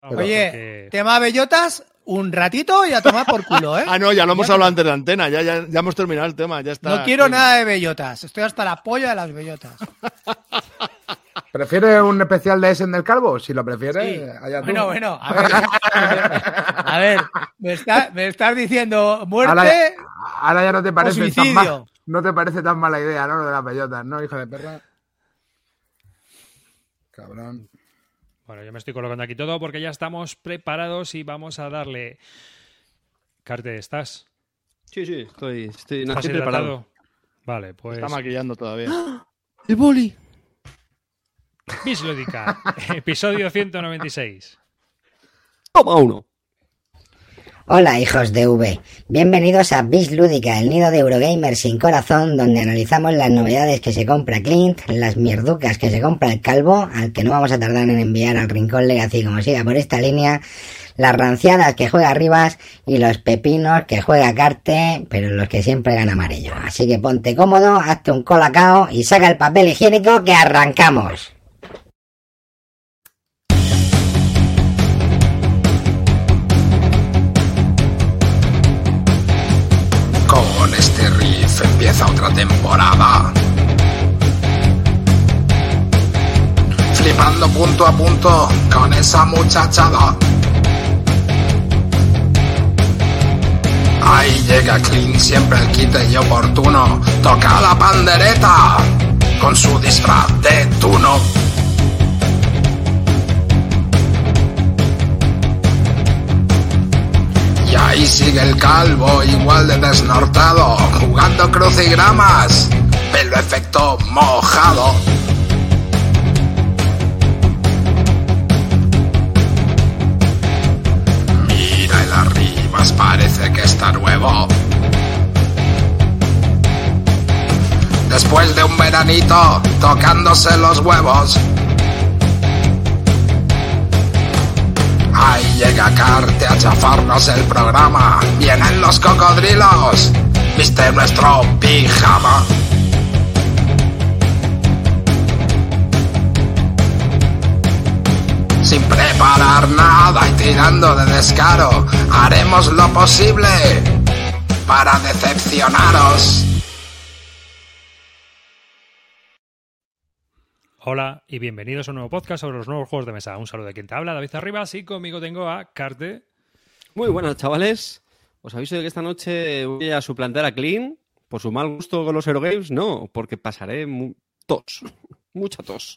Oye, tema bellotas, un ratito y a tomar por culo, ¿eh? No, ya lo hemos hablado antes de la antena, ya hemos terminado el tema, ya está. No quiero nada de bellotas, estoy hasta la polla de las bellotas. ¿Prefieres un especial de Essen del Calvo? Si lo prefieres, sí. allá tú. Bueno, a ver, me estás diciendo muerte. Ahora ya no te parece suicidio. tan mal, no te parece tan mala idea, ¿no? Lo de las bellotas, ¿no, hijo de perra? Cabrón. Bueno, yo me estoy colocando aquí todo porque ya estamos preparados y vamos a darle. Carte, ¿estás? Sí, estoy ¿Estás preparado. Vale, pues. Está maquillando todavía. ¡El boli! Bis Lúdica, episodio 196. Toma uno. Hola hijos de V, bienvenidos a Bis Lúdica, el nido de Eurogamer sin corazón, donde analizamos las novedades que se compra Clint, las mierducas que se compra el Calvo, al que no vamos a tardar en enviar al Rincón Legacy como siga por esta línea, las ranciadas que juega Rivas y los pepinos que juega Carte, pero los que siempre gana amarillo. Así que ponte cómodo, hazte un colacao y saca el papel higiénico que arrancamos. Con este riff empieza otra temporada. Flipando punto a punto con esa muchachada. Ahí llega Clint, siempre el quite y oportuno. Toca la pandereta con su disfraz de tuno. Y ahí sigue el Calvo, igual de desnortado, jugando crucigramas, pelo efecto mojado. Mira el Arribas, parece que está nuevo. Después de un veranito, tocándose los huevos. Ahí llega Carte a chafarnos el programa. Vienen los cocodrilos. Viste nuestro pijama. Sin preparar nada y tirando de descaro, haremos lo posible para decepcionaros. Hola y bienvenidos a un nuevo podcast sobre los nuevos juegos de mesa. Un saludo de quien te habla, David Arribas, y conmigo tengo a Carte. Muy buenas, chavales. Os aviso de que esta noche voy a suplantar a Clint por su mal gusto con los Eurogames. No, porque pasaré mucha tos.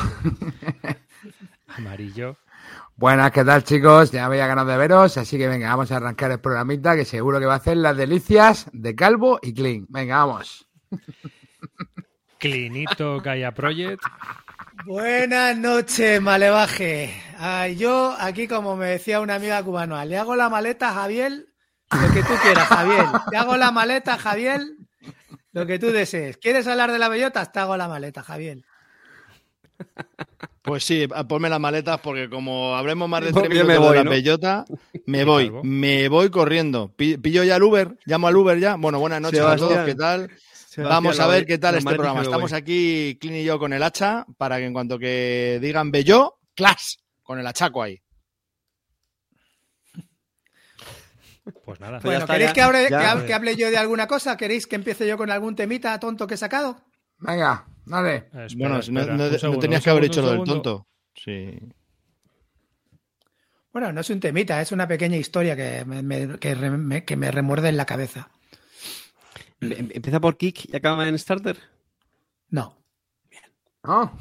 Amarillo. Buenas, ¿qué tal, chicos? Ya había ganas de veros, así que venga, vamos a arrancar el programita que seguro que va a hacer las delicias de Calvo y Clint. Venga, vamos. Clinito Gaia Project. Buenas noches, malevaje. Yo aquí, como me decía una amiga cubana, le hago la maleta a Javier, lo que tú quieras, Javier. Te hago la maleta, Javier, lo que tú desees. ¿Quieres hablar de las bellotas? Te hago la maleta, Javier. Pues sí, ponme las maletas porque como hablemos más de 3 Porque minutos voy, de la ¿no? bellota, me voy corriendo. ¿Pillo ya el Uber? ¿Llamo al Uber ya? Bueno, buenas noches a todos, ¿qué tal? Vamos a ver qué tal este programa. Estamos aquí, Clint y yo, con el hacha, para que en cuanto que digan bello, ¡clas! Con el hachaco ahí. Pues nada. Bueno, ¿queréis que hable yo de alguna cosa? ¿Queréis que empiece yo con algún temita tonto que he sacado? Venga, dale. Espera, No tenías que haber hecho lo del tonto. Sí. Bueno, no es un temita, es una pequeña historia que me remuerde en la cabeza. ¿Empieza por Kick y acaba en Starter? No. Oh.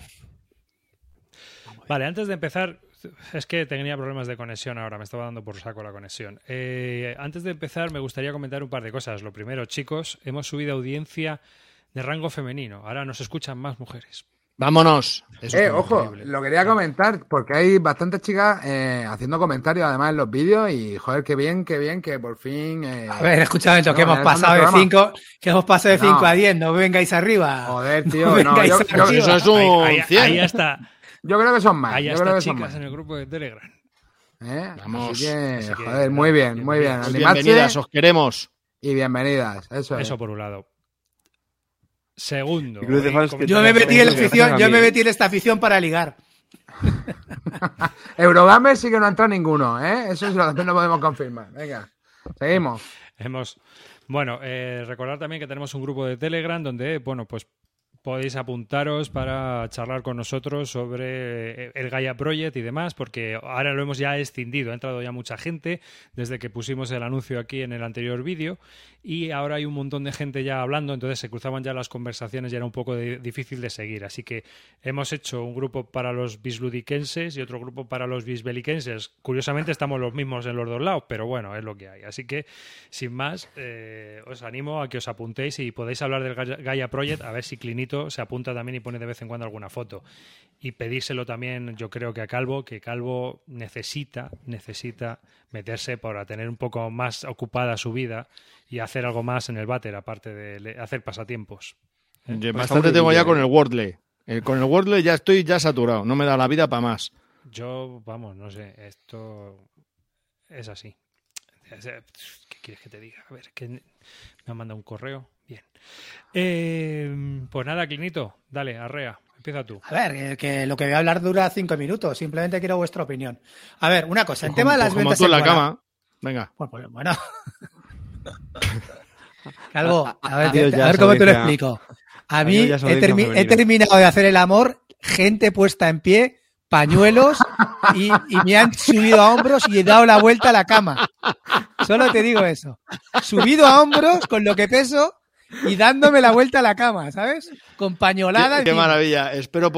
Vale, antes de empezar, es que tenía problemas de conexión ahora, me estaba dando por saco la conexión. Antes de empezar, me gustaría comentar un par de cosas. Lo primero, chicos, hemos subido audiencia de rango femenino. Ahora nos escuchan más mujeres. ¡Vámonos! Ojo, increíble. lo quería comentar porque hay bastantes chicas haciendo comentarios además en los vídeos y joder, qué bien, que por fin... A ver, escúchame, que hemos pasado de 5 a 10, no vengáis arriba. Joder, tío, eso es un 100. Ahí está. Yo creo que son más. Ahí yo creo está, que son chicas, más. en el grupo de Telegram. Vamos. Así que, Así que, joder, muy bien, muy bien. bienvenidas. Bienvenidas, os queremos. Y bienvenidas, eso es. Eso por un lado. Segundo. Yo Yo me metí en esta afición para ligar. Eurogamer sí que no ha entrado ninguno, ¿eh? Eso también lo podemos confirmar. Venga, seguimos. Bueno, recordar también que tenemos un grupo de Telegram donde, bueno, pues podéis apuntaros para charlar con nosotros sobre el Gaia Project y demás, porque ahora lo hemos ya escindido, ha entrado ya mucha gente desde que pusimos el anuncio aquí en el anterior vídeo y ahora hay un montón de gente ya hablando, entonces se cruzaban ya las conversaciones y era un poco difícil de seguir, así que hemos hecho un grupo para los bisludiquenses y otro grupo para los bisbeliquenses. Curiosamente estamos los mismos en los dos lados, pero bueno, es lo que hay, así que sin más os animo a que os apuntéis y podéis hablar del Gaia Project, a ver si Clinito se apunta también y pone de vez en cuando alguna foto. Y pedírselo también, yo creo que a Calvo, que Calvo necesita meterse para tener un poco más ocupada su vida y hacer algo más en el váter, aparte de hacer pasatiempos. Bastante tengo ya con el Wordle. Con el Wordle ya estoy saturado, no me da la vida para más. Yo, vamos, no sé, esto es así. ¿Qué quieres que te diga? A ver, que me han mandado un correo. Bien. Pues nada, Clinito, dale, arrea, empieza tú. A ver, que lo que voy a hablar dura 5 minutos, simplemente quiero vuestra opinión. A ver, una cosa, el tema de las ventas como tú en la cama. Venga. Bueno. Calvo, a ver cómo te lo explico. A mí he terminado de hacer el amor, gente puesta en pie, pañuelos y me han subido a hombros y he dado la vuelta a la cama. Solo te digo eso. Subido a hombros con lo que peso y dándome la vuelta a la cama, ¿sabes? Con pañolada. Qué maravilla. Espero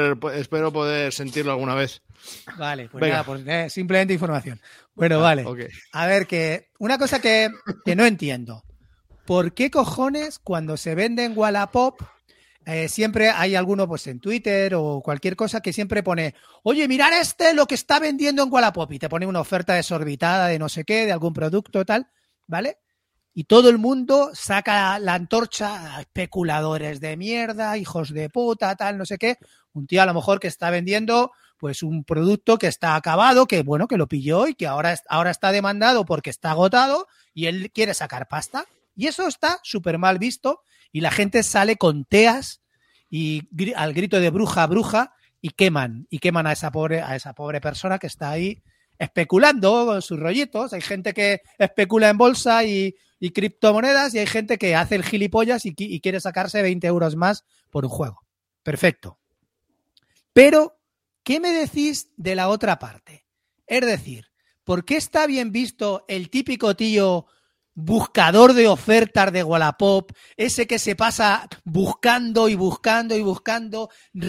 poder sentirlo alguna vez. Vale, pues venga. Nada, pues simplemente información. Bueno, vale. Okay. A ver, que una cosa que no entiendo. ¿Por qué cojones cuando se vende en Wallapop siempre hay alguno pues en Twitter o cualquier cosa que siempre pone, oye, mirar lo que está vendiendo en Wallapop y te pone una oferta desorbitada de no sé qué, de algún producto tal, ¿vale? Y todo el mundo saca la antorcha, especuladores de mierda, hijos de puta, tal, no sé qué. Un tío a lo mejor que está vendiendo pues un producto que está acabado, que bueno, que lo pilló y que ahora está demandado porque está agotado y él quiere sacar pasta. Y eso está súper mal visto y la gente sale con teas y al grito de bruja, bruja y queman a esa pobre persona que está ahí especulando con sus rollitos. Hay gente que especula en bolsa y criptomonedas y hay gente que hace el gilipollas y quiere sacarse 20 euros más por un juego. Perfecto. Pero, ¿qué me decís de la otra parte? Es decir, ¿por qué está bien visto el típico tío buscador de ofertas de Wallapop, ese que se pasa buscando y buscando y buscando,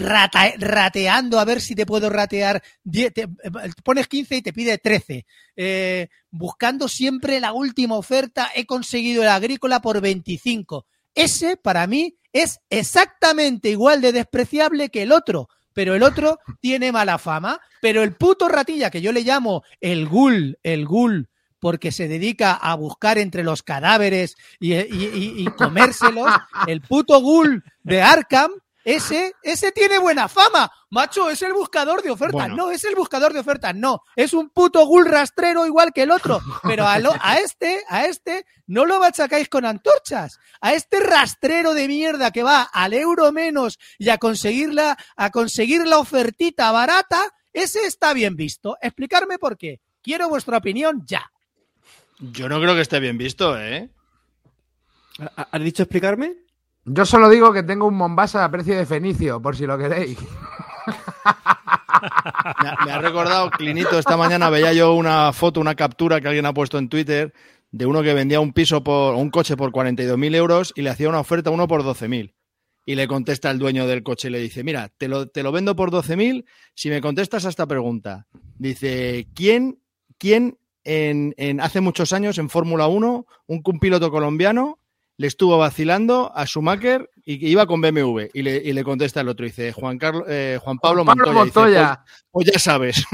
rateando a ver si te puedo ratear, pones 15 y te pide 13, buscando siempre la última oferta, he conseguido el agrícola por 25. Ese, para mí, es exactamente igual de despreciable que el otro, pero el otro tiene mala fama, pero el puto ratilla, que yo le llamo el ghoul, porque se dedica a buscar entre los cadáveres y comérselos, el puto ghoul de Arkham, ese tiene buena fama, macho, es el buscador de ofertas. Bueno. No, es el buscador de ofertas, no, es un puto ghoul rastrero igual que el otro, pero a este no lo machacáis con antorchas, a este rastrero de mierda que va al euro menos y a conseguir la ofertita barata, ese está bien visto. Explicarme por qué. Quiero vuestra opinión ya. Yo no creo que esté bien visto, ¿eh? ¿Has dicho explicarme? Yo solo digo que tengo un Mombasa a precio de Fenicio, por si lo queréis. Me ha recordado, Clinito, esta mañana veía yo una foto, una captura que alguien ha puesto en Twitter de uno que vendía un coche por 42.000 euros y le hacía una oferta a uno por 12.000. Y le contesta el dueño del coche y le dice, mira, te lo vendo por 12.000 si me contestas a esta pregunta. Dice, ¿quién hace muchos años en Fórmula 1, un piloto colombiano le estuvo vacilando a Schumacher y que iba con BMW? Y le contesta el otro, dice Juan Pablo Montoya. Dice, pues ya sabes.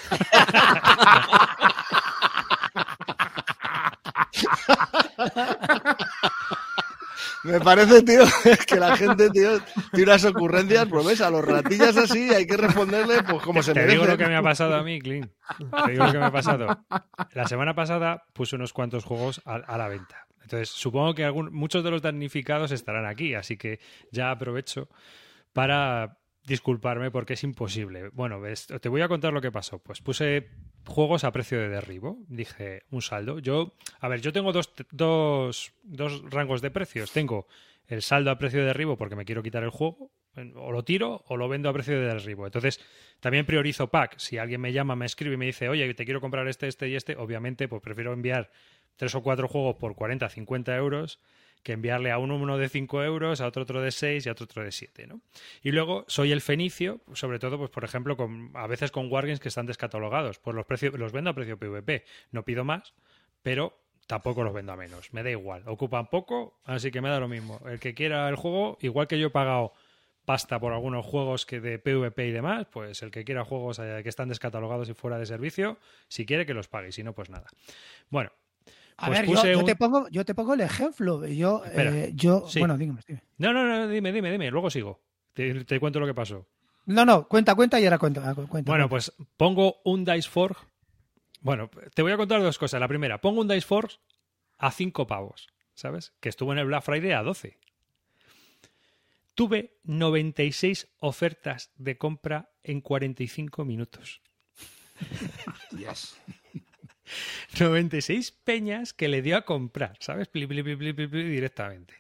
Me parece, tío, que la gente, tío, tiene unas ocurrencias, pues ves, a los ratillas así hay que responderle pues como se merece. Te digo lo que me ha pasado a mí, Clint. Te digo lo que me ha pasado. La semana pasada puse unos cuantos juegos a la venta. Entonces, supongo que muchos de los damnificados estarán aquí, así que ya aprovecho para disculparme porque es imposible. Bueno, te voy a contar lo que pasó. Pues puse juegos a precio de derribo. Dije, un saldo. Yo tengo dos rangos de precios. Tengo el saldo a precio de derribo porque me quiero quitar el juego, o lo tiro o lo vendo a precio de derribo. Entonces, también priorizo pack. Si alguien me llama, me escribe y me dice, oye, te quiero comprar este y este, obviamente, pues prefiero enviar 3 o 4 juegos por 40, 50 euros que enviarle a uno de 5 euros, a otro de 6 y a otro de 7, ¿no? Y luego soy el fenicio, sobre todo, pues por ejemplo, a veces con wargames que están descatalogados. Pues los vendo a precio PVP. No pido más, pero tampoco los vendo a menos. Me da igual. Ocupan poco, así que me da lo mismo. El que quiera el juego, igual que yo he pagado pasta por algunos juegos que de PvP y demás, pues el que quiera juegos que están descatalogados y fuera de servicio, si quiere que los pague, y si no, pues nada. Bueno. A ver, yo te pongo el ejemplo. Sí. Bueno, dime. No, dime, luego sigo. Te cuento lo que pasó. No, cuenta y ahora cuenta. Bueno, pues pongo un Dice Forge. Bueno, te voy a contar dos cosas. La primera, pongo un Dice Forge a 5 pavos, ¿sabes? Que estuvo en el Black Friday a 12. Tuve 96 ofertas de compra en 45 minutos. Yes. 96 peñas que le dio a comprar, ¿sabes? Directamente.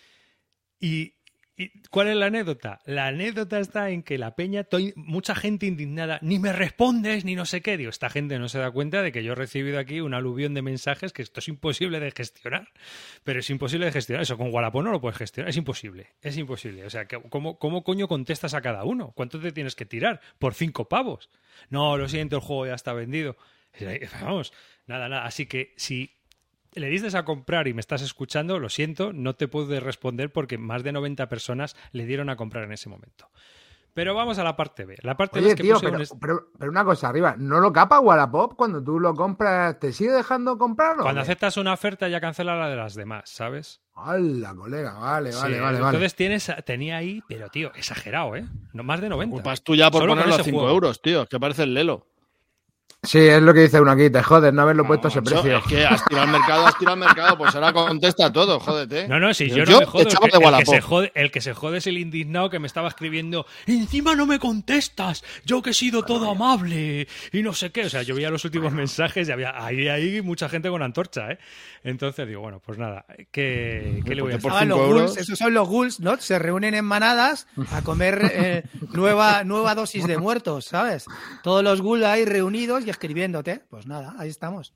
¿Y cuál es la anécdota? La anécdota está en que la peña, mucha gente indignada, ni me respondes, ni no sé qué. Digo, esta gente no se da cuenta de que yo he recibido aquí un aluvión de mensajes que esto es imposible de gestionar. Pero es imposible de gestionar. Eso con Wallapop no lo puedes gestionar. Es imposible. O sea, ¿cómo coño contestas a cada uno? ¿Cuánto te tienes que tirar? ¿Por 5 pavos? No, lo siento, el juego ya está vendido. Vamos, nada. Así que si le diste a comprar y me estás escuchando, lo siento, no te puedo responder porque más de 90 personas le dieron a comprar en ese momento. Pero vamos a la parte B. La parte Oye, B es que tío, pero una cosa, arriba, ¿no lo capa Wallapop cuando tú lo compras? ¿Te sigue dejando comprarlo? Cuando aceptas una oferta ya cancela la de las demás, ¿sabes? ¡Hala, colega! Vale. Entonces tenía ahí, pero tío, exagerado, ¿eh? No, más de 90. Culpa es tuya por ponerlo a 5 euros, tío, que parece el Lelo. Sí, es lo que dice uno aquí, te jodes no haberlo puesto a ese precio. Es que has tirado al mercado, pues ahora contesta todo, jódete. No, si yo no me jodo, el que se jode es el indignado que me estaba escribiendo, encima no me contestas, yo que he sido todo amable y no sé qué. O sea, yo veía los últimos mensajes y había ahí mucha gente con antorcha, ¿eh? Entonces digo, bueno, pues nada, ¿qué le voy a hacer? Los ghouls, esos son los ghouls, ¿no? Se reúnen en manadas a comer nueva dosis de muertos, ¿sabes? Todos los ghouls ahí reunidos y escribiéndote. Pues nada, ahí estamos.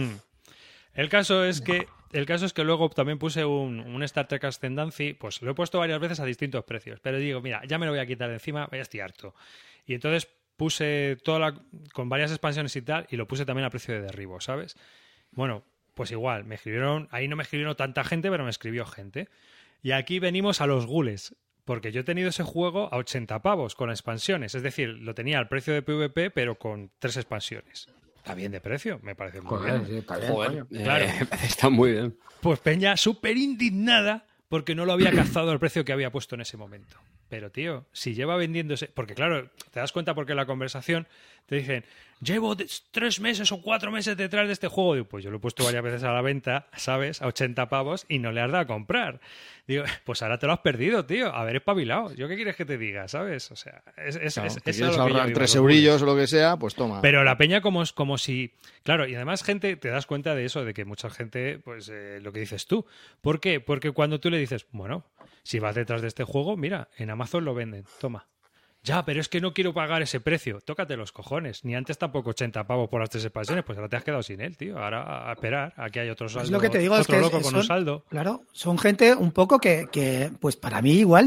El caso es que luego también puse un Star Trek Ascendancy, pues lo he puesto varias veces a distintos precios, pero digo, mira, ya me lo voy a quitar de encima, ya estoy harto. Y entonces puse con varias expansiones y tal, y lo puse también a precio de derribo, ¿sabes? Bueno, pues igual, ahí no me escribieron tanta gente, pero me escribió gente. Y aquí venimos a los ghouls. Porque yo he tenido ese juego a 80 pavos con expansiones. Es decir, lo tenía al precio de PvP, pero con 3 expansiones. Está bien de precio, me parece muy bien. Sí, está bien. Claro. Está muy bien. Pues peña súper indignada porque no lo había cazado al precio que había puesto en ese momento. Pero, tío, si lleva vendiéndose... Porque, claro, te das cuenta porque en la conversación te dicen, llevo 3 meses o 4 meses detrás de este juego. Digo, pues yo lo he puesto varias veces a la venta, ¿sabes? A 80 pavos y no le has dado a comprar. Digo, pues ahora te lo has perdido, tío. Haber espabilado. ¿Yo qué quieres que te diga, sabes? O sea, quieres ahorrar 3 eurillos o lo que sea, pues toma. Pero la peña como si... Claro, y además gente, te das cuenta de eso, de que mucha gente, pues lo que dices tú. ¿Por qué? Porque cuando tú le dices, bueno, si vas detrás de este juego, mira, en Amazon lo venden, toma. Ya, pero es que no quiero pagar ese precio. Tócate los cojones. Ni antes tampoco 80 pavos por las 3 expansiones, pues ahora te has quedado sin él, tío. Ahora a esperar, aquí hay otro saldo. Es lo que te digo, otro loco con un saldo. Claro, son gente un poco que pues para mí igual,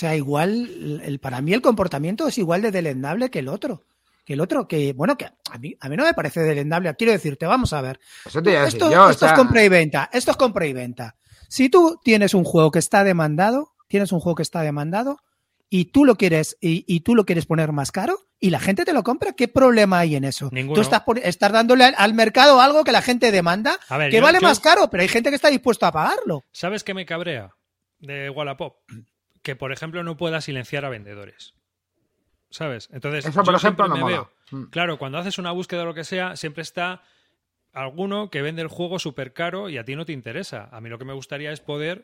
para mí el comportamiento es igual de deleznable que el otro. Que a mí no me parece deleznable. Quiero decirte, vamos a ver. Esto es compra y venta. Esto es compra y venta. Si tú tienes un juego que está demandado, y tú lo quieres poner más caro y la gente te lo compra, ¿qué problema hay en eso? Ninguno. Tú estás dándole al mercado algo que la gente demanda, que vale más caro, pero hay gente que está dispuesta a pagarlo. ¿Sabes qué me cabrea de Wallapop? Que, por ejemplo, no pueda silenciar a vendedores. ¿Sabes? Entonces, eso, por ejemplo, no mola. Claro, cuando haces una búsqueda o lo que sea, siempre está alguno que vende el juego súper caro y a ti no te interesa. A mí lo que me gustaría es poder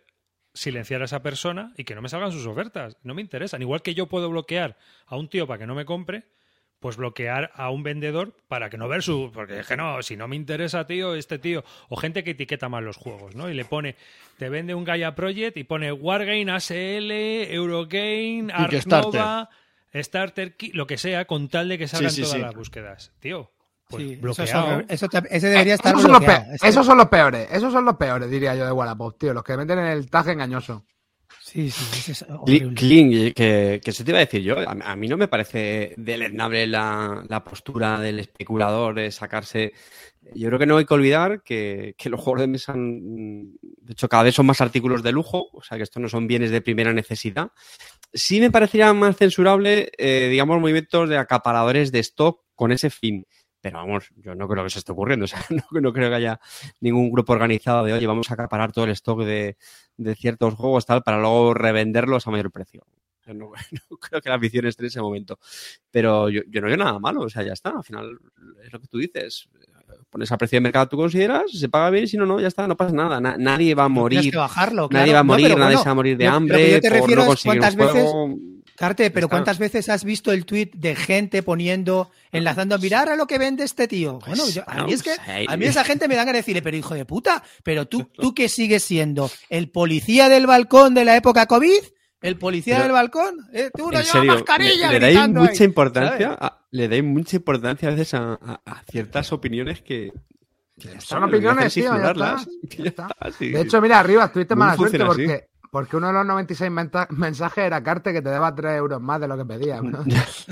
silenciar a esa persona y que no me salgan sus ofertas. No me interesan. Igual que yo puedo bloquear a un tío para que no me compre, pues bloquear a un vendedor para que no ver su... Porque es que no, si no me interesa, tío, este tío... O gente que etiqueta mal los juegos, ¿no? Y le pone... Te vende un Gaia Project y pone Wargame, ASL, Eurogame, Ark Nova, Starter Kit, lo que sea, con tal de que salgan todas las búsquedas. Tío, pues bloqueado. Ese debería estar bloqueado. Esos son los peores. Esos son los peores, diría yo, de Wallapop, tío. Los que meten en el tag engañoso. Sí, es horrible. Kling, que se te iba a decir yo, a mí no me parece deleznable la postura del especulador de sacarse. Yo creo que no hay que olvidar que los juegos de mesa, de hecho, cada vez son más artículos de lujo, o sea que estos no son bienes de primera necesidad. Sí me parecería más censurable, digamos, movimientos de acaparadores de stock con ese fin. Pero vamos, yo no creo que eso esté ocurriendo. O sea, no creo que haya ningún grupo organizado de, oye, vamos a acaparar todo el stock de ciertos juegos tal para luego revenderlos a mayor precio. No creo que la ambición esté en ese momento. Pero yo no veo nada malo. O sea, ya está. Al final es lo que tú dices. Pones a precio de mercado, tú consideras, se paga bien, si no, ya está, no pasa nada. Nadie va a morir. Tienes que bajarlo, nadie va a morir, nadie se va a morir de hambre. Yo te refiero no es cuántas veces... Carte, pero Está. ¿cuántas veces has visto el tuit de gente enlazando, mirar a lo que vende este tío? Bueno, a mí esa gente me dan ganas de decirle, pero hijo de puta, pero tú que sigues siendo el policía del balcón de la época COVID, el policía del balcón, tú no llevas mascarilla. Le dais mucha importancia, le dais mucha importancia a veces a ciertas opiniones que son opiniones, tío, ya está. Sí. De hecho, mira, arriba tuviste mala suerte porque uno de los 96 mensajes era Carte que te daba 3 euros más de lo que pedía. ¿No?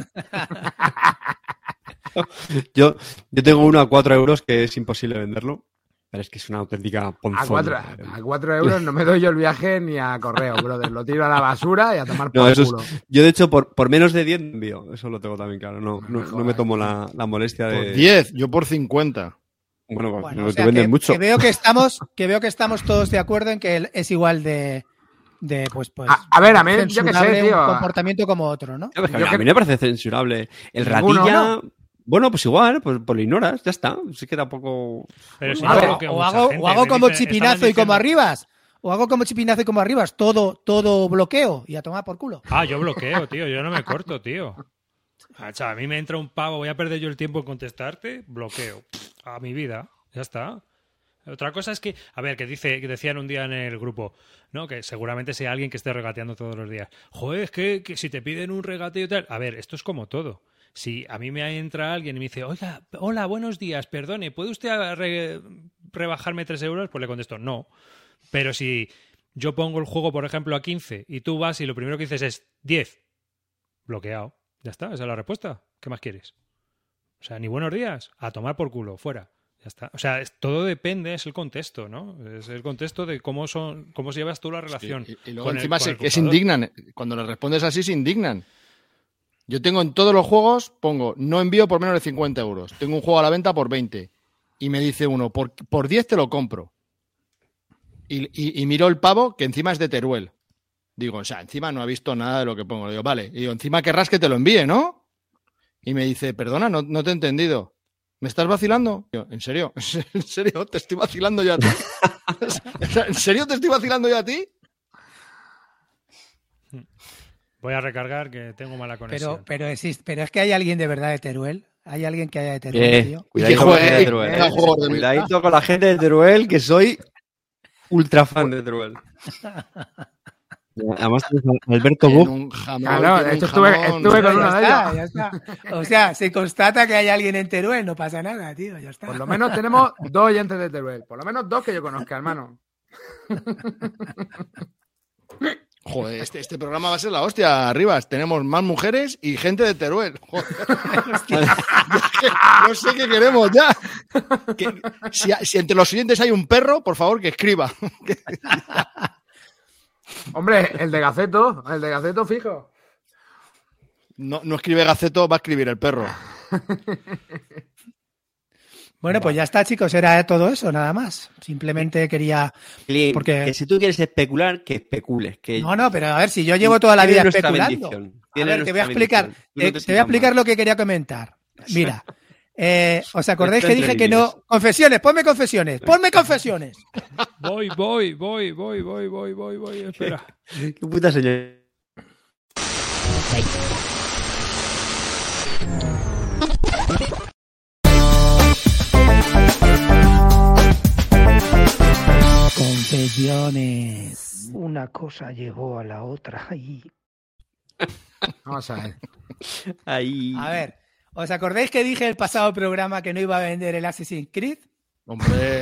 yo tengo uno a 4 euros que es imposible venderlo, pero es que es una auténtica ponzona. A 4 euros no me doy yo el viaje ni a correo, brother. Lo tiro a la basura y a tomar por culo. Yo, de hecho, por menos de 10 envío. Eso lo tengo también claro. No me tomo la molestia de... Por 10, yo por 50. Bueno, o sea, te venden mucho. Que veo que estamos todos de acuerdo en que es igual de pues a ver, a mí yo que sé, tío, un comportamiento como otro, ¿no? A mí me parece censurable. El ratilla, ¿no? Bueno, pues igual, pues lo ignoras, ya está. Sí que tampoco. Pero si o hago como Chipinazo y como Arribas. O hago como Chipinazo y como Arribas, todo bloqueo y a tomar por culo. Yo bloqueo, tío, yo no me corto, tío. A mí me entra un pavo, voy a perder yo el tiempo en contestarte, bloqueo. A mi vida, ya está. Otra cosa es que, a ver, que decían un día en el grupo, ¿no? Que seguramente sea alguien que esté regateando todos los días. Joder, es que si te piden un regateo y tal... A ver, esto es como todo. Si a mí me entra alguien y me dice, oiga, hola, buenos días, perdone, ¿puede usted rebajarme 3 euros? Pues le contesto, no. Pero si yo pongo el juego, por ejemplo, a 15 y tú vas y lo primero que dices es 10, bloqueado. Ya está, esa es la respuesta. ¿Qué más quieres? O sea, ni buenos días, a tomar por culo, fuera. Ya está. O sea, todo depende, es el contexto, ¿no? Es el contexto de cómo llevas tú la relación. Sí, y luego encima se indignan. Cuando les respondes así, se indignan. Yo tengo en todos los juegos, pongo, no envío por menos de 50 euros. Tengo un juego a la venta por 20. Y me dice uno, por 10 te lo compro. Y miro el pavo, que encima es de Teruel. Digo, o sea, encima no ha visto nada de lo que pongo. Le digo, vale. Y digo, encima querrás que te lo envíe, ¿no? Y me dice, perdona, no te he entendido. ¿Me estás vacilando? Yo, ¿en serio? ¿En serio? ¿Te estoy vacilando yo a ti? ¿En serio te estoy vacilando yo a ti? Voy a recargar que tengo mala conexión. Pero es que hay alguien de verdad de Teruel. Hay alguien que haya de Teruel, tío. Cuidadito con la gente de Teruel, que soy ultra fan de Teruel. Además, Alberto Buch. Claro, de hecho estuve con una de ellas. Ya está. O sea, se constata que hay alguien en Teruel, no pasa nada, tío, ya está. Por lo menos tenemos 2 oyentes de Teruel. Por lo menos 2 que yo conozca, hermano. Joder, este programa va a ser la hostia, Arribas. Tenemos más mujeres y gente de Teruel. Joder. No sé qué queremos ya. Si entre los oyentes hay un perro, por favor, que escriba. Hombre, el de Gaceto fijo. No escribe Gaceto, va a escribir el perro. Bueno, pues ya está, chicos, era todo eso, nada más. Simplemente quería... Porque... Que si tú quieres especular, que especules. Que... No, pero a ver, si yo llevo toda la vida especulando. A ver, te voy a explicar lo que quería comentar. Mira, ¿Os acordáis que dije que no? Confesiones, ponme confesiones. Voy. Espera. Qué puta señor. Confesiones. Una cosa llegó a la otra. Vamos a ver. Ahí. A ver, ¿os acordáis que dije el pasado programa que no iba a vender el Assassin's Creed? Hombre.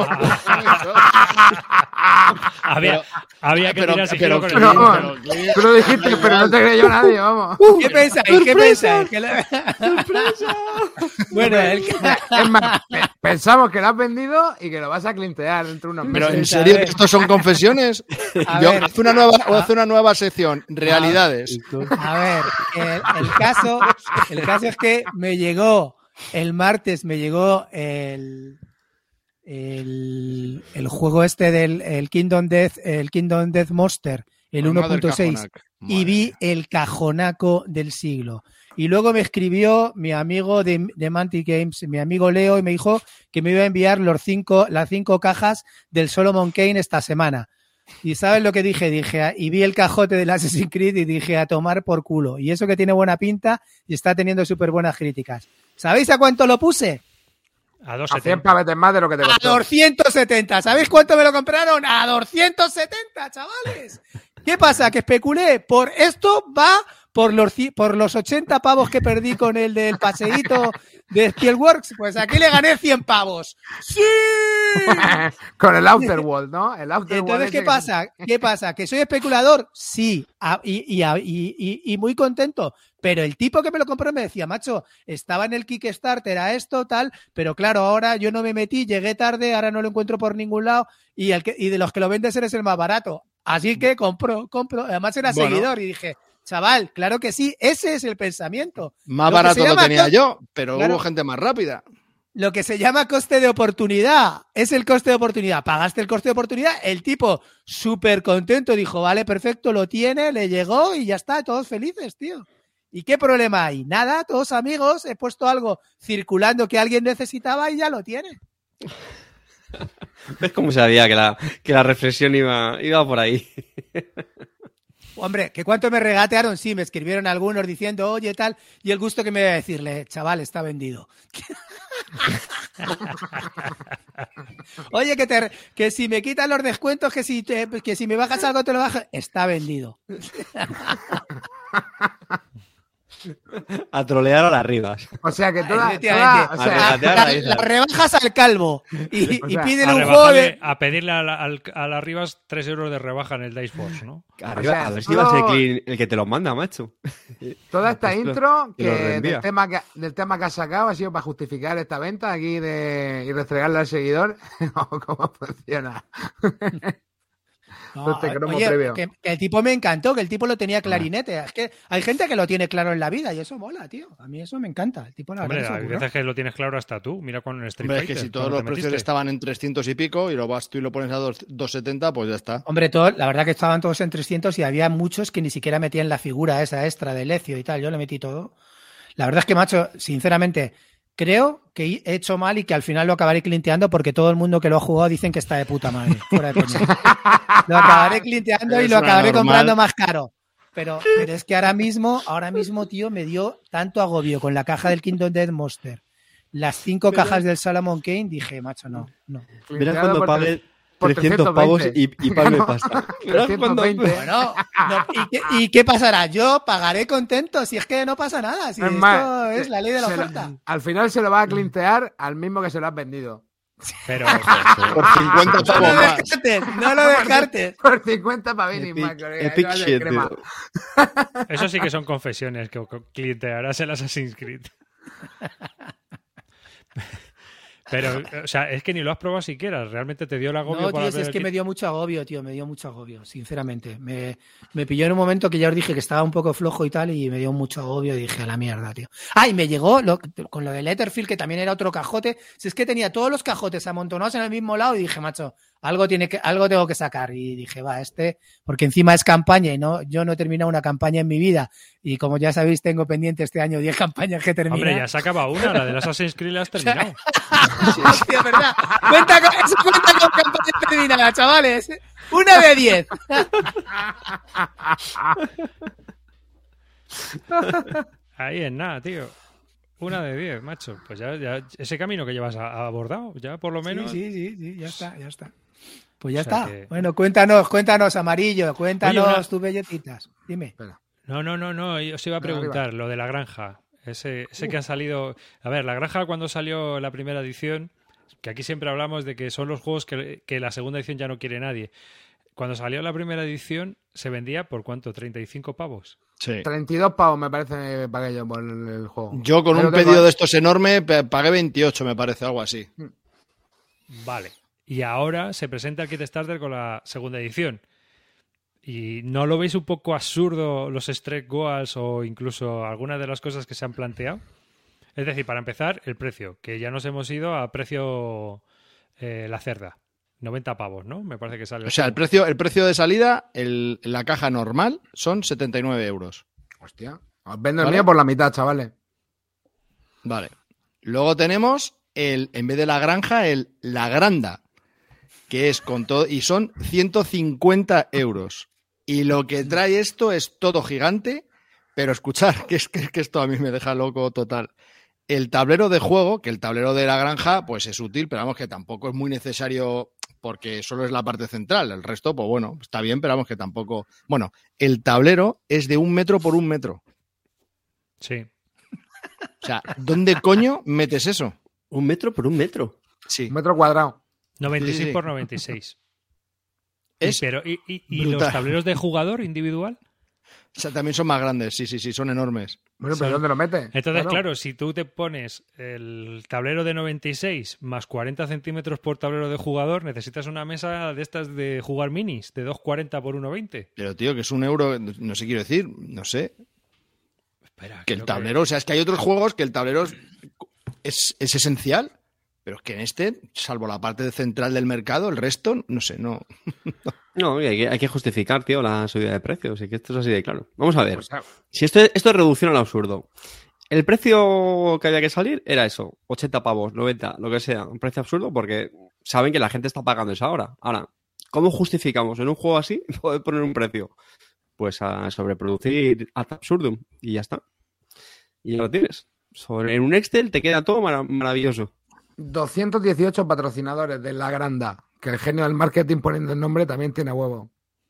Había que tirar sigilo con el pero tú lo dijiste, pero no te creyó nadie, vamos. ¿Qué pensáis? Bueno, es más, pensamos que lo has vendido y que lo vas a clintear dentro de unos meses. Pero ¿en serio que estos son confesiones? Hace una nueva sección, realidades. A ver, el caso es que me llegó el martes, el juego este del Kingdom Death Monster, el 1.6, y vi el cajonaco del siglo. Y luego me escribió mi amigo de Mantic Games, mi amigo Leo, y me dijo que me iba a enviar las 5 cajas del Solomon Kane esta semana. ¿Y sabes lo que dije? Y vi el cajote del Assassin's Creed y dije, a tomar por culo. Y eso que tiene buena pinta y está teniendo súper buenas críticas. ¿Sabéis a cuánto lo puse? A 270. A 100 pavetes más de lo que te costó. A 270. ¿Sabéis cuánto me lo compraron? A 270, chavales. ¿Qué pasa? Que especulé. Por esto va por los 80 pavos que perdí con el del paseíto de Spielworks. Pues aquí le gané 100 pavos. ¡Sí! Con el Outerworld, ¿no? Entonces, ¿qué pasa? ¿Que soy especulador? Sí. Y muy contento. Pero el tipo que me lo compró me decía, macho, estaba en el Kickstarter a esto, tal, pero claro, ahora yo no me metí, llegué tarde, ahora no lo encuentro por ningún lado y de los que lo vendes eres el más barato. Así que compro. Además era seguidor y dije, chaval, claro que sí, ese es el pensamiento. Más barato lo tenía yo, pero claro, hubo gente más rápida. Lo que se llama coste de oportunidad, es el coste de oportunidad. Pagaste el coste de oportunidad, el tipo súper contento, dijo, vale, perfecto, lo tiene, le llegó y ya está, todos felices, tío. ¿Y qué problema hay? Nada, todos amigos, he puesto algo circulando que alguien necesitaba y ya lo tiene. ¿Ves cómo sabía que la reflexión iba por ahí? Hombre, ¿que cuánto me regatearon? Sí, me escribieron algunos diciendo, oye, tal, y el gusto que me iba a decirle, chaval, está vendido. Oye, que si me quitan los descuentos, que si me bajas algo te lo bajas, está vendido. A trolear a las Rivas. O sea que las rebajas al calvo y pídele un juego a pedirle a las Rivas 3 euros de rebaja en el Dice Force, ¿no? A ver si va a ser el que te los manda, macho. Toda esta intro del tema que has sacado ha sido para justificar esta venta aquí y restregarle al seguidor. ¿Cómo funciona? No, oye, que el tipo me encantó, que el tipo lo tenía clarinete. Es que hay gente que lo tiene claro en la vida y eso mola, tío. A mí eso me encanta. El tipo, hombre, hay veces que lo tienes claro hasta tú. Mira con el Street Fighter. Es que si todos los precios estaban en 300 y pico y lo vas tú y lo pones a 270, pues ya está. Hombre, la verdad que estaban todos en 300 y había muchos que ni siquiera metían la figura esa extra de Lecio y tal. Yo le metí todo. La verdad es que, macho, sinceramente, creo que he hecho mal y que al final lo acabaré clinteando porque todo el mundo que lo ha jugado dicen que está de puta madre. Fuera de coña. Lo acabaré clinteando y lo acabaré comprando más caro. Pero es que ahora mismo, tío, me dio tanto agobio con la caja del Kingdom Death Monster, las 5 cajas del Solomon Kane, dije, macho, no. Verás cuando pague 300 pavos y pague pasta. 320. Bueno, ¿y qué pasará? Yo pagaré contento, si es que no pasa nada. Si esto es la ley de la oferta. Al final se lo va a clintear al mismo que se lo has vendido. Pero por 50 pavos más. No lo descartes. Por 50 pavinis más. Eso sí que son confesiones, que clientearás el Assassin's Creed. Pero, o sea, es que ni lo has probado siquiera. Realmente te dio el agobio. No, tío, es que me dio mucho agobio, tío. Me dio mucho agobio, sinceramente. Me pilló en un momento que ya os dije que estaba un poco flojo y tal, y me dio mucho agobio y dije, a la mierda, tío. Ah, y me llegó con lo de Letterfield, que también era otro cajote. Si es que tenía todos los cajotes amontonados en el mismo lado y dije, macho, algo tengo que sacar. Y dije, porque encima es campaña y yo no he terminado una campaña en mi vida. Y como ya sabéis, tengo pendiente este año 10 campañas que terminar. Hombre, ya se acaba una, la de Assassin's Creed la has terminado. Sí, es verdad. Cuenta con campaña terminada, chavales. 1 de 10. Ahí es nada, tío. 1 de 10, macho. Pues ya ese camino que llevas abordado, ya por lo menos. Sí, ya está. Pues ya está. Bueno, cuéntanos, Amarillo, cuéntanos tus belletitas. Dime. No, yo os iba a preguntar lo de la granja. Ese que ha salido... A ver, la granja cuando salió la primera edición, que aquí siempre hablamos de que son los juegos que la segunda edición ya no quiere nadie. Cuando salió la primera edición, ¿se vendía por cuánto? ¿35 pavos? Sí. 32 pavos me parece pagué yo por el juego. Yo con un pedido de estos enorme pagué 28, me parece, algo así. Vale. Y ahora se presenta el Kit Starter con la segunda edición. ¿Y no lo veis un poco absurdo los Stretch Goals o incluso algunas de las cosas que se han planteado? Es decir, para empezar, el precio, que ya nos hemos ido a precio la cerda. 90 pavos, ¿no? Me parece que sale. O sea, el precio de salida, la caja normal, son 79 euros. Hostia. Os vendo el mío por la mitad, chavales. Vale. Luego tenemos, en vez de la granja, la granda, que es con todo, y son 150 euros. Y lo que trae esto es todo gigante, pero escuchar, que esto a mí me deja loco total. El tablero de juego, que el tablero de la granja, pues es útil, pero vamos que tampoco es muy necesario porque solo es la parte central. El resto, pues bueno, está bien, pero vamos que tampoco... Bueno, el tablero es de 1 metro por 1 metro. Sí. O sea, ¿dónde coño metes eso? 1 metro por 1 metro. Sí. 1 metro cuadrado. 96 por 96. Pero ¿y brutal. los tableros de jugador individual? O sea, también son más grandes, sí, son enormes. Bueno, pero ¿dónde lo metes? Entonces, claro, si tú te pones el tablero de 96 más 40 centímetros por tablero de jugador, necesitas una mesa de estas de jugar minis, de 2,40 por 1,20. Pero, tío, que es 1 euro, no sé, quiero decir, no sé. Espera, que el tablero, o sea, es que hay otros juegos que el tablero es esencial, pero es que en este, salvo la parte central del mercado, el resto, no sé, no. No, hay que justificar, tío, la subida de precios. Y que esto es así de claro. Vamos a ver. Si esto es reducción al absurdo. El precio que había que salir era eso. 80 pavos, 90, lo que sea. Un precio absurdo porque saben que la gente está pagando eso ahora. Ahora, ¿cómo justificamos en un juego así poder poner un precio? Pues a sobreproducir ad absurdum. Y ya está. Y ya lo tienes. En un Excel te queda todo maravilloso. 218 patrocinadores de La Granda. Que el genio del marketing poniendo el nombre también tiene huevo.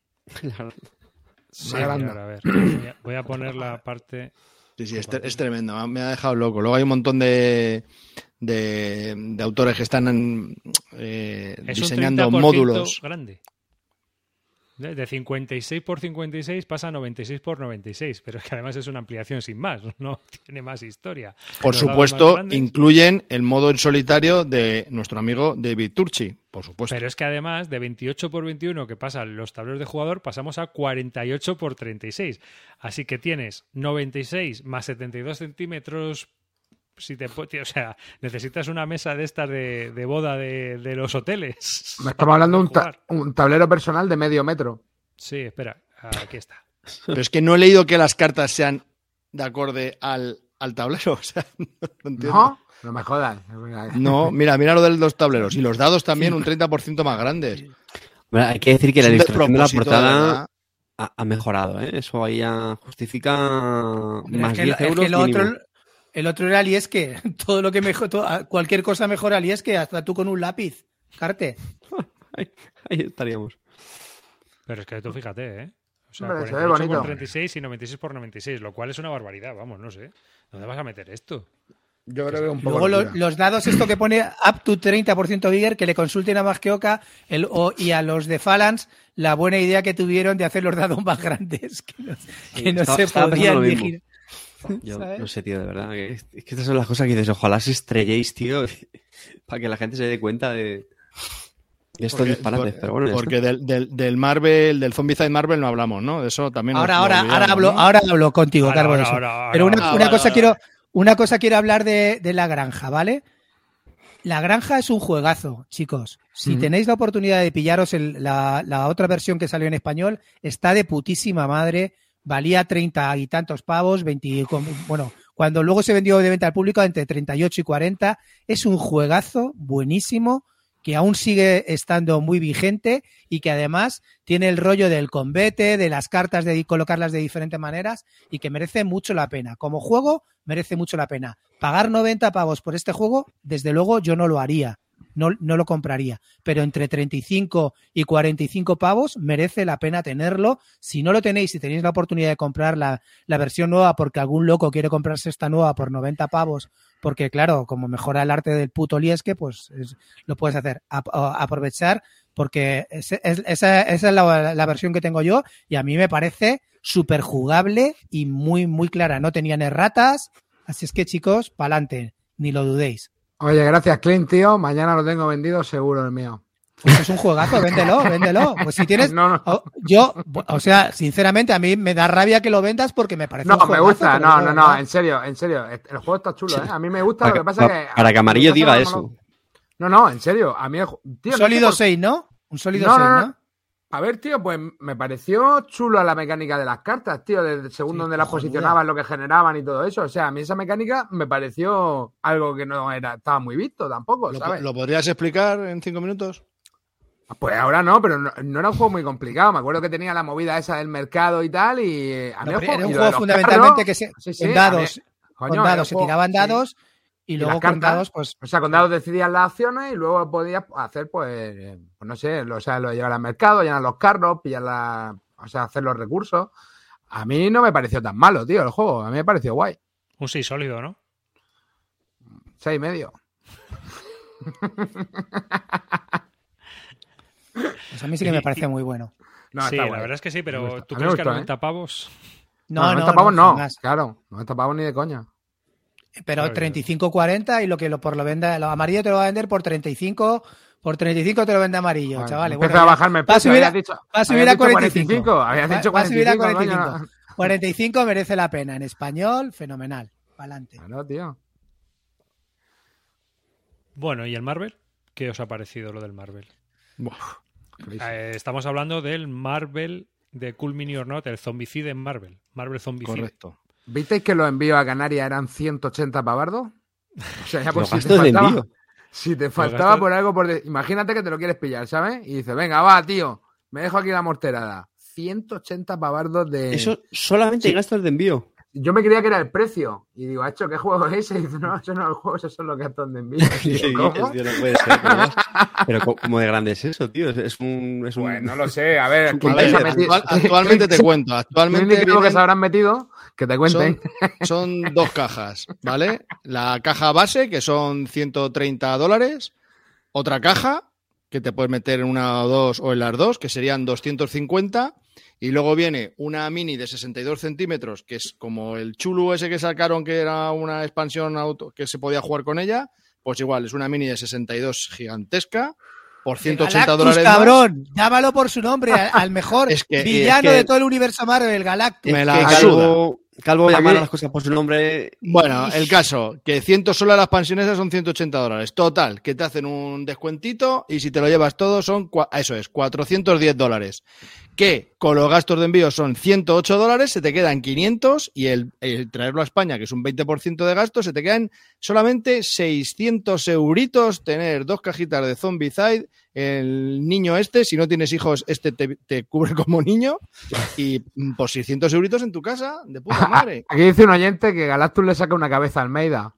Sí, a ver. Voy a poner la parte... Sí, es tremendo. Me ha dejado loco. Luego hay un montón de autores que están diseñando módulos. Grande. De 56 por 56 pasa a 96 por 96, pero es que además es una ampliación sin más, no tiene más historia. Por supuesto, incluyen el modo en solitario de nuestro amigo David Turchi, por supuesto. Pero es que además de 28 por 21 que pasan los tableros de jugador, pasamos a 48 por 36. Así que tienes 96 más 72 centímetros. O sea, necesitas una mesa de estas de boda de los hoteles. Me estamos hablando de un tablero personal de medio metro. Sí, espera, aquí está. Pero es que no he leído que las cartas sean de acorde al tablero. O sea, no entiendo. No me jodas. No, mira lo de los tableros. Y los dados también un 30% más grandes. Bueno, hay que decir que la ilustración de la portada ha mejorado, ¿eh? Eso ahí ya justifica más 10 euros. El otro era Aliesque. Todo lo que cualquier cosa mejora Aliesque, hasta tú con un lápiz. Carte. Ahí estaríamos. Pero es que tú fíjate, ¿eh? O sea, hombre, 48 por 36 y 96 por 96, lo cual es una barbaridad, vamos, no sé. ¿Dónde vas a meter esto? Yo creo que un poco. Luego los dados, esto que pone up to 30% bigger, que le consulten a Masqueoka y a los de Phalanx la buena idea que tuvieron de hacer los dados más grandes, que no se podían elegir. Yo no sé, tío, de verdad. Es que estas son las cosas que dices, ojalá se estrelléis, tío, para que la gente se dé cuenta de estos disparates. Pero bueno, porque del Marvel, del Zombicide Marvel no hablamos, ¿no? De eso también. Ahora hablo contigo, Carbonoso. Pero una cosa quiero hablar de la granja, ¿vale? La Granja es un juegazo, chicos. Si tenéis la oportunidad de pillaros la otra versión que salió en español, está de putísima madre. Valía 30 y tantos pavos, 20, bueno, cuando luego se vendió de venta al público entre 38 y 40. Es un juegazo buenísimo que aún sigue estando muy vigente y que además tiene el rollo del combate, de las cartas, de colocarlas de diferentes maneras y que merece mucho la pena. Como juego, merece mucho la pena. Pagar 90 pavos por este juego, desde luego yo no lo haría. No lo compraría, pero entre 35 y 45 pavos merece la pena tenerlo. Si no lo tenéis, si tenéis la oportunidad de comprar la versión nueva porque algún loco quiere comprarse esta nueva por 90 pavos, porque claro, como mejora el arte del puto Liesque, pues lo puedes hacer. Aprovechar, porque esa es la versión que tengo yo y a mí me parece súper jugable y muy, muy clara. No tenían erratas, así es que chicos, pa'lante, ni lo dudéis. Oye, gracias, Clint, tío. Mañana lo tengo vendido seguro el mío. Pues es un juegazo, véndelo. Pues si tienes... No. Yo, o sea, sinceramente, a mí me da rabia que lo vendas porque me parece un juegazo. No, me gusta. No, en serio. El juego está chulo, ¿eh? A mí me gusta, lo que pasa que... Para que Amarillo diga eso. No, en serio. A mí... Tío, un sólido 6, ¿no? Un sólido 6, ¿no? A ver, tío, pues me pareció chulo la mecánica de las cartas, tío, según donde las posicionaban, lo que generaban y todo eso. O sea, a mí esa mecánica me pareció algo que no estaba muy visto tampoco, ¿sabes? ¿Lo podrías explicar en 5 minutos? Pues ahora no, pero no era un juego muy complicado. Me acuerdo que tenía la movida esa del mercado y tal, y... A mí era un juego fundamentalmente que en dados, con dados, se tiraban dados... Y luego con dados, pues... O sea, con dados decidías las acciones y luego podías hacer, pues no sé, o sea, lo de llevar al mercado, llenar los carros, pillar o sea, hacer los recursos. A mí no me pareció tan malo, tío, el juego. A mí me pareció guay. Un 6 sólido, ¿no? 6,5. Pues a mí sí que me parece muy bueno. No, sí, la verdad es que sí, pero ¿tú crees que a 90 pavos? No, 90 pavos no, claro. 90 pavos ni de coña. Pero 35-40 y lo que por lo venda, lo amarillo te lo va a vender por 35 te lo vende amarillo, bueno, chavales. Bueno, a bajarme el precio, va a subir a 45. Habías dicho 45. Va a subir a 45. 45 merece la pena. En español, fenomenal. Pa'lante. Claro, tío. Bueno, ¿y el Marvel? ¿Qué os ha parecido lo del Marvel? Estamos hablando del Marvel de Cool Mini or Not, el Zombicide en Marvel Zombicide. Correcto. ¿Visteis que los envíos a Canarias eran 180 pavardos? O sea, ya pues si te faltaba por algo, imagínate que te lo quieres pillar, ¿sabes? Y dices, venga, va, tío, me dejo aquí la morterada. 180 pavardos de... Eso solamente hay gastos de envío. Yo me creía que era el precio. Y digo, ¿qué juego es ese? Y dice, no, eso no es el juego, esos son los gastos de envío. ¿Cómo? No puede ser, pero ¿cómo de grande es eso, tío? Es un... Pues no lo sé, a ver... Actualmente te cuento. Actualmente que se habrán metido, que te cuenten. Son 2 cajas, ¿vale? La caja base, que son $130. Otra caja, que te puedes meter en una o dos o en las dos, que serían 250. Y luego viene una mini de 62 centímetros, que es como el Chulu ese que sacaron, que era una expansión que se podía jugar con ella. Pues igual, es una mini de 62 gigantesca, por $180. Cabrón, llámalo por su nombre, al mejor villano de todo el universo Marvel, el Galactus. Me la suda. Calvo llamar a las cosas por su nombre. Bueno, el caso, que 100 solo las expansiones esas son $180. Total, que te hacen un descuentito y si te lo llevas todo son, eso es, $410. Que con los gastos de envío son $108, se te quedan 500 y el traerlo a España, que es un 20% de gasto, se te quedan solamente 600 euritos tener 2 cajitas de Zombicide, el niño si no tienes hijos, te cubre como niño y por 600 euritos en tu casa, de puta madre. Aquí dice un oyente que Galactus le saca una cabeza a Almeida.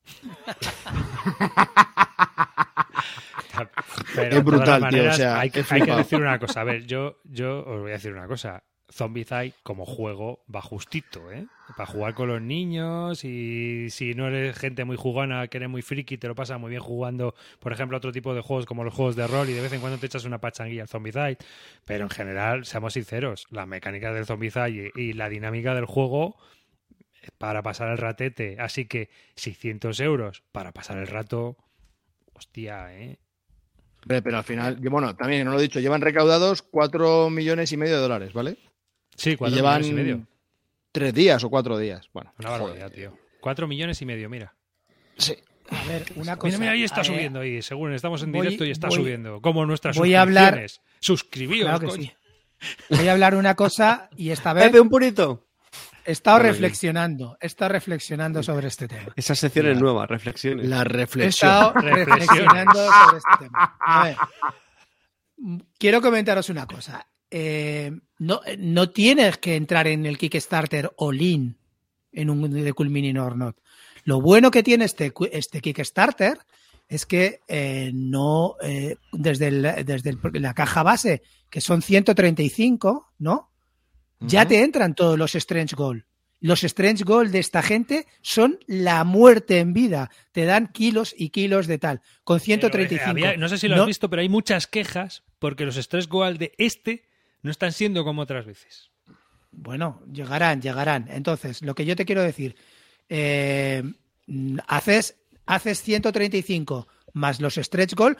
Pero es brutal, maneras, tío. O sea, hay que decir una cosa. A ver, yo os voy a decir una cosa. Zombicide como juego va justito, ¿eh? Para jugar con los niños y si no eres gente muy jugona, que eres muy friki, te lo pasas muy bien jugando, por ejemplo, otro tipo de juegos como los juegos de rol y de vez en cuando te echas una pachanguilla al Zombicide. Pero en general, seamos sinceros, las mecánicas del Zombicide y la dinámica del juego es para pasar el ratete. Así que 600 euros para pasar el rato, hostia, ¿eh? Pero al final, bueno, también no lo he dicho, llevan recaudados $4,5 millones, ¿vale? Sí, 4,5 millones. 3 días o 4 días. Bueno, una barbaridad, tío. 4,5 millones, mira. Sí. A ver, una cosa. Mira, ahí está subiendo, ahí, según estamos en directo y está subiendo. Como nuestras voy suscripciones. A hablar, suscribíos, claro que sí. Voy a hablar una cosa y esta vez. Pepe, un purito. He estado reflexionando sobre este tema. Esa sección es nueva, reflexiones. La reflexión. He estado reflexionando sobre este tema. A ver, quiero comentaros una cosa. No tienes que entrar en el Kickstarter all-in en un The Cool Mini or Not. Lo bueno que tiene este Kickstarter es que desde la caja base, que son 135, ¿no? Ya te entran todos los Strange Gold. Los Strange Gold de esta gente son la muerte en vida. Te dan kilos y kilos de tal. Con 135. Pero, no sé si lo has visto, pero hay muchas quejas porque los Strange Gold de no están siendo como otras veces. Bueno, llegarán. Entonces, lo que yo te quiero decir, haces 135 más los Stretch Gold,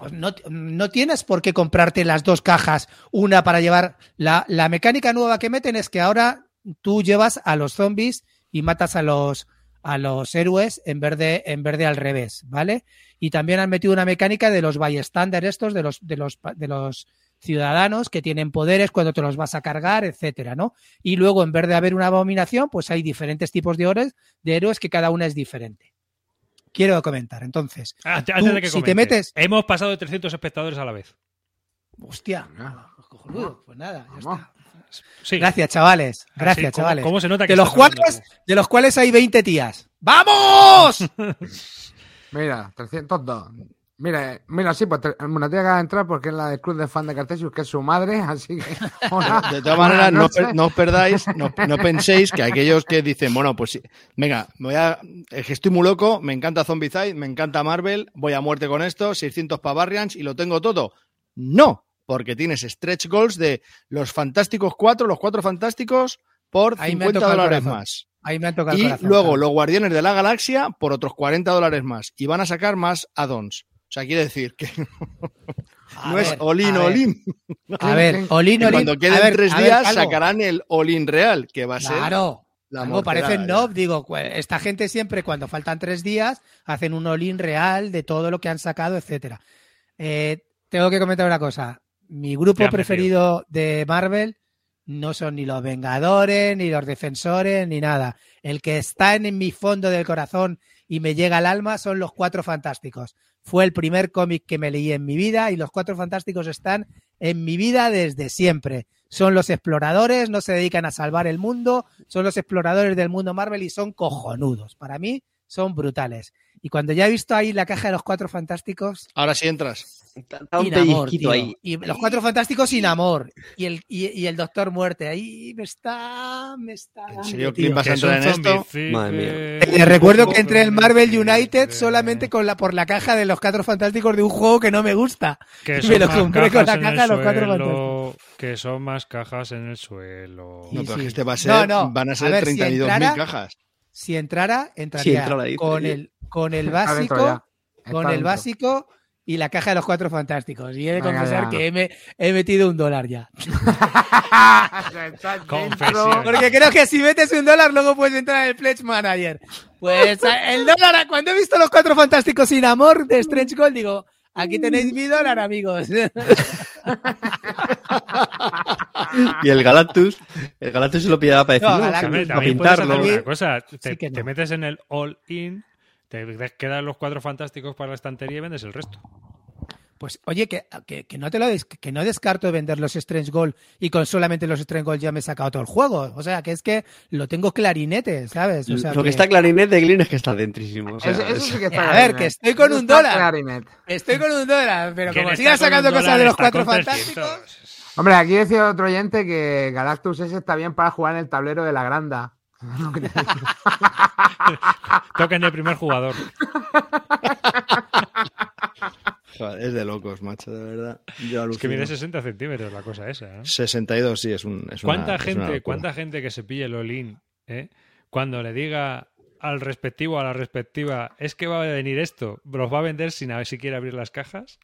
no tienes por qué comprarte las dos cajas, una para llevar. La mecánica nueva que meten es que ahora tú llevas a los zombies y matas a los héroes en vez de al revés, ¿vale? Y también han metido una mecánica de los bystander estos, de los ciudadanos que tienen poderes cuando te los vas a cargar, etcétera, ¿no? Y luego, en vez de haber una abominación, pues hay diferentes tipos de héroes que cada una es diferente. Quiero comentar, entonces. Antes de que si te metes... Hemos pasado de 300 espectadores a la vez. Hostia, cojonudo. Pues nada, ya está. Sí. Gracias, chavales. Gracias, chavales. ¿Cómo se nota que de los cuales hay 20 tías. ¡Vamos! Mira, 302. Mira, sí, pues una tía que va a entrar porque es la del club de fan de Cartesius, que es su madre, así que... De todas maneras, no os perdáis, no penséis que aquellos que dicen, bueno, pues sí, venga, es que estoy muy loco, me encanta Zombicide, me encanta Marvel, voy a muerte con esto, 600 Barbarians y lo tengo todo. No, porque tienes stretch goals de los Fantásticos 4, los 4 Fantásticos por $50 más. Ahí me ha tocado y el corazón, luego claro. los Guardianes de la Galaxia por otros $40 más. Y van a sacar más add-ons. O sea, quiere decir que no es all-in. A ver, all-in. Cuando queden 3 días sacarán el all-in real, que va a ser... Claro. Algo parece no, digo, esta gente siempre cuando faltan 3 días hacen un all-in real de todo lo que han sacado, etcétera. Tengo que comentar una cosa. Mi grupo preferido de Marvel no son ni los Vengadores, ni los Defensores, ni nada. El que está en mi fondo del corazón y me llega al alma son los 4 Fantásticos. Fue el primer cómic que me leí en mi vida y los 4 Fantásticos están en mi vida desde siempre. Son los exploradores, no se dedican a salvar el mundo, son los exploradores del mundo Marvel y son cojonudos. Para mí son brutales. Y cuando ya he visto ahí la caja de los 4 Fantásticos... Ahora sí entras. Sin amor, tío. Ahí. Y los 4 Fantásticos sin amor. Y el Doctor Muerte. Ahí me está... ¿En serio, Clint, vas a entrar en esto? Madre mía. Recuerdo que entré en Marvel United solamente por la caja de los 4 Fantásticos de un juego que no me gusta. Y me lo compré con la caja de los 4 Fantásticos. Que son más cajas en el suelo. No, pero que este va a ser... van a ser 32.000 cajas. Si entraría con el básico y la caja de los 4 Fantásticos. Y he de confesar que he metido $1 ya. Confesión. Porque creo que si metes $1 luego puedes entrar en el Pledge Manager. Pues el dólar, cuando he visto los 4 Fantásticos sin amor de Strange Gold, digo, aquí tenéis mi $1, amigos. Y el Galactus se lo pillaba para decir, para pintarlo. Una cosa, te metes en el all-in, te quedan los 4 Fantásticos para la estantería y vendes el resto. Pues oye, que no descarto vender los Strange Gold y con solamente los Strange Gold ya me he sacado todo el juego. O sea, que es que lo tengo clarinete, ¿sabes? O sea, lo que está clarinete de Glyn es que está dentrísimo. O sea, eso sí que está a ver, que estoy con $1. Estoy con $1, pero como sigas sacando cosas de los 4 Fantásticos... Hombre, aquí decía otro oyente que Galactus ese está bien para jugar en el tablero de la granda. Toquen el primer jugador. Joder, es de locos, macho, de verdad. Es que mide 60 centímetros la cosa esa, ¿no? 62, sí, es ¿Cuánta gente que se pille el all-in, cuando le diga al respectivo, a la respectiva, es que va a venir esto, los va a vender sin siquiera abrir las cajas?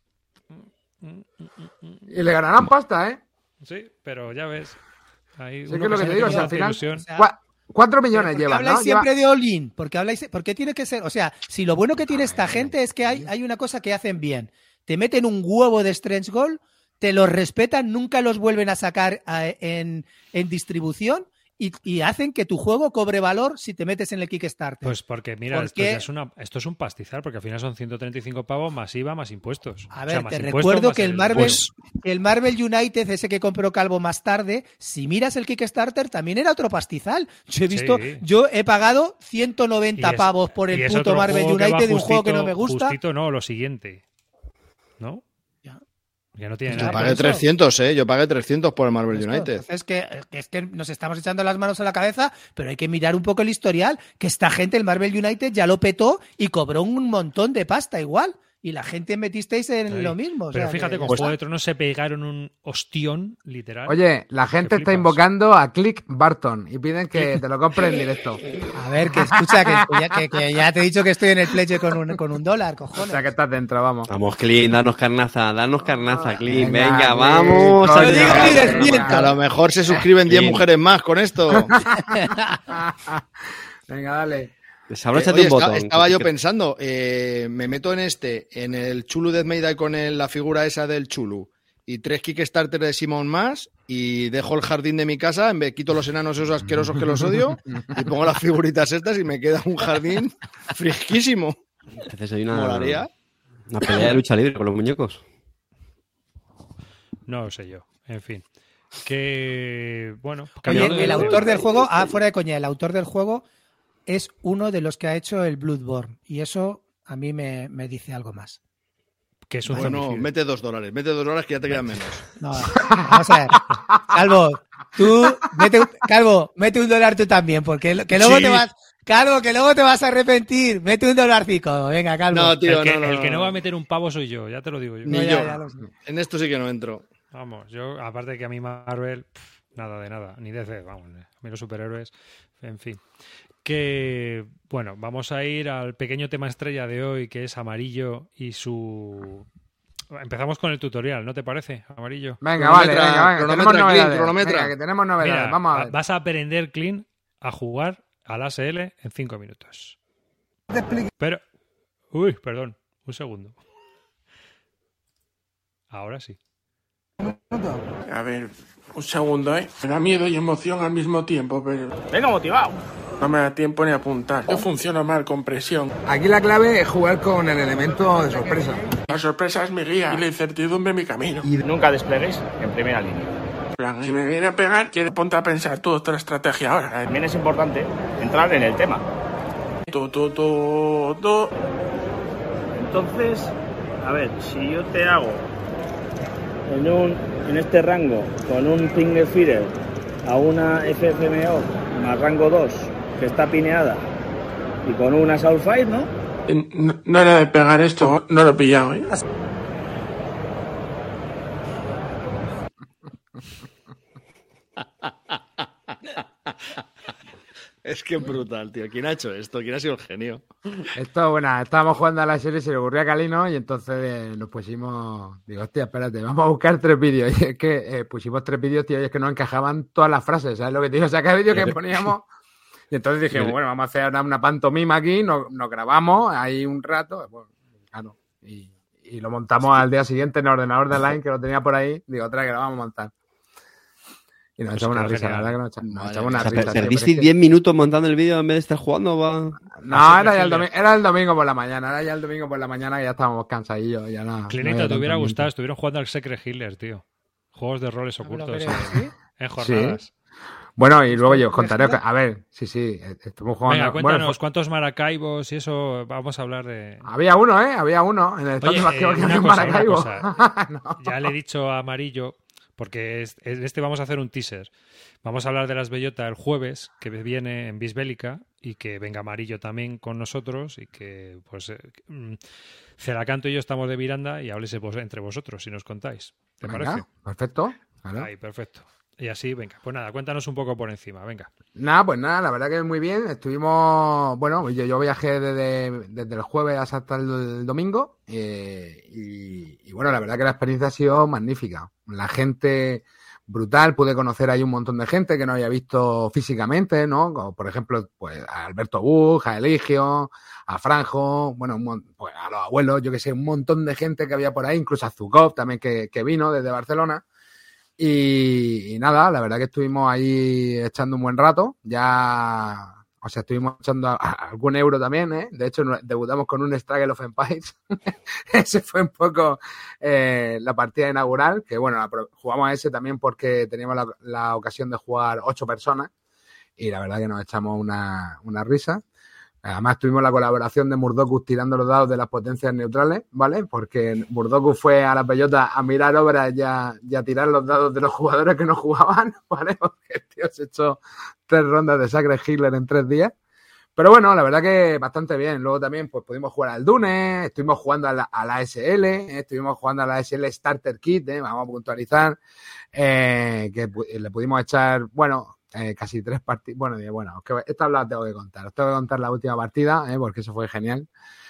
Y le ganarán pasta, ¿eh? Sí, pero ya ves. Ahí sí, que es lo que te digo, o sea, al final... 4 millones llevan, habláis ¿no? siempre de all-in, porque tiene que ser, o sea, si lo bueno que tiene esta gente es que hay una cosa que hacen bien. Te meten un huevo de stretch goal, te los respetan, nunca los vuelven a sacar en distribución y hacen que tu juego cobre valor si te metes en el Kickstarter. Pues porque, mira, esto es un pastizal, porque al final son 135 pavos más IVA más impuestos. A ver, te recuerdo que el Marvel United, ese que compró Calvo más tarde, si miras el Kickstarter, también era otro pastizal. Yo he pagado 190 pavos por el puto Marvel United de un juego que no me gusta. Justito no, lo siguiente. ¿No? Ya no tiene nada. Yo pagué 300, Yo pagué 300 por el Marvel United. Es que nos estamos echando las manos a la cabeza, pero hay que mirar un poco el historial, que esta gente, el Marvel United, ya lo petó y cobró un montón de pasta igual. Y la gente metisteis en lo mismo. Pero fíjate, con Juego de Tronos se pegaron un ostión, literal. Oye, la gente está invocando a Click Barton y piden que te lo compre en directo. A ver, que escucha, que ya te he dicho que estoy en el pledge con un dólar, cojones. O sea, que estás dentro, vamos. Vamos, Clint, danos carnaza, Clint. Venga, vamos. A lo mejor se suscriben 10 mujeres más con esto. Venga, dale. Oye, estaba yo pensando, me meto en el Chulu Death May Die con la figura esa del Chulu y 3 Kickstarter de Simon más y dejo el jardín de mi casa, quito los enanos esos asquerosos que los odio y pongo las figuritas estas y me queda un jardín fresquísimo. Entonces hay una pelea de lucha libre con los muñecos. No sé yo, en fin. Que, bueno... Oye, el autor del juego, fuera de coña, el autor del juego es uno de los que ha hecho el Bloodborne y eso a mí me dice algo más. Que es un bueno, mete $2 que ya te quedan menos. No, vamos a ver. Calvo, mete $1 tú también, porque luego te vas... Calvo, que luego te vas a arrepentir. Mete $1. Venga, Calvo. No, tío, el que no va a meter un pavo soy yo, ya te lo digo yo. Ni yo. Ya en esto sí que no entro. Vamos, yo, aparte de que a mí Marvel, nada de nada, ni DC, vamos, a mí los superhéroes, en fin. Que, bueno, vamos a ir al pequeño tema estrella de hoy, que es Amarillo y su... Empezamos con el tutorial, ¿no te parece, Amarillo? Venga, vale, tenemos novedades. Que tenemos novedades. Mira, vamos a ver. Vas a aprender, Clint, a jugar al ASL en 5 minutos. Pero... Uy, perdón, un segundo. Ahora sí. A ver, un segundo, Me da miedo y emoción al mismo tiempo, pero... Venga, motivado. No me da tiempo ni apuntar. Yo funciono mal con presión. Aquí la clave es jugar con el elemento de sorpresa. La sorpresa es mi guía y la incertidumbre mi camino. Y nunca despleguéis en primera línea. Si me viene a pegar, quiere ponte a pensar tú otra estrategia ahora. También es importante entrar en el tema. Entonces, a ver, si yo te hago en este rango con un Pingerfeeder a una FFMO más rango 2 que está pineada y con una Soulfire, ¿no? No era de pegar esto, no lo he pillado, Es que es brutal, tío. ¿Quién ha hecho esto? ¿Quién ha sido el genio? Esto, bueno, estábamos jugando a la serie, se le ocurrió a Calino y entonces nos pusimos... Digo, hostia, espérate, vamos a buscar 3 vídeos. Y es que pusimos 3 vídeos, tío, y es que no encajaban todas las frases, ¿sabes lo que te digo? O sea, cada vídeo que poníamos... Y entonces dijimos, bueno, vamos a hacer una pantomima aquí, nos grabamos ahí un rato, bueno, claro, y lo montamos al día siguiente en el ordenador de Line, que lo tenía por ahí, digo, otra que lo vamos a montar. Y nos echamos una risa, la verdad que nos echamos una risa. ¿Perdiste 10 minutos montando el vídeo en vez de estar jugando? No, era el domingo por la mañana, que ya estábamos cansadillos. Ya nada. Clinito, te hubiera gustado, estuvieron jugando al Secret Hitler, tío. Juegos de roles ocultos en jornadas. ¿Sí? Bueno, y luego yo os contaré, a ver, sí, estuvimos jugando. Venga, cuéntanos, ¿cuántos Maracaibos y eso? Vamos a hablar de... Había uno, en el stand de una Maracaibo. No. Ya le he dicho a Amarillo, porque vamos a hacer un teaser. Vamos a hablar de las Bellota el jueves, que viene en Bisbélica, y que venga Amarillo también con nosotros, y que, pues, Ceracanto y yo estamos de Miranda, y háblese entre vosotros, si nos contáis. ¿Te parece? Perfecto. Claro. Ahí, perfecto. Y así, venga, pues nada, cuéntanos un poco por encima, venga. Nada, la verdad que muy bien. Estuvimos, bueno, yo viajé desde el jueves hasta el domingo y bueno, la verdad que la experiencia ha sido magnífica. La gente brutal. Pude conocer ahí un montón de gente que no había visto físicamente, ¿no? Como por ejemplo, pues a Alberto Buch, a Eligio, a Franjo, bueno, pues a los abuelos, yo que sé, un montón de gente que había por ahí, incluso a Zukov también que vino desde Barcelona. Y nada, la verdad que estuvimos ahí echando un buen rato. Ya, o sea, estuvimos echando algún euro también, ¿eh? De hecho, debutamos con un Struggle of Empires. Ese fue un poco la partida inaugural, que bueno, jugamos a ese también porque teníamos la ocasión de jugar 8 personas y la verdad que nos echamos una risa. Además tuvimos la colaboración de Murdokus tirando los dados de las potencias neutrales, ¿vale? Porque Murdokus fue a la bellota a mirar obras y a tirar los dados de los jugadores que no jugaban, ¿vale? Porque el tío se echó 3 rondas de Sacred Hitler en 3 días. Pero bueno, la verdad que bastante bien. Luego también pues pudimos jugar al Dune, estuvimos jugando a la ASL, estuvimos jugando a la ASL Starter Kit, vamos a puntualizar, que le pudimos echar, bueno... casi 3 partidas. Bueno, que esta la tengo que contar. Os tengo que contar la última partida, porque eso fue genial.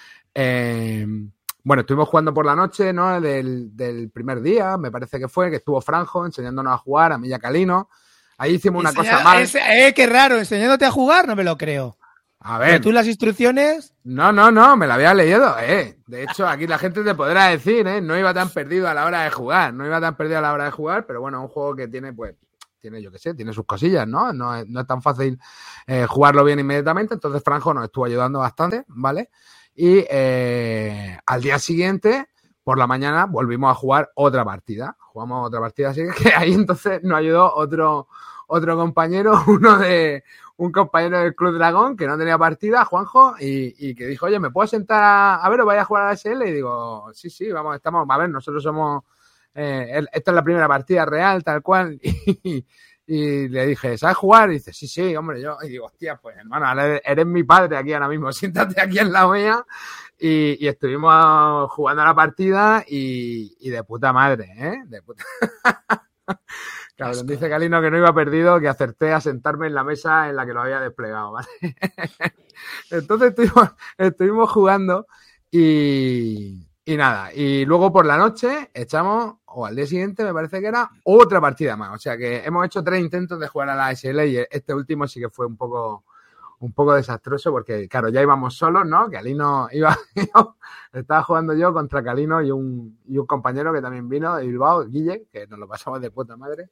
Bueno, estuvimos jugando por la noche, ¿no? Del primer día, me parece que estuvo Franjo enseñándonos a jugar, a mí y a Calino. Ahí hicimos una cosa mal. Qué raro, enseñándote a jugar, no me lo creo. A ver. ¿Tú las instrucciones? No, me la había leído, De hecho, aquí la gente te podrá decir, no iba tan perdido a la hora de jugar. Pero bueno, un juego que tiene, pues, yo qué sé, tiene sus cosillas, ¿no? No es tan fácil jugarlo bien inmediatamente. Entonces Franjo nos estuvo ayudando bastante, ¿vale? Y al día siguiente, por la mañana, volvimos a jugar otra partida. Jugamos otra partida, así que ahí entonces nos ayudó otro compañero, un compañero del Club Dragón que no tenía partida, Juanjo, y que dijo, oye, ¿me puedo sentar a ver o vaya a jugar a la SL? Y digo, sí, vamos, a ver, nosotros somos... esta es la primera partida real, tal cual, y le dije, ¿sabes jugar? Y dice, sí, hombre, y digo, hostia, pues hermano, eres mi padre aquí ahora mismo, siéntate aquí en la mía, y estuvimos jugando a la partida y de puta madre, de puta. Cabrón, dice Calino que no iba perdido, que acerté a sentarme en la mesa en la que lo había desplegado, ¿vale? Entonces estuvimos jugando y nada, y luego por la noche echamos, o al día siguiente me parece que era, otra partida más. O sea que hemos hecho 3 intentos de jugar a la ASL y este último sí que fue un poco desastroso porque, claro, ya íbamos solos, ¿no? Calino estaba jugando yo contra Calino y un compañero que también vino de Bilbao, Guille, que nos lo pasamos de puta madre.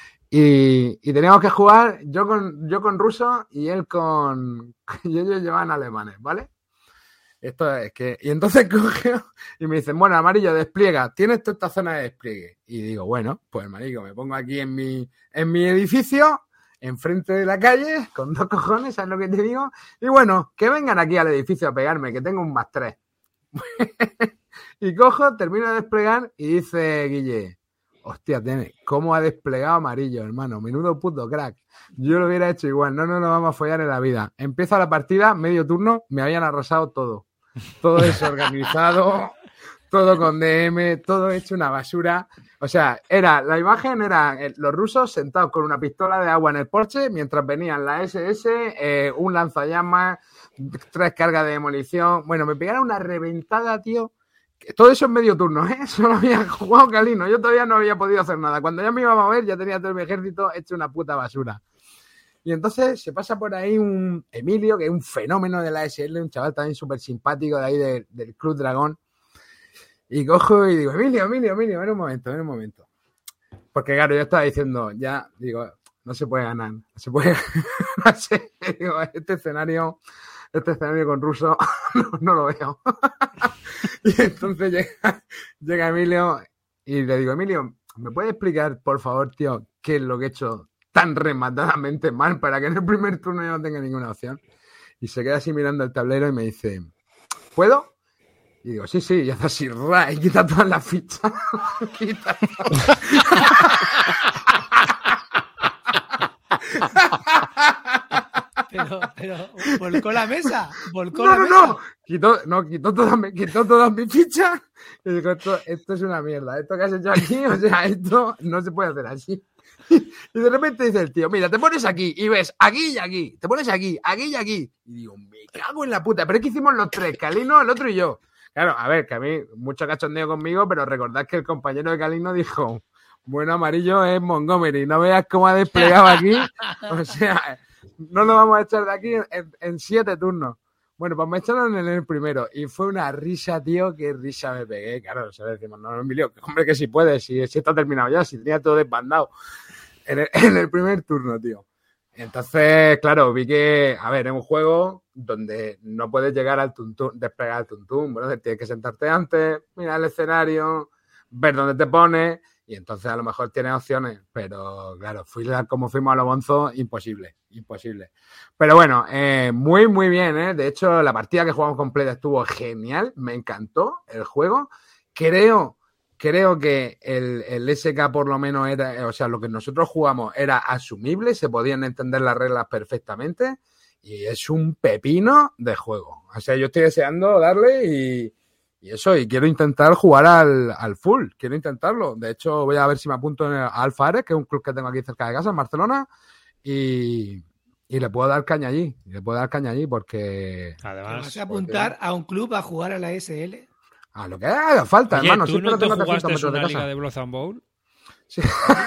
Y teníamos que jugar yo con ruso y él con... y ellos llevaban alemanes, ¿vale? Esto es que... Y entonces coge y me dicen, bueno, Amarillo, despliega, tienes toda esta zona de despliegue. Y digo, bueno, pues marico, me pongo aquí en mi edificio, enfrente de la calle, con 2 cojones, ¿sabes lo que te digo? Y bueno, que vengan aquí al edificio a pegarme, que tengo un +3. Y cojo, termino de desplegar y dice Guille, hostia, ¿cómo ha desplegado Amarillo, hermano? Menudo puto crack. Yo lo hubiera hecho igual, no nos vamos a follar en la vida. Empieza la partida, medio turno, me habían arrasado todo. Todo desorganizado, todo con DM, todo hecho una basura. O sea, la imagen era los rusos sentados con una pistola de agua en el porche mientras venían la SS, un lanzallamas, 3 cargas de demolición. Bueno, me pegaron una reventada, tío. Todo eso en medio turno, Solo había jugado Calino. Yo todavía no había podido hacer nada. Cuando ya me iba a mover, ya tenía todo mi ejército hecho una puta basura. Y entonces se pasa por ahí un Emilio, que es un fenómeno de la SL, un chaval también súper simpático de ahí del Club Dragón. Y cojo y digo, Emilio, ven un momento. Porque claro, yo estaba diciendo, ya, digo, no se puede ganar. No se puede no sé, digo, este escenario con ruso no lo veo. Y entonces llega Emilio y le digo, Emilio, ¿me puedes explicar, por favor, tío, qué es lo que he hecho tan rematadamente mal para que en el primer turno yo no tenga ninguna opción? Y se queda así mirando el tablero y me dice, ¿puedo? Y digo, sí, y hace así, y quita todas las fichas. Quita todas. Pero volcó la mesa. No. Quitó todas mis fichas. Y digo, esto es una mierda. Esto que has hecho aquí, o sea, esto no se puede hacer así. Y de repente dice el tío, mira, te pones aquí y ves aquí y aquí. Te pones aquí y aquí. Y digo, me cago en la puta. Pero es que hicimos los 3, Calino, el otro y yo. Claro, a ver, que a mí mucho cachondeo conmigo, pero recordad que el compañero de Calino dijo, Bueno amarillo es Montgomery. No veas cómo ha desplegado aquí. O sea, no lo vamos a echar de aquí en 7 turnos. Bueno, pues me echaron en el primero. Y fue una risa, tío. Qué risa me pegué. Claro, se le decimos, no, Emilio, hombre, que si puedes. Si está terminado ya, si tenía todo desbandado. En el primer turno, tío. Entonces, claro, vi que, a ver, es un juego donde no puedes llegar al tuntún, desplegar el tuntún, bueno, tienes que sentarte antes, mirar el escenario, ver dónde te pones, y entonces a lo mejor tienes opciones, pero claro, como fuimos a lo bonzo, imposible. Pero bueno, muy, muy bien, ¿eh? De hecho, la partida que jugamos completa estuvo genial, me encantó el juego. Creo que el SK por lo menos era, o sea, lo que nosotros jugamos era asumible, se podían entender las reglas perfectamente y es un pepino de juego. O sea, yo estoy deseando darle y eso, y quiero intentar jugar al full, quiero intentarlo. De hecho, voy a ver si me apunto en el Alfa Ares, que es un club que tengo aquí cerca de casa, en Barcelona, y le puedo dar caña allí, porque... Además, ¿vas a apuntar a un club a jugar a la SL? A lo que haga falta, oye, hermano. ¿tú no te jugaste una liga de Blood and Bowl? Sí.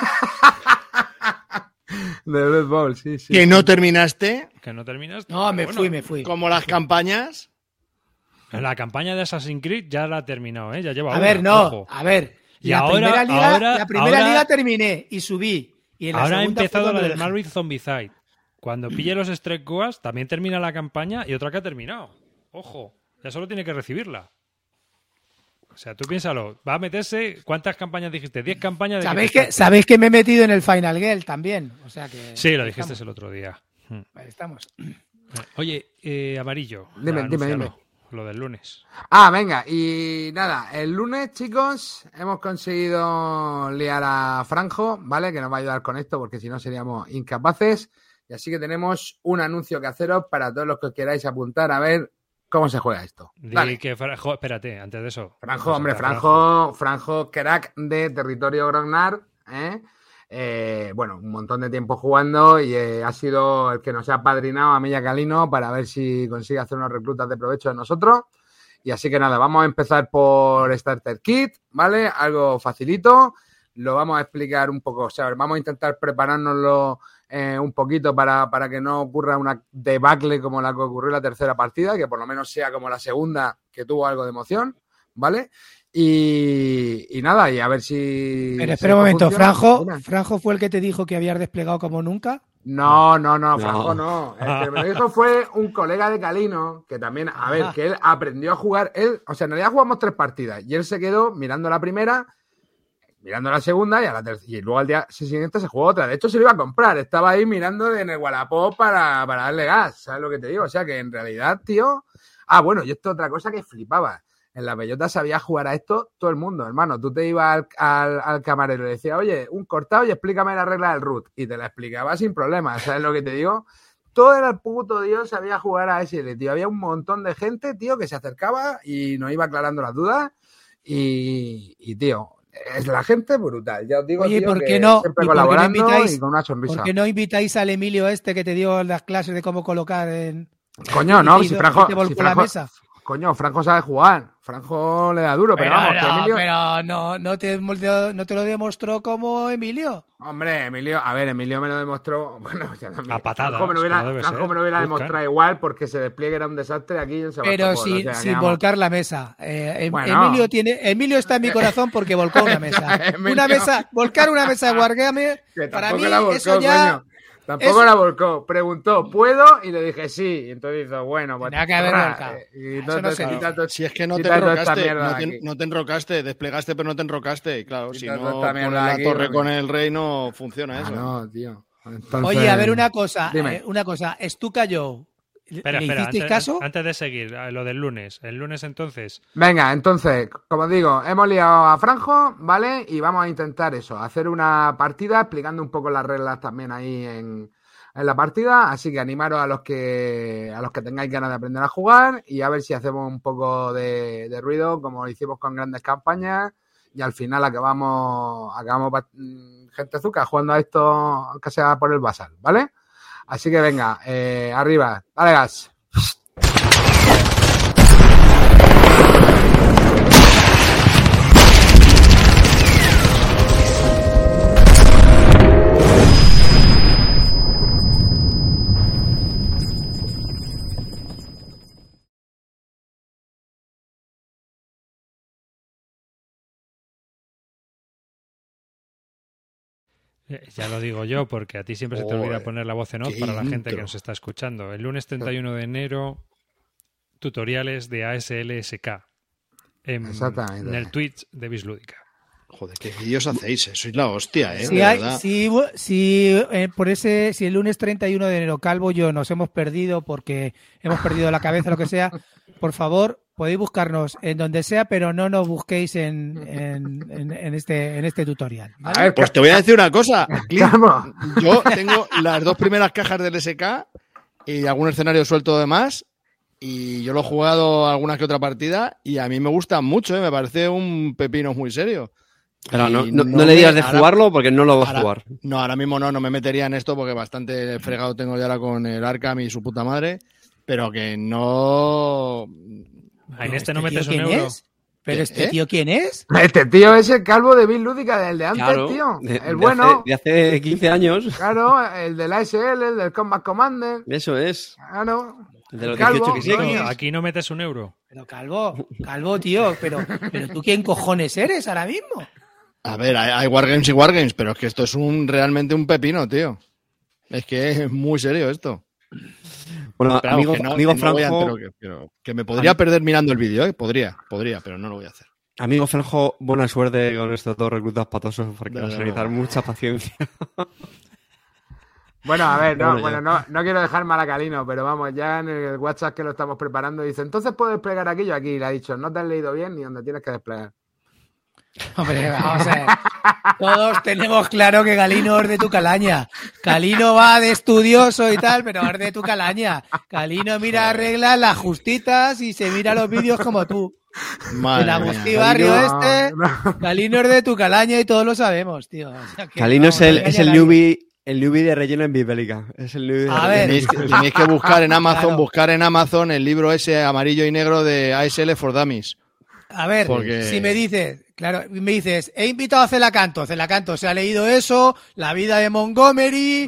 De Blood Bowl, sí. ¿Que no terminaste? ¿Que no terminaste? No, me fui. Como las campañas. La campaña de Assassin's Creed ya la ha terminado, ¿eh? Ya lleva a ver, Y la ahora, primera liga terminé y subí. Y en la ahora ha segunda empezado la del Marvel Zombicide. Cuando pille los Strike Goas, también termina la campaña y otra que ha terminado. Ojo, ya solo tiene que recibirla. O sea, tú piénsalo, va a meterse, ¿cuántas campañas dijiste? 10 campañas de... ¿Sabéis que me he metido en el Final Girl también? O sea que... Sí, lo dijiste el otro día. Ahí estamos. Oye, Amarillo, dime. Lo del lunes. Venga, y nada, el lunes, chicos, hemos conseguido liar a Franjo, ¿vale? Que nos va a ayudar con esto, porque si no seríamos incapaces. Y así que tenemos un anuncio que haceros para todos los que os queráis apuntar a ver cómo se juega esto. Espérate, antes de eso. Franjo, crack de territorio Grognar, bueno, un montón de tiempo jugando y ha sido el que nos ha apadrinado a mí y a Calino para ver si consigue hacer unos reclutas de provecho de nosotros. Y así que nada, vamos a empezar por Starter Kit, ¿vale? Algo facilito. Lo vamos a explicar un poco, o sea, vamos a intentar preparárnoslo un poquito para que no ocurra una debacle como la que ocurrió en la tercera partida, que por lo menos sea como la segunda, que tuvo algo de emoción, ¿vale? Y nada, y a ver si... Pero espera un momento, ¿Franjo fue el que te dijo que habías desplegado como nunca? No, Franjo no. El que me lo dijo fue un colega de Calino, que también, que él aprendió a jugar, o sea, en realidad jugamos 3 partidas, y él se quedó mirando la primera, mirando la segunda y luego al día siguiente se jugó otra. De hecho, se lo iba a comprar. Estaba ahí mirando en el Wallapop para darle gas. ¿Sabes lo que te digo? O sea, que en realidad, tío... bueno, y esto es otra cosa que flipaba. En la bellota sabía jugar a esto todo el mundo, hermano. Tú te ibas al camarero y le decías, oye, un cortado y explícame la regla del root. Y te la explicaba sin problema. ¿Sabes lo que te digo? Todo el puto Dios sabía jugar a SL, tío. Había un montón de gente, tío, que se acercaba y nos iba aclarando las dudas. Y tío... Es la gente brutal, ya os digo. Oye, tío, ¿por qué no? Siempre colaborando y con una sonrisa. ¿Por qué no invitáis al Emilio que te dio las clases de cómo colocar en... Coño, no, si Franjo... la mesa? Coño, Franjo sabe jugar. Franjo le da duro, pero vamos, que Emilio... Pero no te lo demostró como Emilio. Hombre, Emilio me lo demostró... Bueno, ya también. A patadas. Franjo me lo hubiera demostrado igual porque ese despliegue era un desastre aquí en Sebastopol. Pero sin volcar la mesa. Emilio está en mi corazón porque volcó una mesa. Volcar una mesa de Wargaming, para mí eso ya... Coño. Tampoco la volcó. Preguntó, ¿puedo? Y le dije sí. Y entonces hizo, bueno, pues... Tenía que haber volcado. Si es que no te enrocaste, no te enrocaste, desplegaste pero no te enrocaste. Y claro, si no pones la torre con el rey no funciona eso. No, tío. Entonces... Oye, a ver una cosa. Stuka Joe. Espera, antes de seguir, lo del lunes. El lunes entonces. Venga, entonces, como digo, hemos liado a Franjo, ¿vale? Y vamos a intentar eso, hacer una partida explicando un poco las reglas también ahí en la partida. Así que animaros a los que tengáis ganas de aprender a jugar y a ver si hacemos un poco de ruido, como hicimos con grandes campañas. Y al final acabamos gente zuca jugando a esto, aunque sea por el basal, ¿vale? Así que venga, arriba, dale gas. Ya lo digo yo, porque a ti siempre se te olvida poner la voz en off para la gente que nos está escuchando. El lunes 31 de enero, tutoriales de ASLSK en el Twitch de Bislúdica. Joder, qué vídeos hacéis, sois la hostia, Si el lunes 31 de enero Calvo y yo nos hemos perdido porque hemos perdido la cabeza, lo que sea, por favor, podéis buscarnos en donde sea, pero no nos busquéis en este tutorial, ¿vale? A ver, pues te voy a decir una cosa, Clint, yo tengo las 2 primeras cajas del SK y algún escenario suelto de más, y yo lo he jugado alguna que otra partida y a mí me gusta mucho, me parece un pepino muy serio. Pero no le digas de jugarlo porque no lo vas a jugar. No, ahora mismo no me metería en esto porque bastante fregado tengo ya ahora con el Arkham y su puta madre, pero que no... En este no metes un euro. ¿Pero este tío quién es? Este tío es el calvo de Bislúdica, del de antes, claro, tío. El bueno. De hace 15 años. Claro, el del ASL, el del Combat Commander. Eso es. Claro. De los 18 que sí. Aquí no metes un euro. Pero Calvo, tío, pero ¿tú quién cojones eres ahora mismo? A ver, hay Wargames y Wargames, pero es que esto es realmente un pepino, tío. Es que es muy serio esto. Bueno, claro, amigo Franjo... que me podría perder mirando el vídeo, ¿eh? Podría, pero no lo voy a hacer. Amigo Franjo, buena suerte con estos 2 reclutas patosos porque vas a necesitar mucha paciencia. Bueno, a ver, no quiero dejar mal a Calino, pero vamos, ya en el WhatsApp que lo estamos preparando dice, entonces puedo desplegar aquello aquí. Le ha dicho, no te has leído bien ni donde tienes que desplegar. Hombre, vamos a ver. Todos tenemos claro que Calino es de tu calaña. Calino va de estudioso y tal, pero es de tu calaña. Calino mira reglas, las justitas y se mira los vídeos como tú. Madre el Agustí Barrio Calino es de tu calaña y todos lo sabemos, tío. O sea que Calino es el newbie. El newbie de relleno en Bibélica. Es el newbie tenéis que buscar en Amazon, el libro ese amarillo y negro de ASL for Dummies. A ver, si me dices, he invitado a Celacanto se ha leído eso, la vida de Montgomery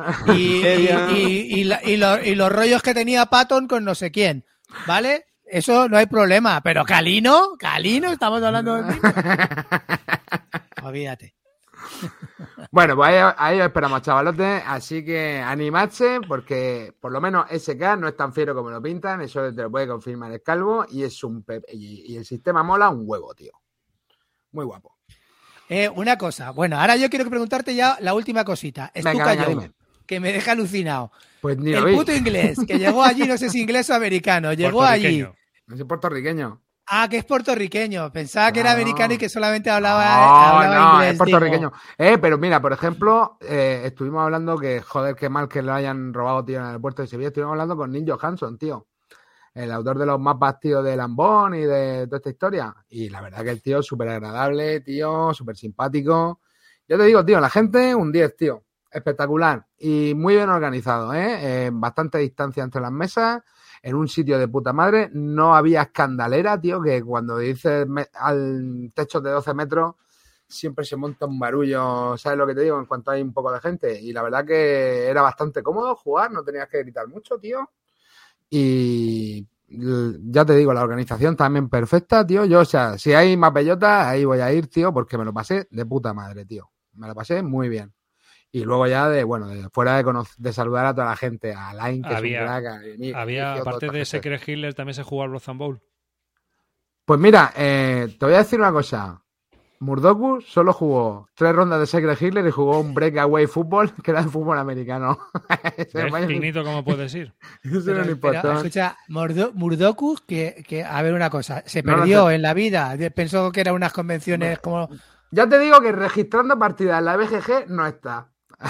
y los rollos que tenía Patton con no sé quién, ¿vale? Eso no hay problema, pero Calino, estamos hablando del mismo. Olvídate. Bueno, pues ahí os esperamos, chavalotes, así que animadse porque por lo menos SK no es tan fiero como lo pintan, eso te lo puede confirmar el Calvo y es y el sistema mola un huevo, tío. Muy guapo. Una cosa, bueno, ahora yo quiero preguntarte ya la última cosita. Venga, dime. Que me deja alucinado. Pues ni el puto inglés, que llegó allí, no sé si inglés o americano, llegó allí. No sé, puertorriqueño. Ah, que es puertorriqueño. Pensaba que era americano y que solamente hablaba inglés. Es puertorriqueño. Pero mira, por ejemplo, estuvimos hablando que, joder, qué mal que lo hayan robado, tío, en el aeropuerto de Sevilla. Estuvimos hablando con Neil Johansson, tío. El autor de los mapas, tío, de Lambón y de toda esta historia. Y la verdad que el tío es súper agradable, tío, súper simpático. Yo te digo, tío, la gente, un 10, tío. Espectacular. Y muy bien organizado, ¿eh? Bastante distancia entre las mesas. En un sitio de puta madre, no había escandalera, tío, que cuando dices al techo de 12 metros siempre se monta un barullo, ¿sabes lo que te digo? En cuanto hay un poco de gente. Y la verdad que era bastante cómodo jugar, no tenías que gritar mucho, tío. Y ya te digo, la organización también perfecta, tío. Yo, o sea, si hay más bellotas, ahí voy a ir, tío, porque me lo pasé de puta madre, tío. Me lo pasé muy bien. Y luego ya fuera de saludar a toda la gente, a Line, que es un crack. Había, aparte de Secret Hitler, también se jugó al Blood and Bowl. Pues mira, te voy a decir una cosa. Murdoku solo jugó 3 rondas de Secret Hitler y jugó un breakaway fútbol, que era de fútbol americano. ¿Es finito como puedes ir? Eso no importa. Escucha, Murdoku, que a ver una cosa, se perdió en la vida. Pensó que eran unas convenciones como... Ya te digo que registrando partidas en la BGG no está.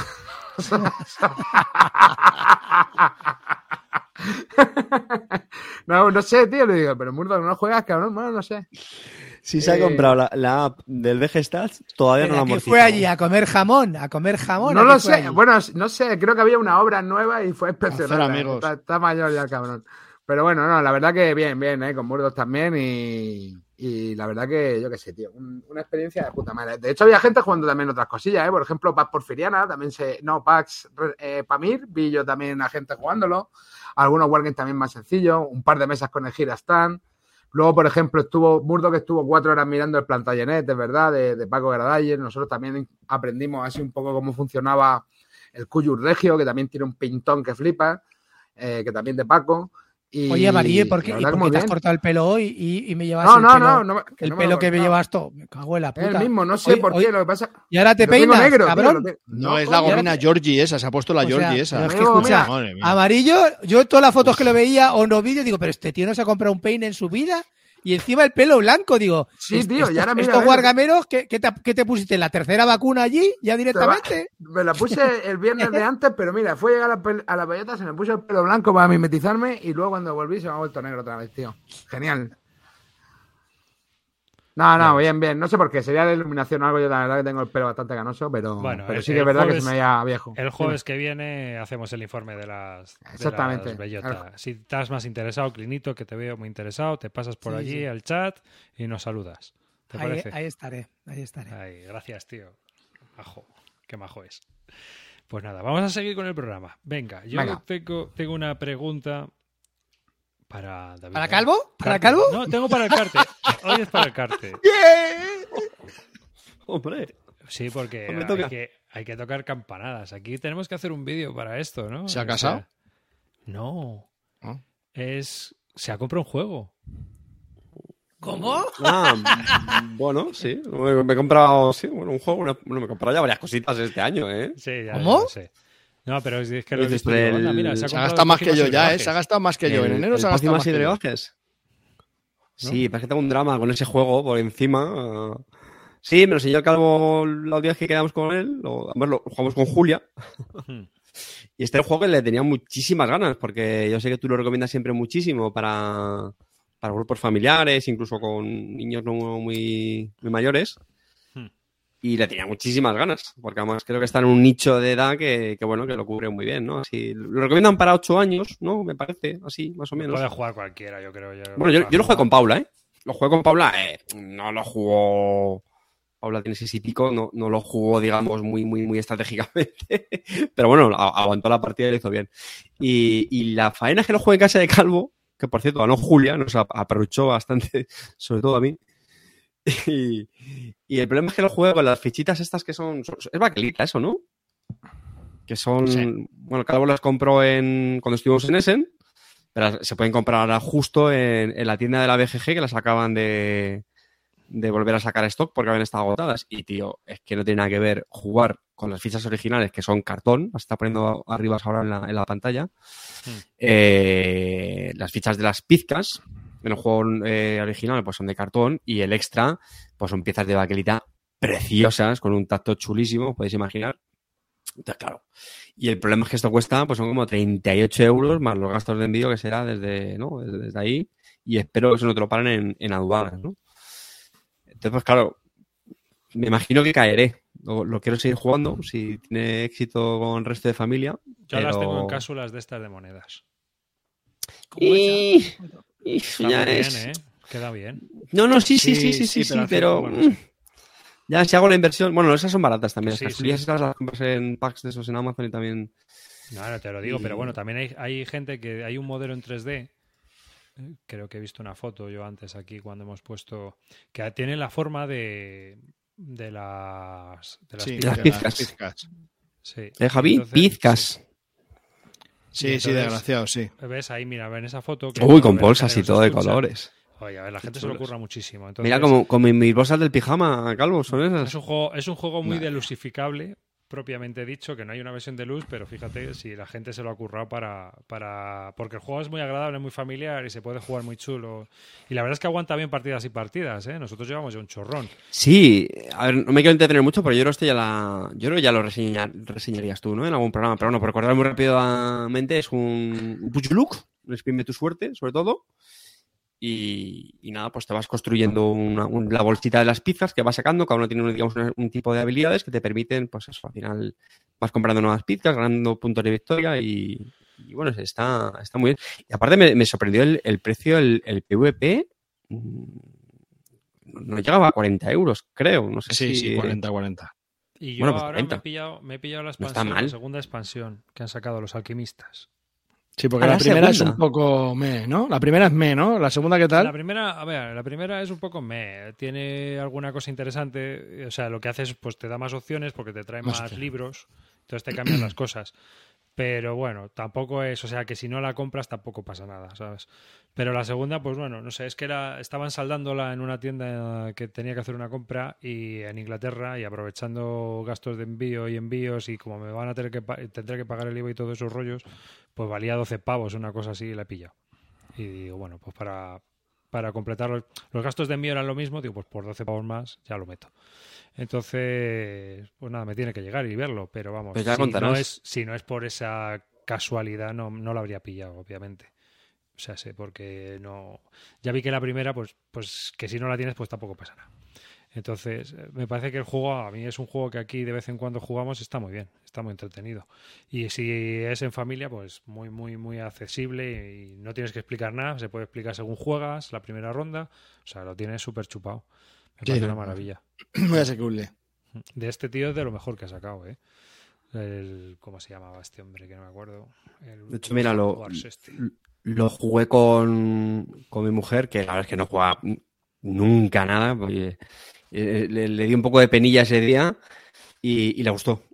No sé, tío, le digo, pero Murdoch, ¿no juegas, cabrón? Bueno, no sé. Si se ha comprado la app del VG Stats, todavía no la hemos fue allí a comer jamón. No lo sé, bueno, no sé, creo que había una obra nueva y fue especial. Amigos. Está mayor ya el cabrón. Pero bueno, no, la verdad que bien, con Murdoch también y la verdad que, yo qué sé, tío, una experiencia de puta madre. De hecho, había gente jugando también otras cosillas, por ejemplo, Pax Porfiriana, Pax Pamir, vi yo también a gente jugándolo, algunos wargames también más sencillos, un par de mesas con el Gira Stand, Luego, por ejemplo, Murdoch estuvo 4 horas mirando el Plantagenet, es verdad, de Paco Gradayer. Nosotros también aprendimos así un poco cómo funcionaba el Cuyur Regio, que también tiene un pintón que flipa, que también de Paco. Oye, Marie, ¿por qué te has cortado el pelo hoy y me llevas el pelo que me llevas todo? Me cago en la puta. Es el mismo, no sé por qué, lo que pasa... Y ahora te peinas, negro, cabrón. Tío, no, es la gomina Georgie esa, se ha puesto la Georgie esa. Es que escucha, amarillo, yo en todas las fotos que lo veía o en los vídeos digo, pero este tío no se ha comprado un peine en su vida y encima el pelo blanco, digo. Sí, tío, y ahora mira. Estos guargameros, ¿qué te pusiste? ¿La tercera vacuna allí ya directamente? Me la puse el viernes de antes, pero mira, fue a llegar a la pellota, se me puso el pelo blanco para mimetizarme y luego cuando volví se me ha vuelto negro otra vez, tío. Genial. No, bien. No sé por qué. Sería la iluminación o algo. Yo la verdad que tengo el pelo bastante canoso, pero sí que es verdad que se me veía viejo. El jueves que viene hacemos el informe de las bellotas. Si estás más interesado, Clinito, que te veo muy interesado, te pasas por allí al chat y nos saludas. ¿Te parece? Ahí estaré. Ay, gracias, tío. Majo. Qué majo es. Pues nada, vamos a seguir con el programa. Venga, yo tengo una pregunta... Para David. ¿Para Calvo? ¿Para Calvo? No, tengo para el Carte. Hoy es para el Carte. Hombre. Sí, porque hay que tocar campanadas. Aquí tenemos que hacer un vídeo para esto, ¿no? ¿Se ha casado? No. Se ha comprado un juego. ¿Cómo? Bueno, sí. Me he comprado un juego. Me he comprado ya varias cositas este año, ¿eh? Sí, ya. ¿Cómo? Sí. No, pero es que lo he visto. Mira, se ha gastado más que yo ya, Se ha gastado más que yo. En enero se ha gastado más que yo. Sí, parece que tengo un drama con ese juego por encima. Sí, me lo enseñó el Calvo los días que quedamos con él. Además, lo jugamos con Julia. Y este juego que le tenía muchísimas ganas, porque yo sé que tú lo recomiendas siempre muchísimo para grupos familiares, incluso con niños no muy mayores. Y le tenía muchísimas ganas, porque además creo que está en un nicho de edad que lo cubre muy bien, ¿no? Así, lo recomiendan para 8 años, ¿no? Me parece, así, más o menos. Puede jugar cualquiera, yo creo. Bueno, yo lo jugué con Paula, ¿eh? Lo jugué con Paula, no lo jugó... Paula tiene 6 y pico, no lo jugó, digamos, muy estratégicamente. Pero bueno, aguantó la partida y lo hizo bien. Y la faena es que lo jugué en casa de Calvo, que por cierto ganó Julia, nos aperruchó bastante, sobre todo a mí. Y el problema es que lo juego con las fichitas estas que son es baquelita eso, ¿no? Que son... Sí. Bueno, Calvo las compró cuando estuvimos en Essen, pero se pueden comprar ahora justo en la tienda de la BGG, que las acaban de volver a sacar stock porque habían estado agotadas. Y, tío, es que no tiene nada que ver jugar con las fichas originales, que son cartón, las está poniendo arriba ahora en la pantalla. Las fichas de las pizcas en el juego original pues son de cartón y el extra pues son piezas de baquelita preciosas con un tacto chulísimo, podéis imaginar. Entonces, claro. Y el problema es que esto cuesta, pues son como 38 euros más los gastos de envío que será desde ahí, y espero que eso no te lo paren en aduanas, ¿no? Entonces, pues claro, me imagino que caeré. Lo quiero seguir jugando, si tiene éxito con el resto de familia. Yo las tengo en cápsulas de estas de monedas. Ya bien, es... Queda bien. No, sí, pero... Ya, si hago la inversión... Bueno, esas son baratas también. Las las compras en packs de esos en Amazon y también... No, te lo digo, pero bueno, también hay gente que... Hay un modelo en 3D, creo que he visto una foto yo antes aquí cuando hemos puesto... Que tiene la forma de las pizcas. Sí. Javi, pizcas. Sí, desgraciado, sí. ¿Ves? Ahí, mira, ven esa foto. Uy, con bolsas y todo de colores. Oye, a ver, la gente se lo ocurra muchísimo. Entonces, mira, como mis bolsas del pijama, Calvo, son esas. Es un juego muy delusificable, propiamente dicho, que no hay una versión de luz, pero fíjate si la gente se lo ha currado porque el juego es muy agradable, muy familiar y se puede jugar muy chulo. Y la verdad es que aguanta bien partidas y partidas, ¿eh? Nosotros llevamos ya un chorrón. Sí, a ver, no me quiero entretener mucho, pero yo creo que ya lo reseñarías tú, ¿no? En algún programa, pero bueno, por recordar muy rápidamente, es un Puchuluk, un exprime tu suerte, sobre todo. Y nada, pues te vas construyendo la bolsita de las pizzas que vas sacando. Cada uno tiene, digamos, un tipo de habilidades que te permiten, pues eso, al final vas comprando nuevas pizzas, ganando puntos de victoria y bueno, está muy bien. Y aparte me sorprendió el precio, el PvP no llegaba a 40 euros, creo. No sé si... Sí, 40. Y yo ahora me he pillado la expansión, la segunda expansión que han sacado los alquimistas. Sí, porque la primera es un poco meh, ¿no? La primera es meh, ¿no? La segunda, ¿qué tal? La primera es un poco meh. Tiene alguna cosa interesante. O sea, lo que hace es, pues te da más opciones porque te trae más libros. Entonces te cambian las cosas. Pero bueno, tampoco es, o sea, que si no la compras tampoco pasa nada, ¿sabes? Pero la segunda, pues bueno, no sé, es que estaban saldándola en una tienda que tenía que hacer una compra y en Inglaterra, y aprovechando gastos de envío y envíos, y como me van a tendré que pagar el IVA y todos esos rollos, pues valía 12 pavos, una cosa así, y la he pillado. Y digo, bueno, pues para completar los gastos de envío eran lo mismo, digo, pues por 12 pavos más ya lo meto. Entonces, pues nada, me tiene que llegar y verlo, pero vamos, pues ya si no es por esa casualidad, no lo habría pillado, obviamente. O sea, sé, porque no... Ya vi que la primera, pues que si no la tienes, pues tampoco pasa nada. Entonces, me parece que el juego, a mí es un juego que aquí de vez en cuando jugamos, está muy bien, está muy entretenido. Y si es en familia, pues muy, muy, muy accesible y no tienes que explicar nada, se puede explicar según juegas, la primera ronda, o sea, lo tienes súper chupado. Me parece una maravilla. Muy asequible. De este tío es de lo mejor que ha sacado, ¿eh? ¿Cómo se llamaba este hombre? Que no me acuerdo. De hecho, mira, lo jugué con mi mujer, que la verdad es que no jugaba nunca nada, porque le di un poco de penilla ese día y le gustó.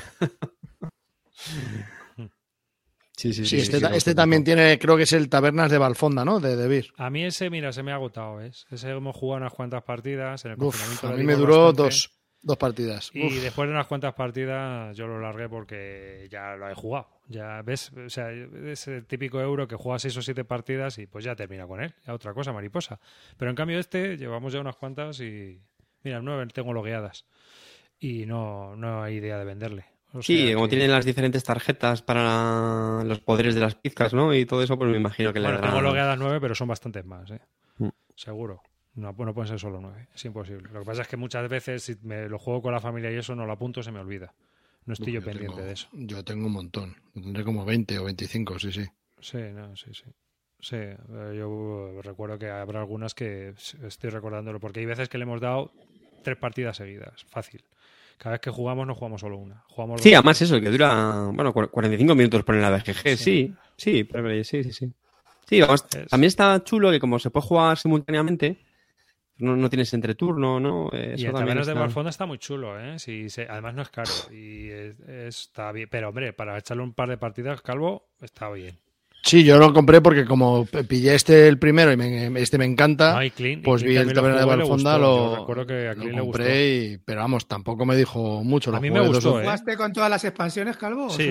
Sí, este también tiene, creo que es el Tabernas de Valfonda, ¿no? De Beer. A mí ese, mira, se me ha agotado, ¿ves? Ese hemos jugado unas cuantas partidas. En el confinamiento a mí me duró dos partidas. Y después de unas cuantas partidas yo lo largué porque ya lo he jugado. Ya ves, o sea, es el típico euro que juega 6 o 7 partidas y pues ya termina con él. Ya otra cosa, mariposa. Pero en cambio llevamos ya unas cuantas y... Mira, 9 tengo logueadas. Y no hay idea de venderle. Como tienen las diferentes tarjetas para los poderes de las pizcas, ¿no? Y todo eso, pues me imagino que le dará... Tengo logueadas 9, pero son bastantes más, ¿eh? Seguro. No pueden ser solo 9. Es imposible. Lo que pasa es que muchas veces, si me lo juego con la familia y eso, no lo apunto, se me olvida. No estoy yo pendiente de eso. Yo tengo un montón. Tendré como 20 o 25, sí. Sí, Sí, yo recuerdo que habrá algunas que estoy recordándolo, porque hay veces que le hemos dado 3 partidas seguidas. Fácil. Cada vez que jugamos no jugamos solo una. Jugamos sí, además eso, que dura 45 minutos por la BGG. Sí, pero sí. Sí, vamos, también está chulo que como se puede jugar simultáneamente, no tienes entreturno, ¿no? Y el Tabernas de Valfonda está muy chulo, ¿eh? Además no es caro y está bien. Pero hombre, para echarle un par de partidas, Calvo, está bien. Sí, yo lo compré porque como pillé el primero y este me encanta, pues vi el Tabernas de Valfonda, lo compré, pero vamos, tampoco me dijo mucho. A mí me gustó, ¿eh? ¿Jugaste con todas las expansiones, Calvo? Sí.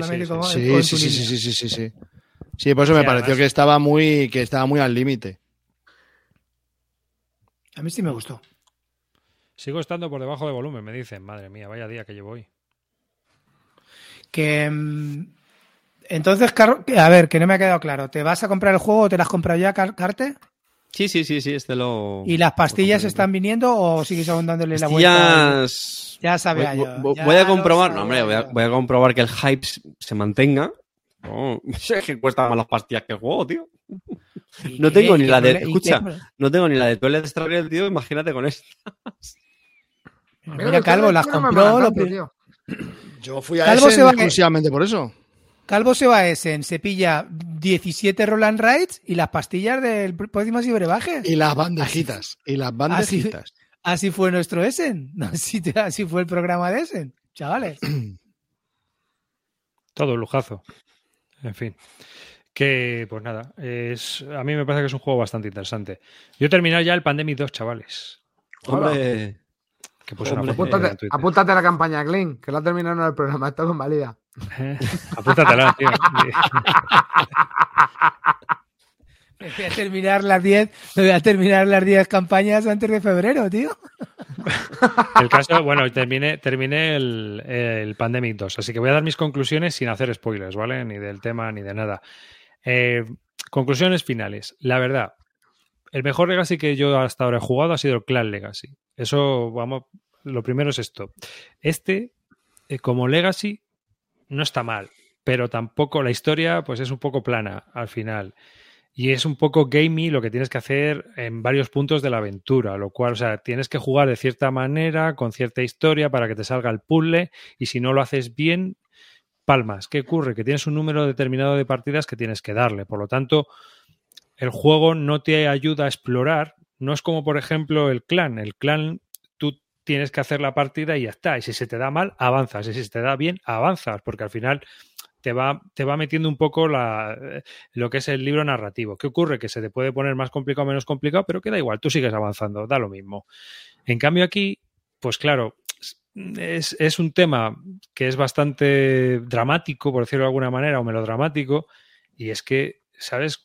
Sí, por eso me pareció que estaba muy al límite. A mí sí me gustó. Sigo estando por debajo de volumen, me dicen. Madre mía, vaya día que llevo hoy. Entonces, a ver, que no me ha quedado claro. ¿Te vas a comprar el juego o te lo has comprado ya, Carte? Sí, ¿Y las pastillas están viniendo o sigues aún dándole la vuelta? Ya sabía yo. Voy a comprobar, voy a comprobar que el hype se mantenga. Es que cuesta más las pastillas que el juego, tío. No tengo ni la de... Escucha, no tengo ni la de Twilight Struggle, tío. Imagínate con estas. Mira, Calvo, las compró. Yo fui a Essen exclusivamente por eso. Calvo se va a Essen, se pilla 17 Roland Rides y las pastillas del Pócimas y Brebajes. Y las bandejitas. Así fue nuestro Essen. Así fue el programa de Essen, chavales. Todo lujazo. En fin. Que, pues nada, a mí me parece que es un juego bastante interesante. Yo he terminado ya el Pandemic 2, chavales. Hombre. Que pues apúntate a la campaña, Clean, que la ha terminado en el programa. Está convalida. Apúntatela, tío. Me voy a terminar las 10 campañas antes de febrero, tío. El caso, bueno, terminé el Pandemic 2, así que voy a dar mis conclusiones sin hacer spoilers, ¿vale? Ni del tema ni de nada. Conclusiones finales. La verdad, el mejor Legacy que yo hasta ahora he jugado ha sido el Clan Legacy. Eso, vamos, lo primero es esto. Como Legacy, no está mal, pero tampoco la historia, pues es un poco plana al final. Y es un poco gamey lo que tienes que hacer en varios puntos de la aventura, lo cual, o sea, tienes que jugar de cierta manera, con cierta historia para que te salga el puzzle, y si no lo haces bien, palmas. ¿Qué ocurre? Que tienes un número determinado de partidas que tienes que darle. Por lo tanto, el juego no te ayuda a explorar. No es como, por ejemplo, el Clan. El Clan, tú tienes que hacer la partida y ya está. Y si se te da mal, avanzas. Y si se te da bien, avanzas. Porque al final te va metiendo un poco lo que es el libro narrativo. ¿Qué ocurre? Que se te puede poner más complicado o menos complicado, pero que da igual. Tú sigues avanzando. Da lo mismo. En cambio aquí, pues claro, es un tema que es bastante dramático, por decirlo de alguna manera, o melodramático, y es que, ¿sabes?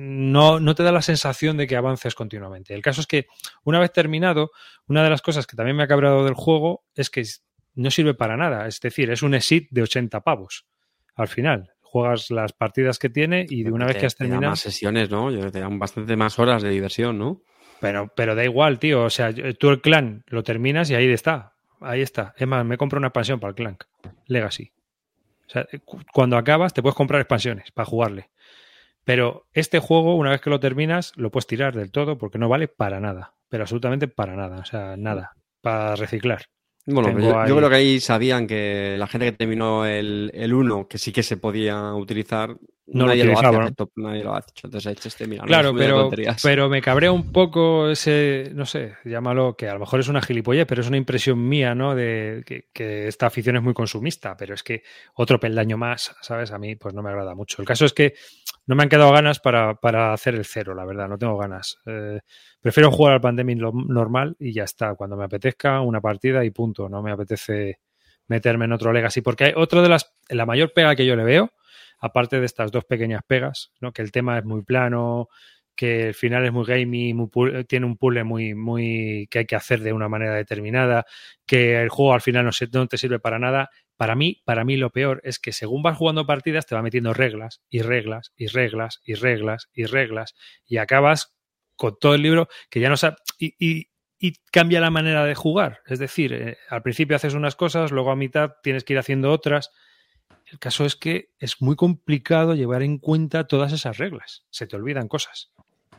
No te da la sensación de que avances continuamente. El caso es que, una vez terminado, una de las cosas que también me ha cabreado del juego es que no sirve para nada. Es decir, es un exit de 80 pavos. Al final, juegas las partidas que tiene y de una vez que has terminado... Te dan más sesiones, ¿no? Te dan bastante más horas de diversión, ¿no? Pero da igual, tío. O sea, tú el Clan lo terminas y ahí está. Ahí está. Es más, me compro una expansión para el Clan Legacy. O sea, cuando acabas te puedes comprar expansiones para jugarle. Pero este juego, una vez que lo terminas, lo puedes tirar del todo porque no vale para nada. Pero absolutamente para nada. O sea, nada. Para reciclar. Bueno, yo creo que ahí sabían que la gente que terminó el 1, que sí que se podía utilizar, nadie lo ha hecho. Entonces, mira, claro, pero me cabrea un poco ese, no sé, llámalo, que a lo mejor es una gilipollez, pero es una impresión mía, ¿no? De que esta afición es muy consumista, pero es que otro peldaño más, ¿sabes? A mí pues no me agrada mucho. El caso es que no me han quedado ganas para hacer el 0, la verdad, no tengo ganas. Prefiero jugar al Pandemic normal y ya está. Cuando me apetezca, una partida y punto. No me apetece meterme en otro Legacy. Porque hay otro de la mayor pega que yo le veo, aparte de estas dos pequeñas pegas, ¿no? Que el tema es muy plano, que el final es muy gamey, tiene un puzzle muy que hay que hacer de una manera determinada, que el juego al final no te sirve para nada. Para mí lo peor es que según vas jugando partidas te va metiendo reglas y reglas y reglas y reglas y reglas y acabas con todo el libro que ya no sabes y cambia la manera de jugar. Es decir, al principio haces unas cosas, luego a mitad tienes que ir haciendo otras. El caso es que es muy complicado llevar en cuenta todas esas reglas. Se te olvidan cosas.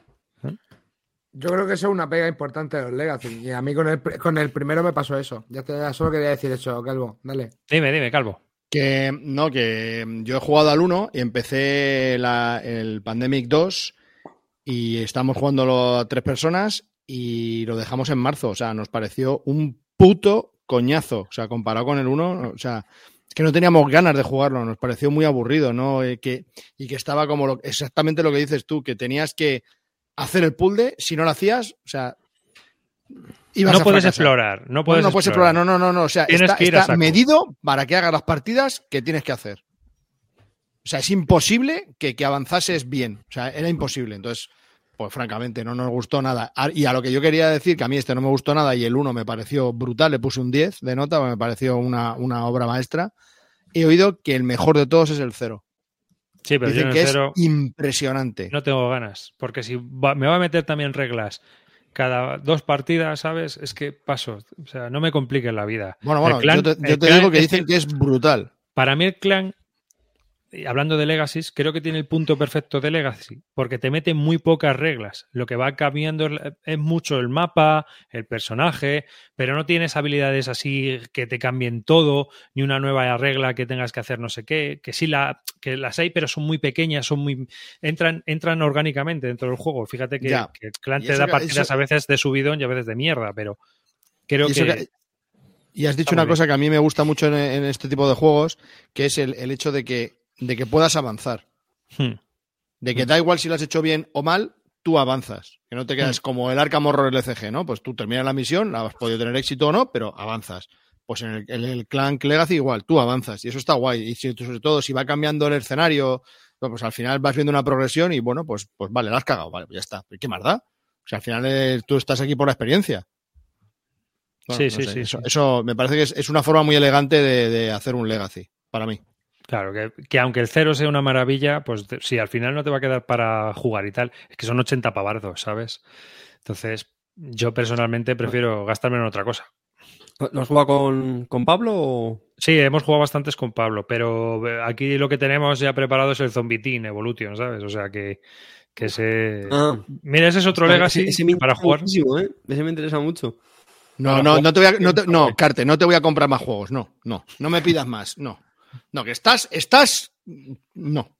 Yo creo que eso es una pega importante de los Legacy. Y a mí con el primero me pasó eso. Solo quería decir eso, Calvo. Dale. Dime, Calvo. Que yo he jugado al 1 y empecé el Pandemic 2 y estamos jugándolo a 3 personas y lo dejamos en marzo. O sea, nos pareció un puto coñazo. O sea, comparado con el 1, o sea, es que no teníamos ganas de jugarlo. Nos pareció muy aburrido, ¿no? Y que estaba como exactamente lo que dices tú, que tenías que hacer el puzzle, si no lo hacías, o sea, ibas no puedes explorar. No puedes explorar. No. O sea, está medido para que hagas las partidas que tienes que hacer. O sea, es imposible que avanzases bien. O sea, era imposible. Entonces, pues francamente, no nos gustó nada. Y a lo que yo quería decir, que a mí este no me gustó nada y el 1 me pareció brutal, le puse un 10 de nota, me pareció una obra maestra. He oído que el mejor de todos es el 0. Sí, pero dicen yo que es impresionante. No tengo ganas, porque si me va a meter también reglas cada 2 partidas, ¿sabes? Es que paso, o sea, no me compliques la vida. Bueno, yo te digo que dicen que es brutal. Para mí el Clan, hablando de Legacy, creo que tiene el punto perfecto de Legacy, porque te mete muy pocas reglas. Lo que va cambiando es mucho el mapa, el personaje, pero no tienes habilidades así que te cambien todo, ni una nueva regla que tengas que hacer no sé qué, que sí que las hay, pero son muy pequeñas, entran orgánicamente dentro del juego. Fíjate que el Clan te da partidas a veces de subidón y a veces de mierda, pero creo que... Y has dicho una cosa que a mí me gusta mucho en este tipo de juegos, que es el hecho de que puedas avanzar. De que da igual si lo has hecho bien o mal, tú avanzas. Que no te quedas como el Arkham Horror LCG, ¿no? Pues tú terminas la misión, la has podido tener éxito o no, pero avanzas. Pues en el Clan Legacy igual, tú avanzas. Y eso está guay. Y sobre todo, si va cambiando el escenario, pues al final vas viendo una progresión y bueno, pues vale, la has cagado. Vale, pues ya está. ¿Qué más da? O sea, al final tú estás aquí por la experiencia. Bueno, sí. Eso me parece que es una forma muy elegante de hacer un Legacy, para mí. Claro, que aunque el 0 sea una maravilla, pues si al final no te va a quedar para jugar y tal, es que son 80 pavardos, ¿sabes? Entonces, yo personalmente prefiero gastarme en otra cosa. ¿Lo has jugado con Pablo o...? Sí, hemos jugado bastantes con Pablo, pero aquí lo que tenemos ya preparado es el Zombie Team Evolution, ¿sabes? O sea que ese... Mira, ese es otro Legacy para jugar. Ese me interesa mucho. Carte, no te voy a comprar más juegos, no me pidas más, no. No, que estás... No.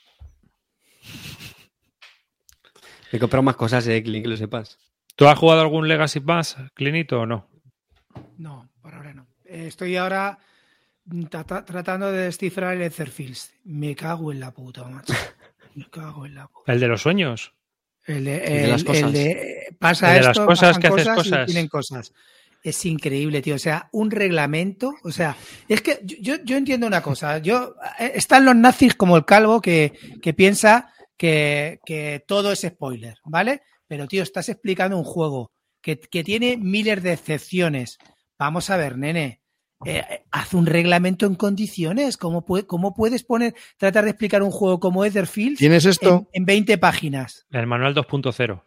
He comprado más cosas, Clint, que lo sepas. ¿Tú has jugado algún Legacy más, Clinito, o no? No, por ahora no. Estoy ahora tratando de descifrar el Etherfields. Me cago en la puta, macho. Me cago en la puta. ¿El de los sueños? El de las cosas. Pasa esto, las cosas que haces cosas. Y tienen cosas. Es increíble, tío. O sea, un reglamento. O sea, es que yo entiendo una cosa. Están los nazis como el Calvo que piensa que todo es spoiler, ¿vale? Pero, tío, estás explicando un juego que tiene miles de excepciones. Vamos a ver, nene. Haz un reglamento en condiciones. ¿Cómo puedes tratar de explicar un juego como Etherfields? ¿Tienes esto? En 20 páginas. El manual 2.0.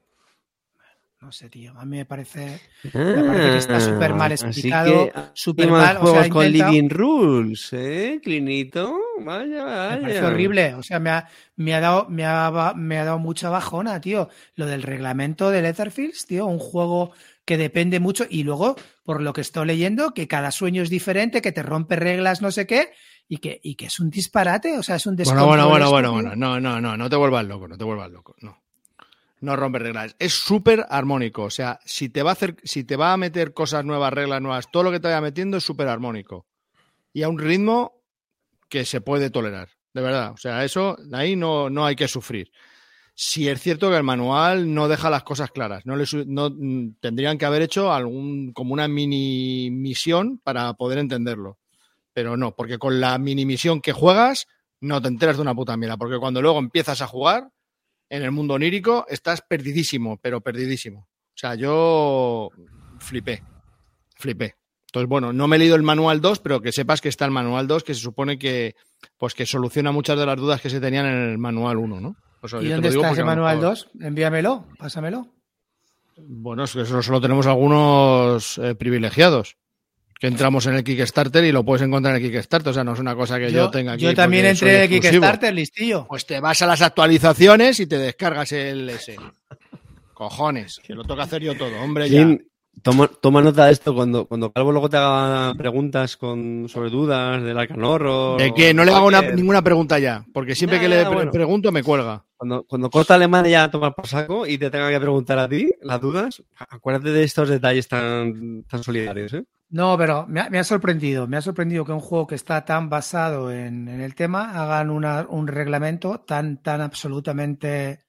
No sé, tío. A mí me parece que está súper mal explicado. Súper mal. Juegos con Living Rules, Clinito. Vaya. Me parece horrible. O sea, me ha dado mucha bajona, tío. Lo del reglamento del Etherfields, tío. Un juego que depende mucho. Y luego, por lo que estoy leyendo, que cada sueño es diferente, que te rompe reglas, no sé qué. Y que es un disparate. O sea, es un descontrol. Bueno. No te vuelvas loco. No rompe reglas. Es súper armónico. O sea, si te va a meter cosas nuevas, reglas nuevas, todo lo que te vaya metiendo es súper armónico. Y a un ritmo que se puede tolerar. De verdad. O sea, eso ahí no hay que sufrir. Sí es cierto que el manual no deja las cosas claras. No tendrían que haber hecho como una mini misión para poder entenderlo. Pero no, porque con la mini misión que juegas no te enteras de una puta mierda. Porque cuando luego empiezas a jugar en el mundo onírico estás perdidísimo, pero perdidísimo. O sea, yo flipé. Entonces, bueno, no me he leído el manual 2, pero que sepas que está el manual 2, que se supone que soluciona muchas de las dudas que se tenían en el manual 1, ¿no? O sea, ¿Y dónde está ese manual 2? Envíamelo, pásamelo. Bueno, es que eso solo tenemos algunos privilegiados. Que entramos en el Kickstarter y lo puedes encontrar en el Kickstarter. O sea, no es una cosa que yo tenga aquí. Yo también entré en el Kickstarter, listillo. Pues te vas a las actualizaciones y te descargas el S. Cojones, que lo toca hacer yo todo, hombre. Ya. Toma nota de esto cuando Calvo luego te haga preguntas sobre dudas del Arcanor. De que no le hago ninguna pregunta ya, porque siempre que le pregunto me cuelga. Cuando corta Alemania ya toma por saco y te tenga que preguntar a ti las dudas, acuérdate de estos detalles tan solidarios, ¿eh? No, pero me ha sorprendido. Me ha sorprendido que un juego que está tan basado en el tema hagan un reglamento tan absolutamente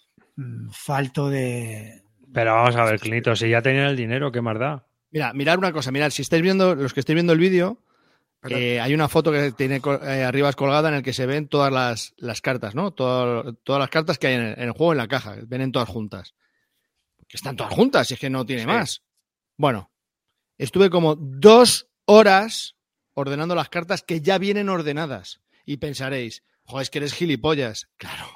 falto de... Pero vamos a ver, Clinito, si ya tenían el dinero, ¿qué más da? Mirad una cosa, si estáis viendo, los que estáis viendo el vídeo, hay una foto que tiene arriba colgada en el que se ven todas las cartas, ¿no? Todas las cartas que hay en el juego en la caja, vienen todas juntas. Que están todas juntas, si es que no tiene más. Bueno, estuve como 2 horas ordenando las cartas que ya vienen ordenadas. Y pensaréis, joder, es que eres gilipollas. Claro.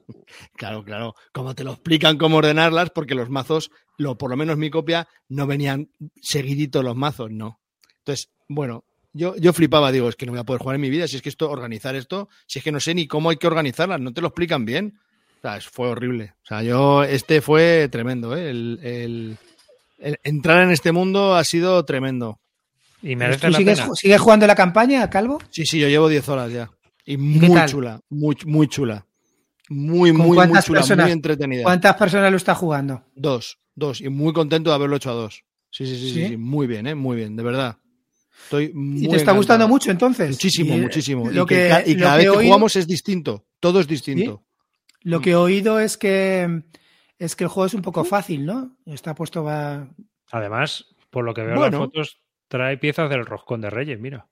Claro. Como te lo explican cómo ordenarlas, porque los mazos, por lo menos mi copia, no venían seguiditos los mazos, no. Entonces, bueno, yo flipaba, digo, es que no voy a poder jugar en mi vida, si es que organizar esto, si es que no sé ni cómo hay que organizarlas, no te lo explican bien. O sea, fue horrible. O sea, fue tremendo, ¿eh? El entrar en este mundo ha sido tremendo. ¿Y merece ¿Tú sigues jugando la campaña, Calvo? Sí, yo llevo 10 horas ya. Y muy chula, muy chula. Muy chula, muy entretenida. ¿Cuántas personas lo está jugando? 2. Y muy contento de haberlo hecho a 2. Sí. Muy bien, muy bien, de verdad. Estoy muy ¿Y te está gustando mucho entonces? Muchísimo. Y cada vez que jugamos es distinto. Todo es distinto. ¿Sí? Lo que he oído es que el juego es un poco fácil, ¿no? Está puesto Además, por lo que veo en las fotos, trae piezas del Roscón de Reyes, mira.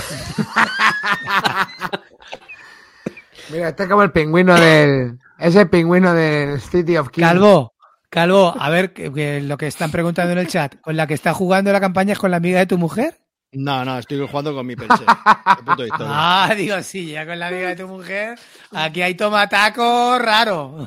Mira, este es como el pingüino ese pingüino del City of Kings. Calvo, a ver, que lo que están preguntando en el chat, ¿con la que está jugando la campaña es con la amiga de tu mujer? No, estoy jugando con mi PC. Digo, sí, ya con la amiga de tu mujer. Aquí hay tomataco raro.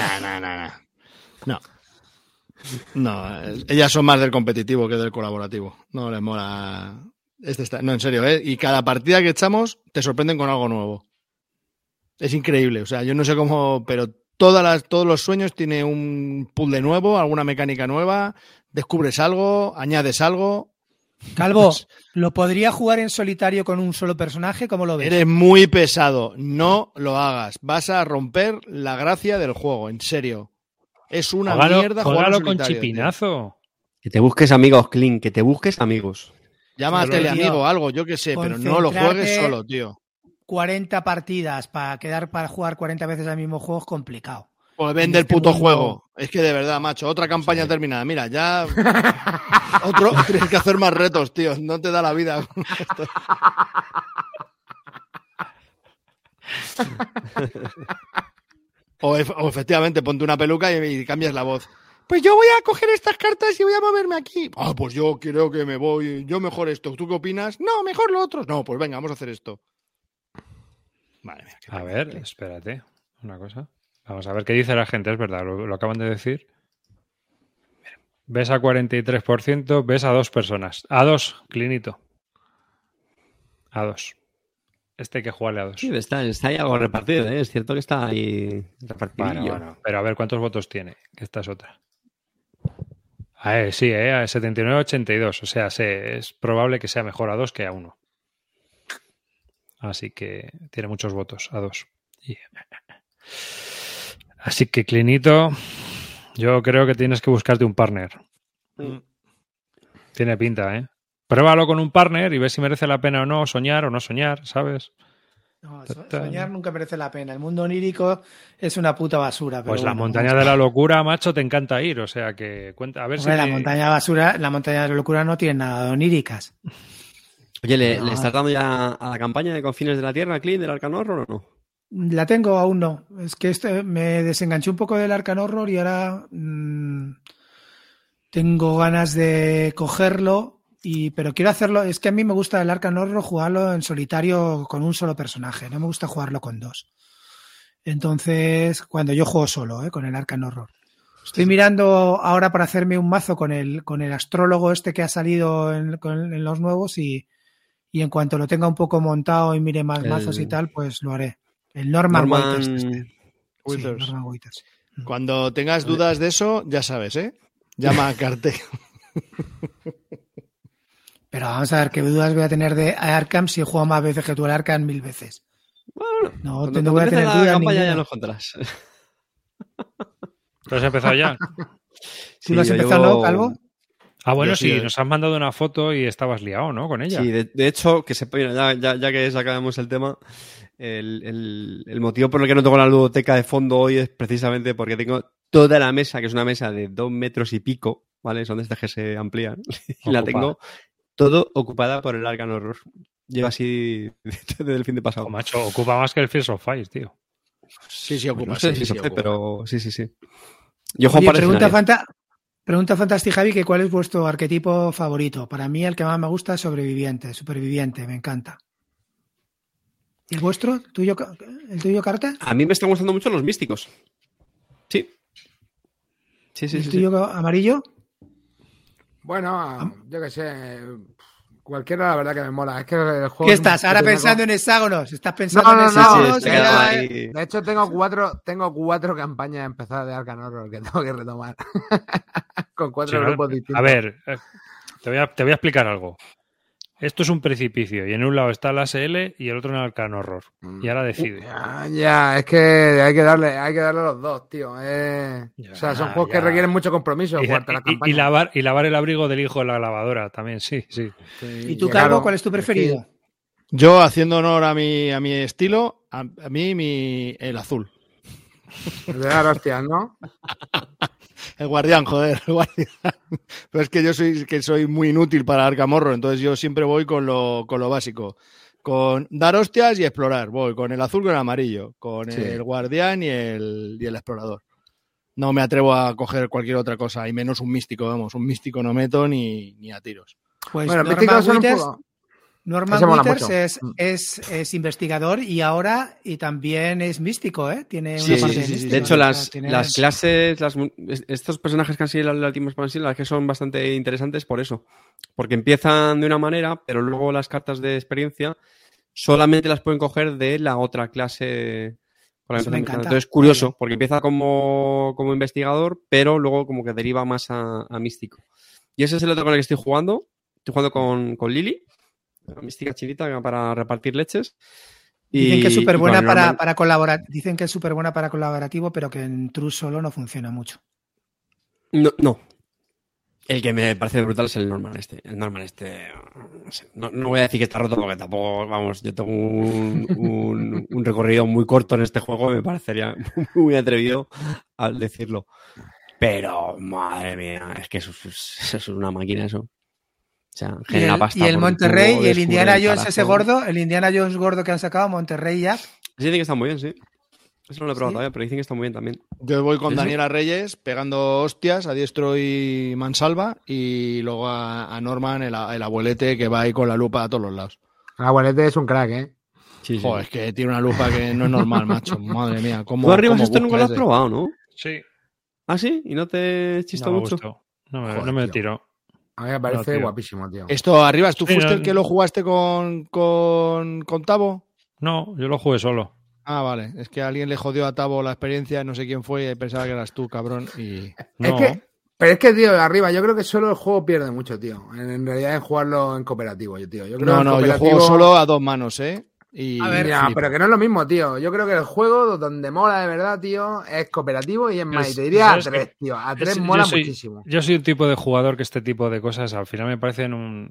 No, ellas son más del competitivo que del colaborativo. No les mola. No, en serio, ¿eh? Y cada partida que echamos te sorprenden con algo nuevo. Es increíble, o sea, yo no sé cómo, pero todos los sueños tiene un puzzle nuevo, alguna mecánica nueva, descubres algo, añades algo. Calvo, ¿lo podría jugar en solitario con un solo personaje? ¿Cómo lo ves? Eres muy pesado. No lo hagas. Vas a romper la gracia del juego, en serio. Es una mierda jugarlo con chipinazo. Tío. Que te busques amigos, Clint, que te busques amigos. Llama a teleamigo o algo, yo qué sé, pero no lo juegues solo, tío. 40 partidas para jugar 40 veces al mismo juego es complicado. Pues vende el puto juego. Es que de verdad, macho, otra campaña terminada. Mira, ya tienes que hacer más retos, tío. No te da la vida. o efectivamente, ponte una peluca y cambias la voz. Pues yo voy a coger estas cartas y voy a moverme aquí. Pues yo creo que me voy. Yo mejor esto. ¿Tú qué opinas? No, mejor lo otro. No, pues venga, vamos a hacer esto. Madre mía. A ver, espérate. Una cosa. Vamos a ver qué dice la gente. Es verdad, lo acaban de decir. Ves a 43%, ves a 2 personas. A 2, Clinito. A 2. Este hay que jugarle a 2. Sí, está ahí algo repartido, ¿eh? Es cierto que está ahí repartido. Bueno, pero a ver cuántos votos tiene. Que esta es otra. Sí, 79-82. O sea, es probable que sea mejor a 2 que a 1. Así que tiene muchos votos, a 2. Así que, Clinito, yo creo que tienes que buscarte un partner. Tiene pinta, ¿eh? Pruébalo con un partner y ves si merece la pena o no soñar, ¿sabes? No, soñar nunca merece la pena. El mundo onírico es una puta basura. Pero pues la montaña de la locura, macho, te encanta ir. O sea que cuenta, a ver si... La montaña de la locura no tiene nada de oníricas. Oye, ¿le estás dando ya a la campaña de Confines de la Tierra, Clint, del Arcane Horror o no? La tengo, aún no. Es que me desenganché un poco del Arcane Horror y ahora tengo ganas de cogerlo. Pero quiero hacerlo, es que a mí me gusta el Arcane Horror jugarlo en solitario con un solo personaje, no me gusta jugarlo con 2. Entonces, cuando yo juego solo, con el Arcane Horror. Estoy mirando ahora para hacerme un mazo con el astrólogo este que ha salido en los nuevos y en cuanto lo tenga un poco montado y mire más mazos y tal, pues lo haré. El Norman Waiters. Sí, Norman Waiters. Cuando tengas dudas de eso, ya sabes, llama a Carte. Pero vamos a ver, ¿qué dudas voy a tener de Arkham si he jugado más veces que tú el Arkham 1000 veces? Bueno, no voy a tener dudas ninguna. Ya nos contarás. ¿Tú has empezado ya? ¿Tú lo has empezado, ¿no, Calvo? Bueno, sí, nos has mandado una foto y estabas liado, ¿no? Con ella. Sí, de hecho, que ya que sacamos el tema, el motivo por el que no tengo la ludoteca de fondo hoy es precisamente porque tengo toda la mesa, que es una mesa de 2 metros y pico, ¿vale? Son de estas que se amplían. Y la tengo todo ocupada por el Arcane Horror. Lleva así desde el fin de pasado. Macho, ocupa más que el Fears of Fire, tío. Sí, ocupa. No sé si ocupa. Pero sí. Yo juego pregunta Fantastic Javi, que ¿cuál es vuestro arquetipo favorito? Para mí el que más me gusta es superviviente, me encanta. ¿Y el vuestro? ¿El tuyo, Carter? A mí me están gustando mucho los místicos. Sí. ¿El tuyo, amarillo? Bueno, yo qué sé, cualquiera la verdad que me mola. Es que el juego ¿qué estás ahora pensando en hexágonos? ¿Estás pensando en hexágonos? Sí, de hecho, tengo cuatro campañas empezadas de Arcane Horror que tengo que retomar. Con 4 grupos distintos. A ver, te voy a explicar algo. Esto es un precipicio y en un lado está el ASL y el otro en el Arcane Horror. Y ahora decide. Ya, es que hay que darle a los dos, tío. O sea, son juegos que requieren mucho compromiso. Y lavar el abrigo del hijo de la lavadora también, sí. ¿Y tú, Calvo, cuál es tu preferido? Yo, haciendo honor a mi estilo, a mí el azul. El de dar hostias, ¿no? El guardián, joder, el guardián. Pero es que yo soy muy inútil para Arkham Horror, entonces yo siempre voy con lo básico. Con dar hostias y explorar. Voy con el azul, con el amarillo, con el guardián y el explorador. No me atrevo a coger cualquier otra cosa, y menos un místico, vamos. Un místico no meto ni a tiros. Pues bueno, Norman Waiters es investigador y también es místico, ¿eh? Tiene una parte de místico. De hecho, las clases, estos personajes que han sido la última expansión, las que son bastante interesantes por eso. Porque empiezan de una manera, pero luego las cartas de experiencia solamente las pueden coger de la otra clase. Entonces es curioso, porque empieza como investigador, pero luego como que deriva más a místico. Y ese es el otro con el que estoy jugando. Estoy jugando con Lily, la mística chinita para repartir leches. Dicen que es súper buena para colaborar. Dicen que es súper buena para colaborativo, pero que en True solo no funciona mucho. No. El que me parece brutal es el Norman este. El Norman este, no sé, no voy a decir que está roto porque tampoco, vamos, yo tengo un recorrido muy corto en este juego y me parecería muy atrevido al decirlo. Pero, madre mía, es que eso es una máquina eso. O sea, genera pasta. Y el Monterrey y el Indiana Jones ese gordo, el Indiana Jones gordo que han sacado, Monterrey Jack. Dicen que está muy bien, sí. Eso no lo he probado todavía, pero dicen que está muy bien también. Yo voy con Daniela Reyes pegando hostias a diestro y mansalva y luego a Norman, el abuelete que va ahí con la lupa a todos los lados. El abuelete es un crack, ¿eh? Sí. Joder, es que tiene una lupa que no es normal, macho. Madre mía. Tú arriba esto nunca lo has probado, ¿no? Sí. ¿Ah, sí? ¿Y no te chistó mucho? No me tiró. A mí me parece guapísimo, tío. Esto, Arribas, ¿tú fuiste el que lo jugaste con Tavo? No, yo lo jugué solo. Ah, vale. Es que alguien le jodió a Tavo la experiencia, no sé quién fue, y pensaba que eras tú, cabrón. Y... No. Pero es que, tío, Arriba, yo creo que solo el juego pierde mucho, tío. En realidad es jugarlo en cooperativo, tío. Yo creo yo juego solo a 2 manos, ¿eh? Y a ver, pero que no es lo mismo, tío. Yo creo que el juego donde mola de verdad, tío, es cooperativo y es más. Y te diría a 3, tío. A 3 mola muchísimo. Yo soy un tipo de jugador que este tipo de cosas al final me parecen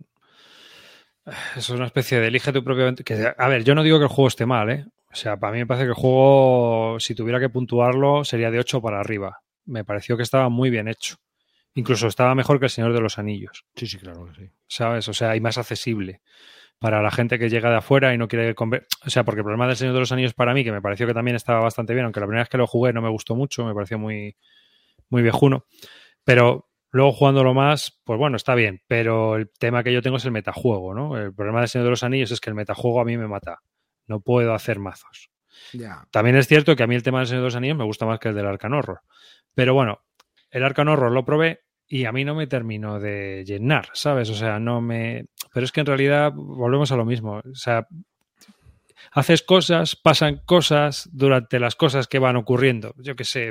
es una especie de elige tu propio aventura. A ver, yo no digo que el juego esté mal, ¿eh? O sea, para mí me parece que el juego, si tuviera que puntuarlo, sería de 8 para arriba. Me pareció que estaba muy bien hecho. Incluso estaba mejor que El Señor de los Anillos. Sí, claro que sí. ¿Sabes? O sea, y más accesible para la gente que llega de afuera y no quiere... O sea, porque el problema del Señor de los Anillos para mí, que me pareció que también estaba bastante bien, aunque la primera vez que lo jugué no me gustó mucho, me pareció muy, muy viejuno. Pero luego jugándolo más, pues bueno, está bien. Pero el tema que yo tengo es el metajuego, ¿no? El problema del Señor de los Anillos es que el metajuego a mí me mata. No puedo hacer mazos. Yeah. También es cierto que a mí el tema del Señor de los Anillos me gusta más que el del Arkham Horror. Pero bueno, el Arkham Horror lo probé y a mí no me terminó de llenar, ¿sabes? O sea, no me... Pero es que en realidad volvemos a lo mismo. O sea, haces cosas, pasan cosas durante las cosas que van ocurriendo. Yo qué sé,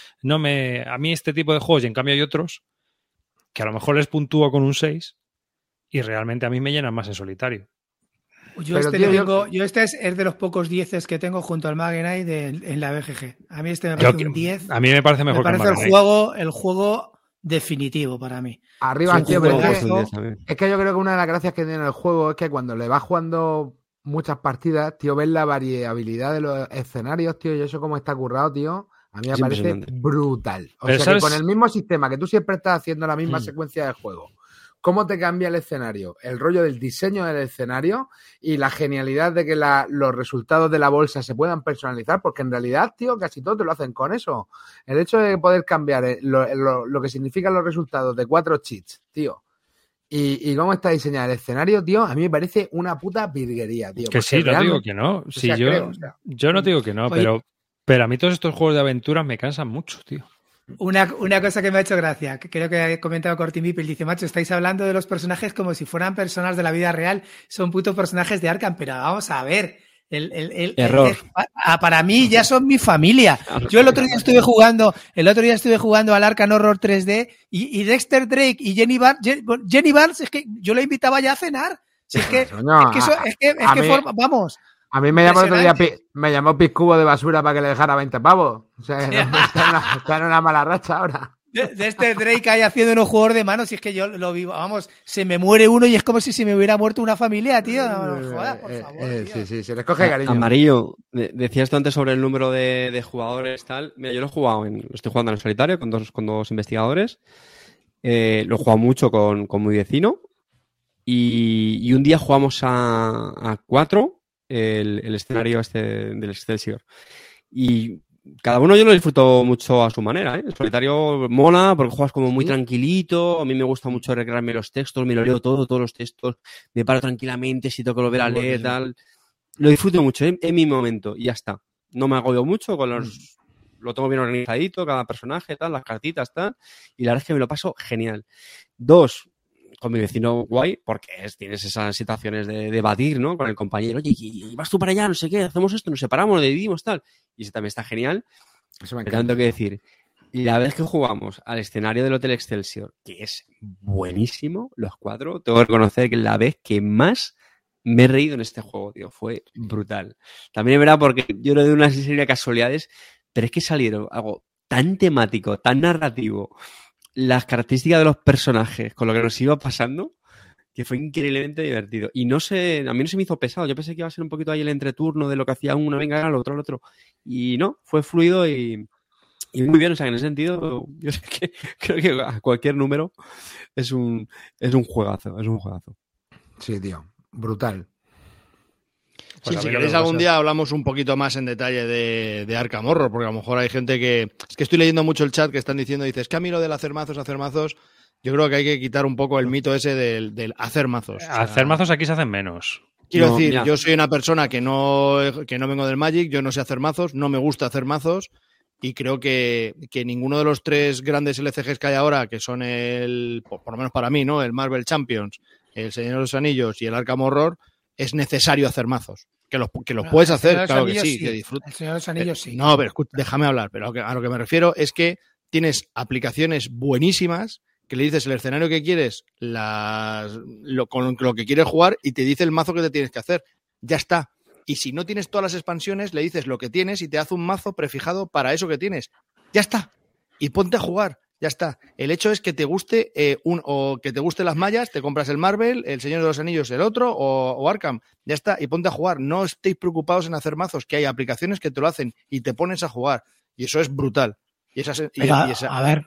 a mí este tipo de juegos, y en cambio hay otros que a lo mejor les puntúo con un 6 y realmente a mí me llenan más en solitario. Yo este es de los pocos 10 que tengo junto al Magen Knight en la BGG. A mí este me parece un 10. A mí me parece mejor que el Magen Knight. El juego definitivo para mí. Arriba, tío, pero es que yo creo que una de las gracias que tiene el juego es que cuando le vas jugando muchas partidas, tío, ves la variabilidad de los escenarios, tío, y eso como está currado, tío, a mí me parece brutal. O sea, que con el mismo sistema que tú siempre estás haciendo la misma secuencia de juego, cómo te cambia el escenario, el rollo del diseño del escenario y la genialidad de que los resultados de la bolsa se puedan personalizar, porque en realidad, tío, casi todo te lo hacen con eso. El hecho de poder cambiar lo que significan los resultados de 4 cheats, tío, y cómo está diseñado el escenario, tío, a mí me parece una puta virguería, tío. Que sí, no digo que no. Sí, yo no digo que no, pero a mí todos estos juegos de aventuras me cansan mucho, tío. Una cosa que me ha hecho gracia, que creo que ha comentado Cortimipel, dice, macho, estáis hablando de los personajes como si fueran personas de la vida real, son putos personajes de Arkham, pero vamos a ver, error. Para mí ya son mi familia. Yo el otro día estuve jugando al Arkham Horror 3D y Dexter Drake y Jenny Barnes, es que yo la invitaba ya a cenar. Si es que, vamos. A mí me llamó el otro día, me llamó Piscubo de basura para que le dejara 20 pavos. O sea, está en una mala racha ahora. De este Drake ahí haciendo unos juegos de manos, y es que yo lo vivo, vamos, se me muere uno y es como si se me hubiera muerto una familia, tío. No, jodas, por favor. Tío. Sí, se les coge cariño. Amarillo, decías tú antes sobre el número de jugadores, tal. Mira, yo lo estoy jugando en solitario con dos investigadores. Lo he jugado mucho con mi vecino. Y un día jugamos a 4. El escenario del Excelsior. Y cada uno yo lo disfruto mucho a su manera, ¿eh? El solitario mola porque juegas como muy tranquilito. A mí me gusta mucho recrearme los textos, me lo leo todos los textos, me paro tranquilamente si tengo que volver a leer, tal. Lo disfruto mucho en mi momento y ya está. No me agobio mucho con lo tengo bien organizadito, cada personaje, tal, las cartitas, tal. Y la verdad es que me lo paso genial. 2, con mi vecino guay, porque tienes esas situaciones de debatir, ¿no? Con el compañero, oye, y vas tú para allá, no sé qué, hacemos esto, nos separamos, lo dividimos, tal. Y ese también está genial. Eso me encanta. Tengo que decir, Y la vez que jugamos al escenario del Hotel Excelsior, que es buenísimo, los 4, tengo que reconocer que es la vez que más me he reído en este juego, tío. Fue brutal. También es verdad porque yo no doy una serie de casualidades, pero es que salieron algo tan temático, tan narrativo, las características de los personajes, con lo que nos iba pasando, que fue increíblemente divertido. Y no sé, a mí no se me hizo pesado. Yo pensé que iba a ser un poquito ahí el entreturno de lo que hacía uno, venga, al otro, al otro. Y no, fue fluido y muy bien. O sea, en ese sentido, yo sé que creo que a cualquier número es un juegazo, es un juegazo. Sí, tío, brutal. Sí, si queréis algún día hablamos un poquito más en detalle de Arkham Horror, porque a lo mejor hay gente que... Es que estoy leyendo mucho el chat que están diciendo, dices, que a mí lo del hacer mazos, yo creo que hay que quitar un poco el mito ese del hacer mazos. Hacer mazos aquí se hacen menos. Quiero decir, yo soy una persona que no vengo del Magic, yo no sé hacer mazos, no me gusta hacer mazos, y creo que ninguno de los 3 grandes LCGs que hay ahora, que son por lo menos para mí, ¿no? El Marvel Champions, el Señor de los Anillos y el Arkham Horror, es necesario hacer mazos. Que los puedes hacer, claro que sí, que disfrutas. El Señor de los Anillos sí. No, pero déjame hablar. Pero a lo que me refiero es que tienes aplicaciones buenísimas que le dices el escenario que quieres, con lo que quieres jugar y te dice el mazo que te tienes que hacer. Ya está. Y si no tienes todas las expansiones, le dices lo que tienes y te hace un mazo prefijado para eso que tienes. Ya está. Y ponte a jugar. Ya está. El hecho es que te guste o que te gusten las mallas, te compras el Marvel, el Señor de los Anillos el otro o Arkham. Ya está. Y ponte a jugar. No estéis preocupados en hacer mazos, que hay aplicaciones que te lo hacen y te pones a jugar. Y eso es brutal. A ver,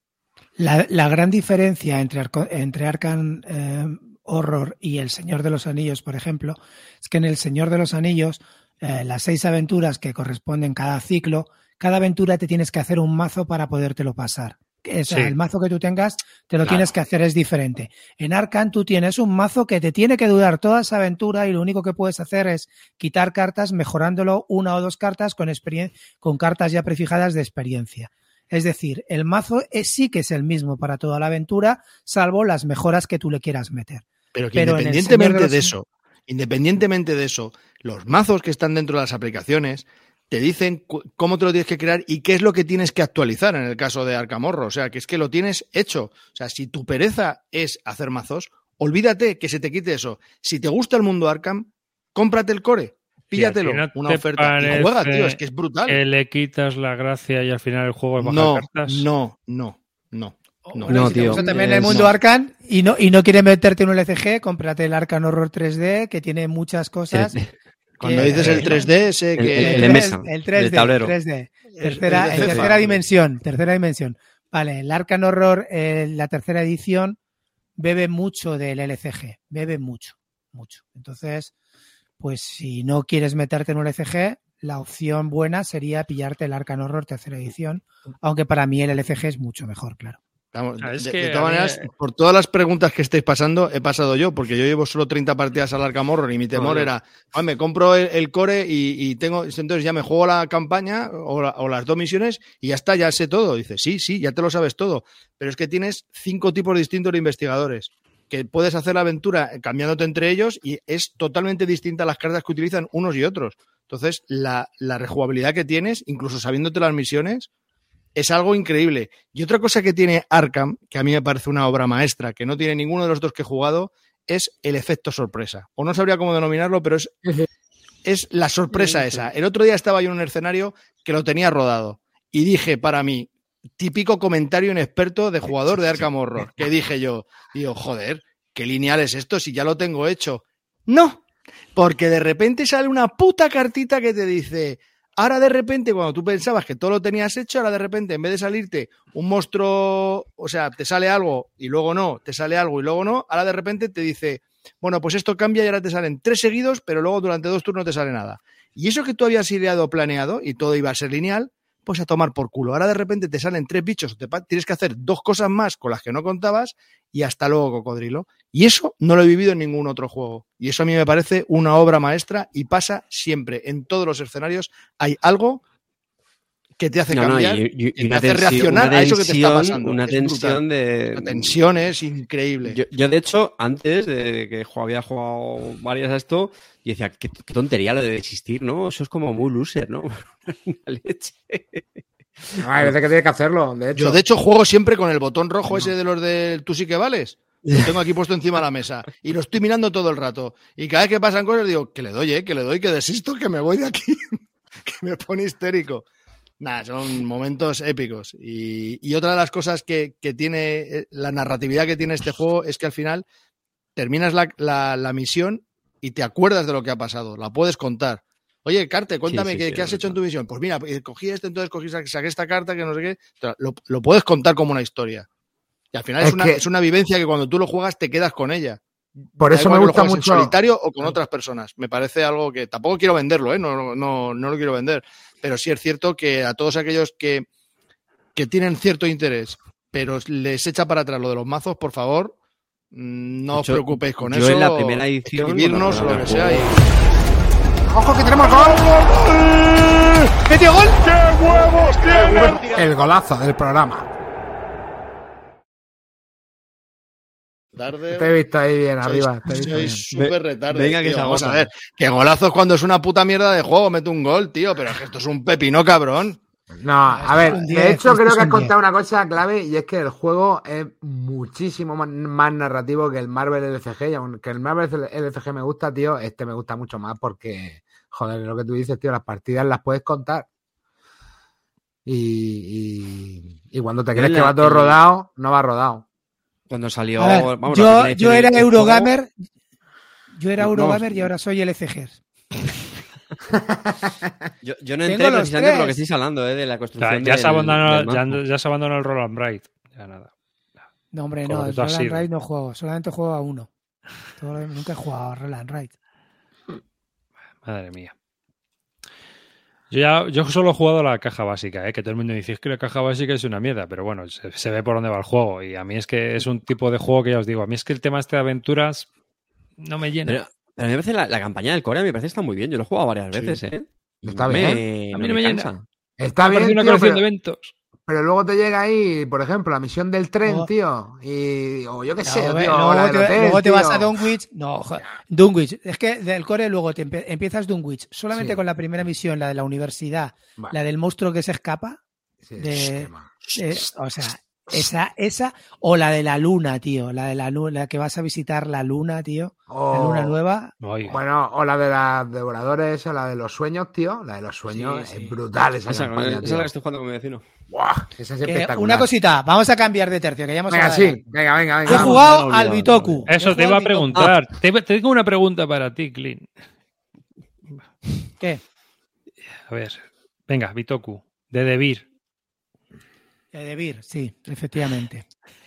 la gran diferencia entre Arkham Horror y el Señor de los Anillos, por ejemplo, es que en el Señor de los Anillos, las 6 aventuras que corresponden cada ciclo, cada aventura te tienes que hacer un mazo para podértelo pasar. O sea, el mazo que tú tengas te lo tienes que hacer, es diferente. En Arkham tú tienes un mazo que te tiene que durar toda esa aventura y lo único que puedes hacer es quitar cartas, mejorándolo 1 o 2 cartas con cartas ya prefijadas de experiencia. Es decir, el mazo sí que es el mismo para toda la aventura, salvo las mejoras que tú le quieras meter. Pero independientemente de eso, los mazos que están dentro de las aplicaciones te dicen cómo te lo tienes que crear y qué es lo que tienes que actualizar en el caso de Arkham Horror. O sea, que es que lo tienes hecho. O sea, si tu pereza es hacer mazos, olvídate que se te quite eso. Si te gusta el mundo Arkham, cómprate el core, píllatelo, una oferta y juega, tío, es que es brutal. Que le quitas la gracia y al final el juego es bajar cartas. No, si te gusta también el mundo Arkham y no quieres meterte en un LCG, cómprate el Arkham Horror 3D, que tiene muchas cosas... Cuando dices el 3D, sé que... El de mesa, el 3D, el tablero. 3D. Tercera dimensión. Vale, el Arkham Horror, la tercera edición, bebe mucho del LCG. Bebe mucho. Entonces, pues si no quieres meterte en un LCG, la opción buena sería pillarte el Arkham Horror tercera edición, aunque para mí el LCG es mucho mejor, claro. Vamos, de todas maneras, por todas las preguntas que estáis pasando, he pasado yo, porque yo llevo solo 30 partidas al Arkham Horror y mi temor era, me compro el core y tengo, entonces ya me juego la campaña o las 2 misiones y ya está, ya sé todo. Dice, sí, ya te lo sabes todo, pero es que tienes 5 tipos distintos de investigadores, que puedes hacer la aventura cambiándote entre ellos y es totalmente distinta a las cartas que utilizan unos y otros. Entonces, la rejugabilidad que tienes, incluso sabiéndote las misiones, es algo increíble. Y otra cosa que tiene Arkham, que a mí me parece una obra maestra, que no tiene ninguno de los 2 que he jugado, es el efecto sorpresa. O no sabría cómo denominarlo, pero es la sorpresa esa. El otro día estaba yo en un escenario que lo tenía rodado. Y dije, para mí, típico comentario inexperto de jugador de Arkham Horror, que digo, joder, ¿qué lineal es esto si ya lo tengo hecho? No, porque de repente sale una puta cartita que te dice... Ahora de repente, cuando tú pensabas que todo lo tenías hecho, ahora de repente, en vez de salirte un monstruo, o sea, te sale algo y luego no, te sale algo y luego no, ahora de repente te dice, bueno, pues esto cambia y ahora te salen 3 seguidos, pero luego durante 2 turnos no te sale nada. Y eso que tú habías ideado planeado y todo iba a ser lineal, pues a tomar por culo. Ahora de repente te salen 3 bichos, tienes que hacer 2 cosas más con las que no contabas y hasta luego, cocodrilo. Y eso no lo he vivido en ningún otro juego. Y eso a mí me parece una obra maestra y pasa siempre. En todos los escenarios hay algo que te hace cambiar y te hace reaccionar a eso que te está pasando. Una tensión La tensión es increíble. Yo, de hecho, antes de que había jugado varias a esto, y decía, qué tontería lo de existir, ¿no? Eso es como muy loser, ¿no? Una leche. Hay veces que tienes que hacerlo, de hecho. Yo, de hecho, juego siempre con el botón rojo ese de los del tú sí que vales. Lo tengo aquí puesto encima de la mesa. Y lo estoy mirando todo el rato. Y cada vez que pasan cosas digo, que le doy, que desisto, que me voy de aquí. Que me pone histérico. Nada, son momentos épicos. Y otra de las cosas que tiene, la narratividad que tiene este juego es que al final terminas la misión y te acuerdas de lo que ha pasado. La puedes contar. Oye, Carte, cuéntame qué has hecho en tu misión. Pues mira, cogí entonces saqué esta carta, que no sé qué. Lo puedes contar como una historia. Y al final es una vivencia que cuando tú lo juegas te quedas con ella. Por eso me gusta mucho. En solitario o con otras personas. Me parece algo que tampoco quiero venderlo, no lo quiero vender. Pero sí es cierto que a todos aquellos que tienen cierto interés, pero les echa para atrás lo de los mazos, por favor, no os preocupéis con eso. Yo en la primera edición. Escribirnos o lo que sea. ¡Ojo que tenemos gol! ¡Metió gol! ¡Qué huevos tiene! El golazo del programa. Tarde. Te he visto ahí bien arriba. Sois súper retarde. Venga, que vamos a ver. Que golazos cuando es una puta mierda de juego. Mete un gol, tío. Pero es que esto es un pepino, cabrón. No, a ver, de hecho creo que has contado una cosa clave y es que el juego es muchísimo más narrativo que el Marvel LCG. Y aunque el Marvel LCG me gusta, tío, este me gusta mucho más porque, joder, lo que tú dices, tío, las partidas las puedes contar. Y cuando te crees que va todo rodado, no va rodado. Cuando salió... Ver, vamos, yo era Eurogamer. Yo era Eurogamer y ahora soy LCG. Yo no entré precisamente por lo que estáis hablando, de la construcción. Ya se abandonó el Roll and Ride. Ya nada. No, hombre, no. El Roll and Ride no juego. Solamente juego a uno. Nunca he jugado a Roll and Ride. Madre mía. Yo solo he jugado a la caja básica, que todo el mundo dice que la caja básica es una mierda, pero bueno, se ve por dónde va el juego. Y a mí es que es un tipo de juego que ya os digo, a mí es que el tema de aventuras no me llena. Pero a mí me parece la campaña del Corea me parece que está muy bien. Yo lo he jugado varias veces, ¿eh? Está bien. A mí no me llena. Está bien, una colección de eventos. Pero luego te llega ahí, por ejemplo, la misión del tren, tío. O yo qué sé, tío. Luego te vas a Dunwich. No, Dunwich. Es que del core luego te empiezas Dunwich. Solamente con la primera misión, la de la universidad, la del monstruo que se escapa. O sea, esa o la de la luna, tío. La de la luna, la que vas a visitar la luna, tío. La luna nueva. Bueno, o la de las devoradores, o la de los sueños, tío. La de los sueños es brutal esa campaña, esa es la que estoy jugando con mi vecino. Buah, esa es espectacular. Una cosita, vamos a cambiar de tercio, que ya hemos hablado. Venga. Yo he jugado al Bitoku. Eso te iba a preguntar. Te tengo una pregunta para ti, Clint. ¿Qué? A ver, venga, Bitoku, de Devir. De Vir, sí, efectivamente.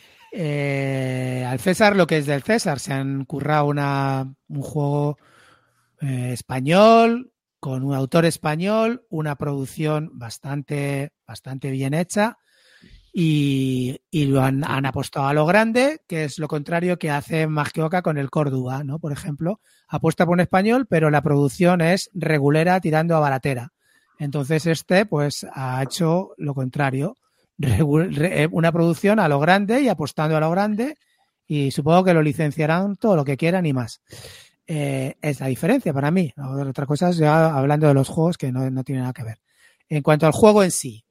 Al César lo que es del César. Se han currado un juego español, con un autor español, una producción bastante bien hecha y lo han apostado a lo grande, que es lo contrario que hace Magioka con el Córdoba, ¿no? Por ejemplo, apuesta por un español, pero la producción es regulera tirando a baratera. Entonces pues ha hecho lo contrario. Una producción a lo grande y apostando a lo grande y supongo que lo licenciarán todo lo que quieran y más. Es la diferencia para mí. Otra cosa es ya hablando de los juegos que no tiene nada que ver. En cuanto al juego en sí,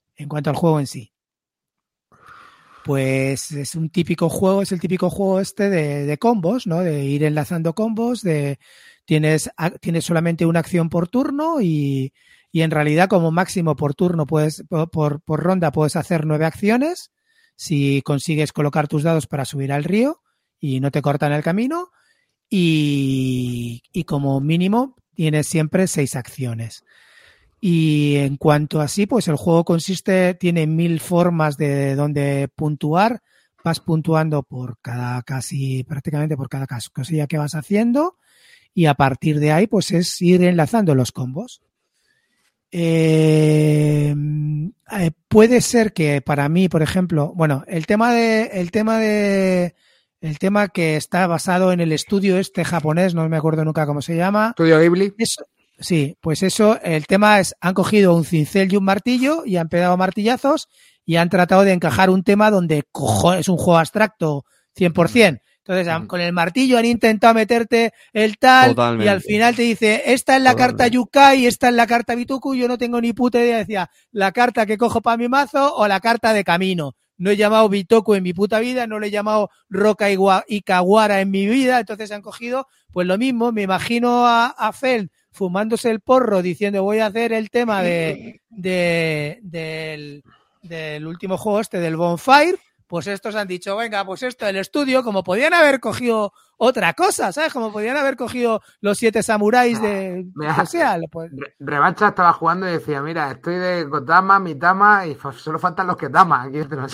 pues es el típico juego de combos, ¿no? De ir enlazando combos, tienes solamente una acción por turno y en realidad como máximo por turno por ronda puedes hacer 9 acciones si consigues colocar tus dados para subir al río y no te cortan el camino y como mínimo tienes siempre 6 acciones. Y en cuanto a sí, pues el juego tiene 1000 formas de donde puntuar. Vas puntuando prácticamente por cada cosilla que vas haciendo y a partir de ahí pues es ir enlazando los combos. Puede ser que para mí, por ejemplo, bueno, el tema que está basado en el estudio japonés, no me acuerdo nunca cómo se llama. Estudio Ghibli. Sí, pues eso, el tema es, han cogido un cincel y un martillo y han pegado martillazos y han tratado de encajar un tema donde es un juego abstracto 100%, Entonces, con el martillo han intentado meterte el tal. Totalmente. Y al final te dice, esta es la carta Yukai, esta es la carta Bituku, yo no tengo ni puta idea. Decía, la carta que cojo para mi mazo o la carta de camino. No he llamado Bitoku en mi puta vida, no le he llamado Roca y Kawara en mi vida, entonces han cogido pues lo mismo. Me imagino a Feld fumándose el porro diciendo voy a hacer el tema del último juego del Bonfire. Pues estos han dicho, venga, pues esto, el estudio, como podían haber cogido otra cosa, ¿sabes? Como podían haber cogido los 7 samuráis de... O sea, pues... Revancha estaba jugando y decía, mira, estoy de Gotama, Mitama y solo faltan los Ketama. Aquí entonces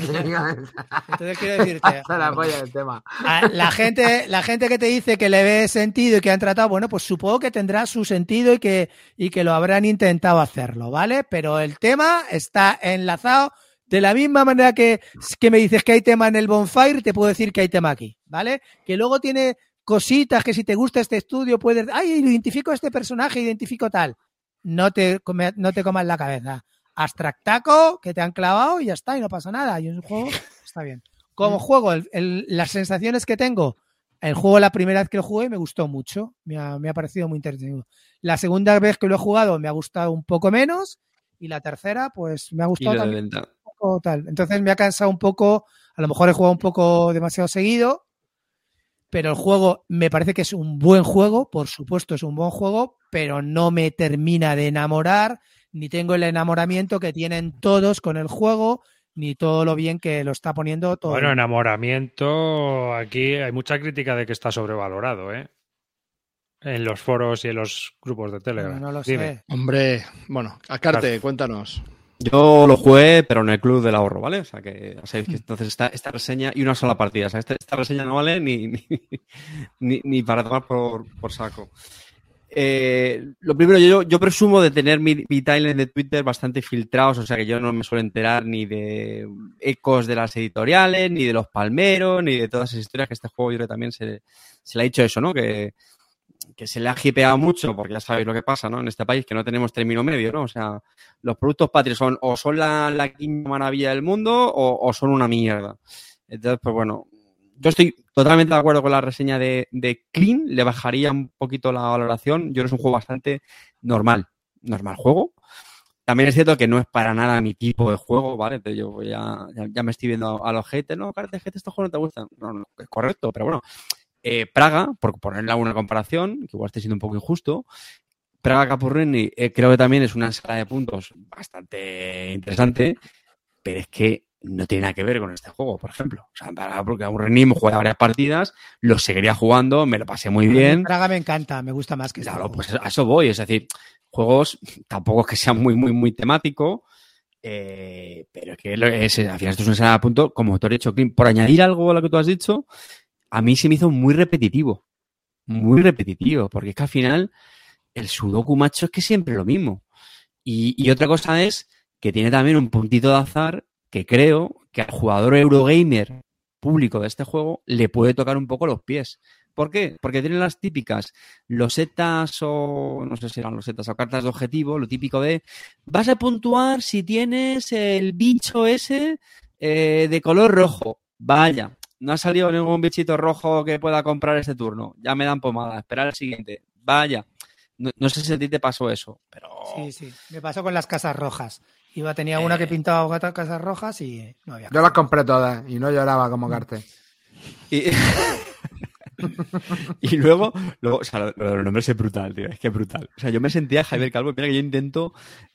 quiero decirte... el tema. La gente que te dice que le ve sentido y que han tratado, bueno, pues supongo que tendrá su sentido y que lo habrán intentado hacerlo, ¿vale? Pero el tema está enlazado. De la misma manera que me dices que hay tema en el Bonfire, te puedo decir que hay tema aquí, ¿vale? Que luego tiene cositas que si te gusta este estudio puedes... ¡Ay, identifico a este personaje, identifico tal! No te comas la cabeza. Abstractaco, que te han clavado y ya está, y no pasa nada. Y es un juego, está bien. Como juego, las sensaciones que tengo, el juego la primera vez que lo jugué me gustó mucho. Me ha parecido muy interesante. La segunda vez que lo he jugado me ha gustado un poco menos y la tercera, pues me ha gustado también. Tal. Entonces me ha cansado un poco, a lo mejor he jugado un poco demasiado seguido, pero el juego me parece que es un buen juego, por supuesto es un buen juego, pero no me termina de enamorar, ni tengo el enamoramiento que tienen todos con el juego, ni todo lo bien que lo está poniendo todo. Bueno, enamoramiento, aquí hay mucha crítica de que está sobrevalorado, ¿eh? En los foros y en los grupos de Telegram. No lo sé. Hombre, bueno, Acarte, cuéntanos. Yo lo jugué, pero en el Club del Ahorro, ¿vale? O sea, que ya sabéis que entonces esta reseña y una sola partida. O sea, esta reseña no vale ni para tomar por saco. Lo primero, yo presumo de tener mi timeline de Twitter bastante filtrados, o sea que yo no me suelo enterar ni de ecos de las editoriales, ni de los palmeros, ni de todas esas historias que este juego yo creo que también se le ha dicho eso, ¿no? Que se le ha hipeado mucho, porque ya sabéis lo que pasa, ¿no? En este país, que no tenemos término medio, ¿no? O sea, los productos patrios son la quinta maravilla del mundo o son una mierda. Entonces, pues bueno, yo estoy totalmente de acuerdo con la reseña de Clean, le bajaría un poquito la valoración. Yo creo que es un juego bastante normal juego. También es cierto que no es para nada mi tipo de juego, ¿vale? Entonces yo ya me estoy viendo a los haters, no, Carete, que estos juegos no te gustan. No, es correcto, pero bueno. Praga, por ponerle alguna comparación, que igual esté siendo un poco injusto, Praga Capurrini creo que también es una escala de puntos bastante interesante, pero es que no tiene nada que ver con este juego, por ejemplo. O sea, porque Capurrini hemos jugado varias partidas, lo seguiría jugando, me lo pasé muy bien. Praga me encanta, me gusta más que claro, pues a eso voy, es decir, juegos tampoco es que sean muy temático, pero es que al final esto es una escala de puntos, como te he dicho, Clint, por añadir algo a lo que tú has dicho. A mí se me hizo muy repetitivo, porque es que al final el Sudoku, macho, es que siempre lo mismo. Y otra cosa es que tiene también un puntito de azar que creo que al jugador Eurogamer público de este juego le puede tocar un poco los pies. ¿Por qué? Porque tiene las típicas losetas o no sé si eran losetas o cartas de objetivo, lo típico de vas a puntuar si tienes el bicho ese de color rojo. Vaya. No ha salido ningún bichito rojo que pueda comprar este turno. Ya me dan pomada. Esperar el siguiente. Vaya. No sé si a ti te pasó eso, pero... Sí. Me pasó con las casas rojas. Tenía una que pintaba casas rojas y no había. Yo las compré todas y no lloraba como Carte. Y luego o sea, lo de los nombres es brutal, tío. Es que es brutal. O sea, yo me sentía Javier Calvo. Mira que yo intento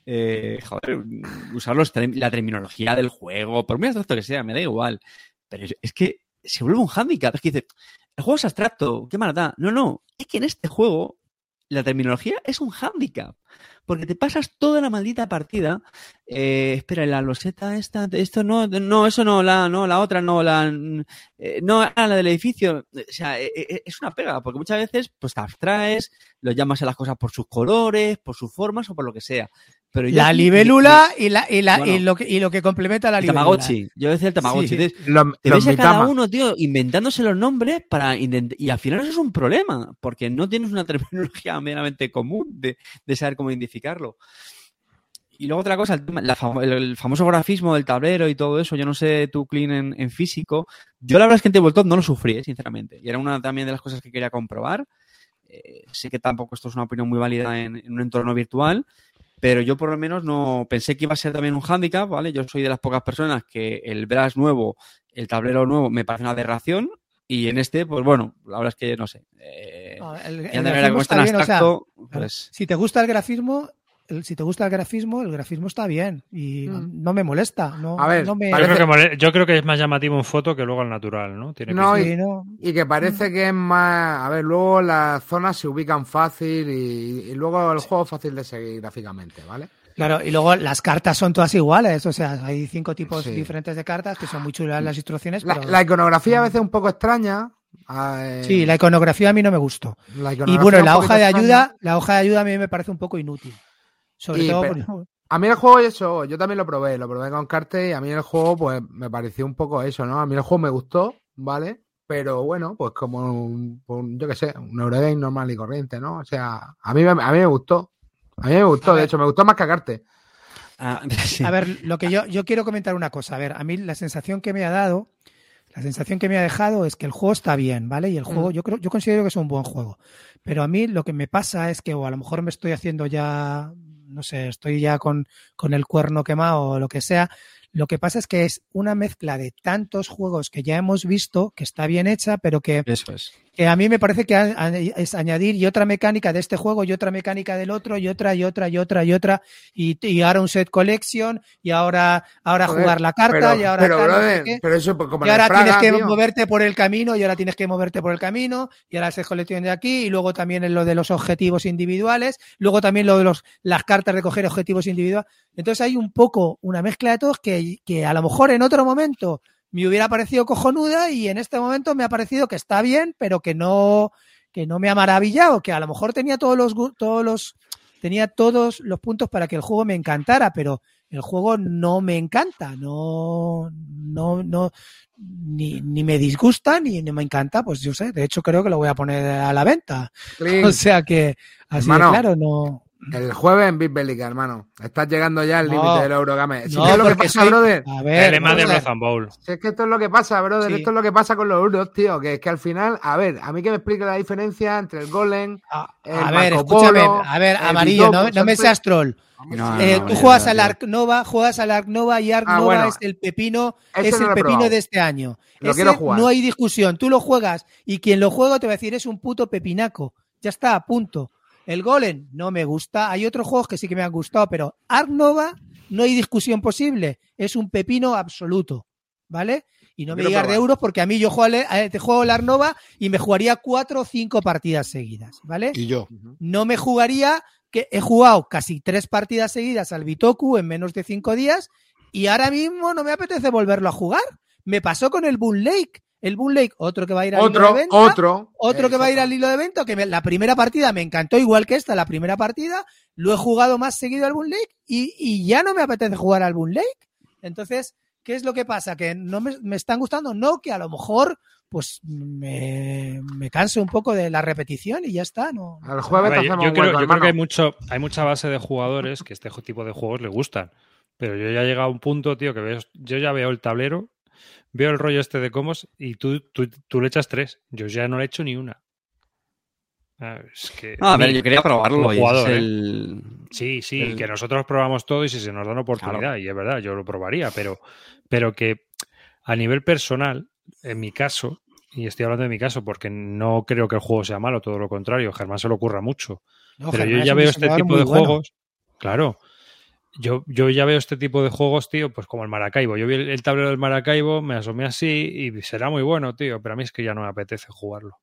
usar la terminología del juego. Por muy abstracto que sea, me da igual. Pero es que se vuelve un hándicap. Es que dice, el juego es abstracto, ¿qué más da? No, es que en este juego la terminología es un hándicap. Porque te pasas toda la maldita partida. Espera, la loseta esta, esto no, eso no, la otra no, la del edificio. O sea, es una pega, porque muchas veces pues te abstraes, lo llamas a las cosas por sus colores, por sus formas o por lo que sea. Pero la libélula y lo que complementa la libélula. Tamagotchi. Yo decía el Tamagotchi. Sí. Entonces, te ves a cada uno, tío, inventándose los nombres y al final eso es un problema, porque no tienes una terminología meramente común de saber cómo identificarlo. Y luego otra cosa, el famoso grafismo del tablero y todo eso, yo no sé tú, Clean, en físico. Yo la verdad es que en Tabletop no lo sufrí, sinceramente. Y era una también de las cosas que quería comprobar. Sé que tampoco esto es una opinión muy válida en un entorno virtual, pero yo por lo menos no pensé que iba a ser también un hándicap, ¿vale? Yo soy de las pocas personas que el brush nuevo, el tablero nuevo, me parece una aberración. Y en este, pues bueno, la verdad es que no sé. El grafismo está bien, abstracto, o sea, pues... si te gusta el grafismo, el grafismo está bien y no me molesta. No, a ver, no me... yo creo que es más llamativo en foto que luego al natural, ¿no? Y que parece que es más... A ver, luego las zonas se ubican fácil y luego el juego es fácil de seguir gráficamente, ¿vale? Claro, y luego las cartas son todas iguales, o sea, hay 5 tipos diferentes de cartas que son muy chulas las instrucciones. Pero... La iconografía a veces es un poco extraña. Sí, la iconografía a mí no me gustó. Y bueno, la hoja de ayuda a mí me parece un poco inútil. Sobre todo por... A mí el juego, eso, yo también lo probé con cartas y a mí el juego pues me pareció un poco eso, ¿no? A mí el juego me gustó, ¿vale? Pero bueno, pues como yo qué sé, un Eurogame normal y corriente, ¿no? O sea, a mí me gustó. A mí me gustó, de hecho, me gustó más que Cagarte. Sí. A ver, lo que yo quiero comentar una cosa. A ver, a mí la sensación que me ha dejado es que el juego está bien, ¿vale? Y el juego, yo considero que es un buen juego. Pero a mí lo que me pasa es que, o a lo mejor me estoy haciendo ya, no sé, estoy ya con el cuerno quemado o lo que sea. Lo que pasa es que es una mezcla de tantos juegos que ya hemos visto, que está bien hecha, pero que, que a mí me parece que es añadir y otra mecánica de este juego y otra mecánica del otro y otra y ahora un set collection y ahora jugar la carta y ahora como y ahora tienes que moverte por el camino y ahora el set collection de aquí y luego también en lo de los objetivos individuales, luego también lo de las cartas de coger objetivos individuales. Entonces hay un poco una mezcla de todos que a lo mejor en otro momento me hubiera parecido cojonuda y en este momento me ha parecido que está bien, pero que no me ha maravillado, que a lo mejor tenía todos los puntos para que el juego me encantara, pero el juego no me encanta, ni me disgusta ni me encanta, pues yo sé, de hecho creo que lo voy a poner a la venta. Clean. O sea que así de claro, no. El jueves en Big Bellica, hermano. Estás llegando ya al límite del Eurogame. Si es lo que pasa, brother. A ver, el lema de Breath and Bowl. Si es que esto es lo que pasa, brother. Sí. Esto es lo que pasa con los euros, tío. Que es que al final, a ver, a mí que me explique la diferencia entre el Golem, a ver, escúchame. A ver, Amarillo, no me seas troll. Tú juegas al Ark Nova y Ark Nova es el pepino, de este año. Lo quiero jugar. No hay discusión. Tú lo juegas y quien lo juega te va a decir es un puto pepinaco. Ya está, punto. El Golem no me gusta. Hay otros juegos que sí que me han gustado, pero Ark Nova no hay discusión posible. Es un pepino absoluto, ¿vale? Y no me digas de euros porque a mí yo juego el Ark Nova y me jugaría 4 o 5 partidas seguidas, ¿vale? Y yo. No me jugaría, que he jugado casi 3 partidas seguidas al Bitoku en menos de 5 días y ahora mismo no me apetece volverlo a jugar. Me pasó con el Boon Lake. El Boon Lake, otro que va a ir al hilo de venta. Otro que va a ir al hilo de venta, que la primera partida me encantó igual que esta, la primera partida. Lo he jugado más seguido al Boon Lake y ya no me apetece jugar al Boon Lake. Entonces, ¿qué es lo que pasa? ¿Que no me están gustando? No, que a lo mejor pues me canso un poco de la repetición y ya está. No. Al jueves yo creo que hay mucha base de jugadores que este tipo de juegos le gustan. Pero yo ya he llegado a un punto, tío, que yo ya veo el tablero, veo el rollo este de comos y tú le echas 3. Yo ya no le echo ni una. Es que a ver, yo quería probarlo. Jugador, Sí, que nosotros probamos todo y si se nos da una oportunidad, claro. Y es verdad, yo lo probaría, pero que a nivel personal, en mi caso, y estoy hablando de mi caso porque no creo que el juego sea malo, todo lo contrario, Germán se lo ocurra mucho. No, pero Germán, yo ya veo este tipo de juegos, claro. Yo ya veo este tipo de juegos, tío, pues como el Maracaibo. Yo vi el tablero del Maracaibo, me asomé así y será muy bueno, tío, pero a mí es que ya no me apetece jugarlo.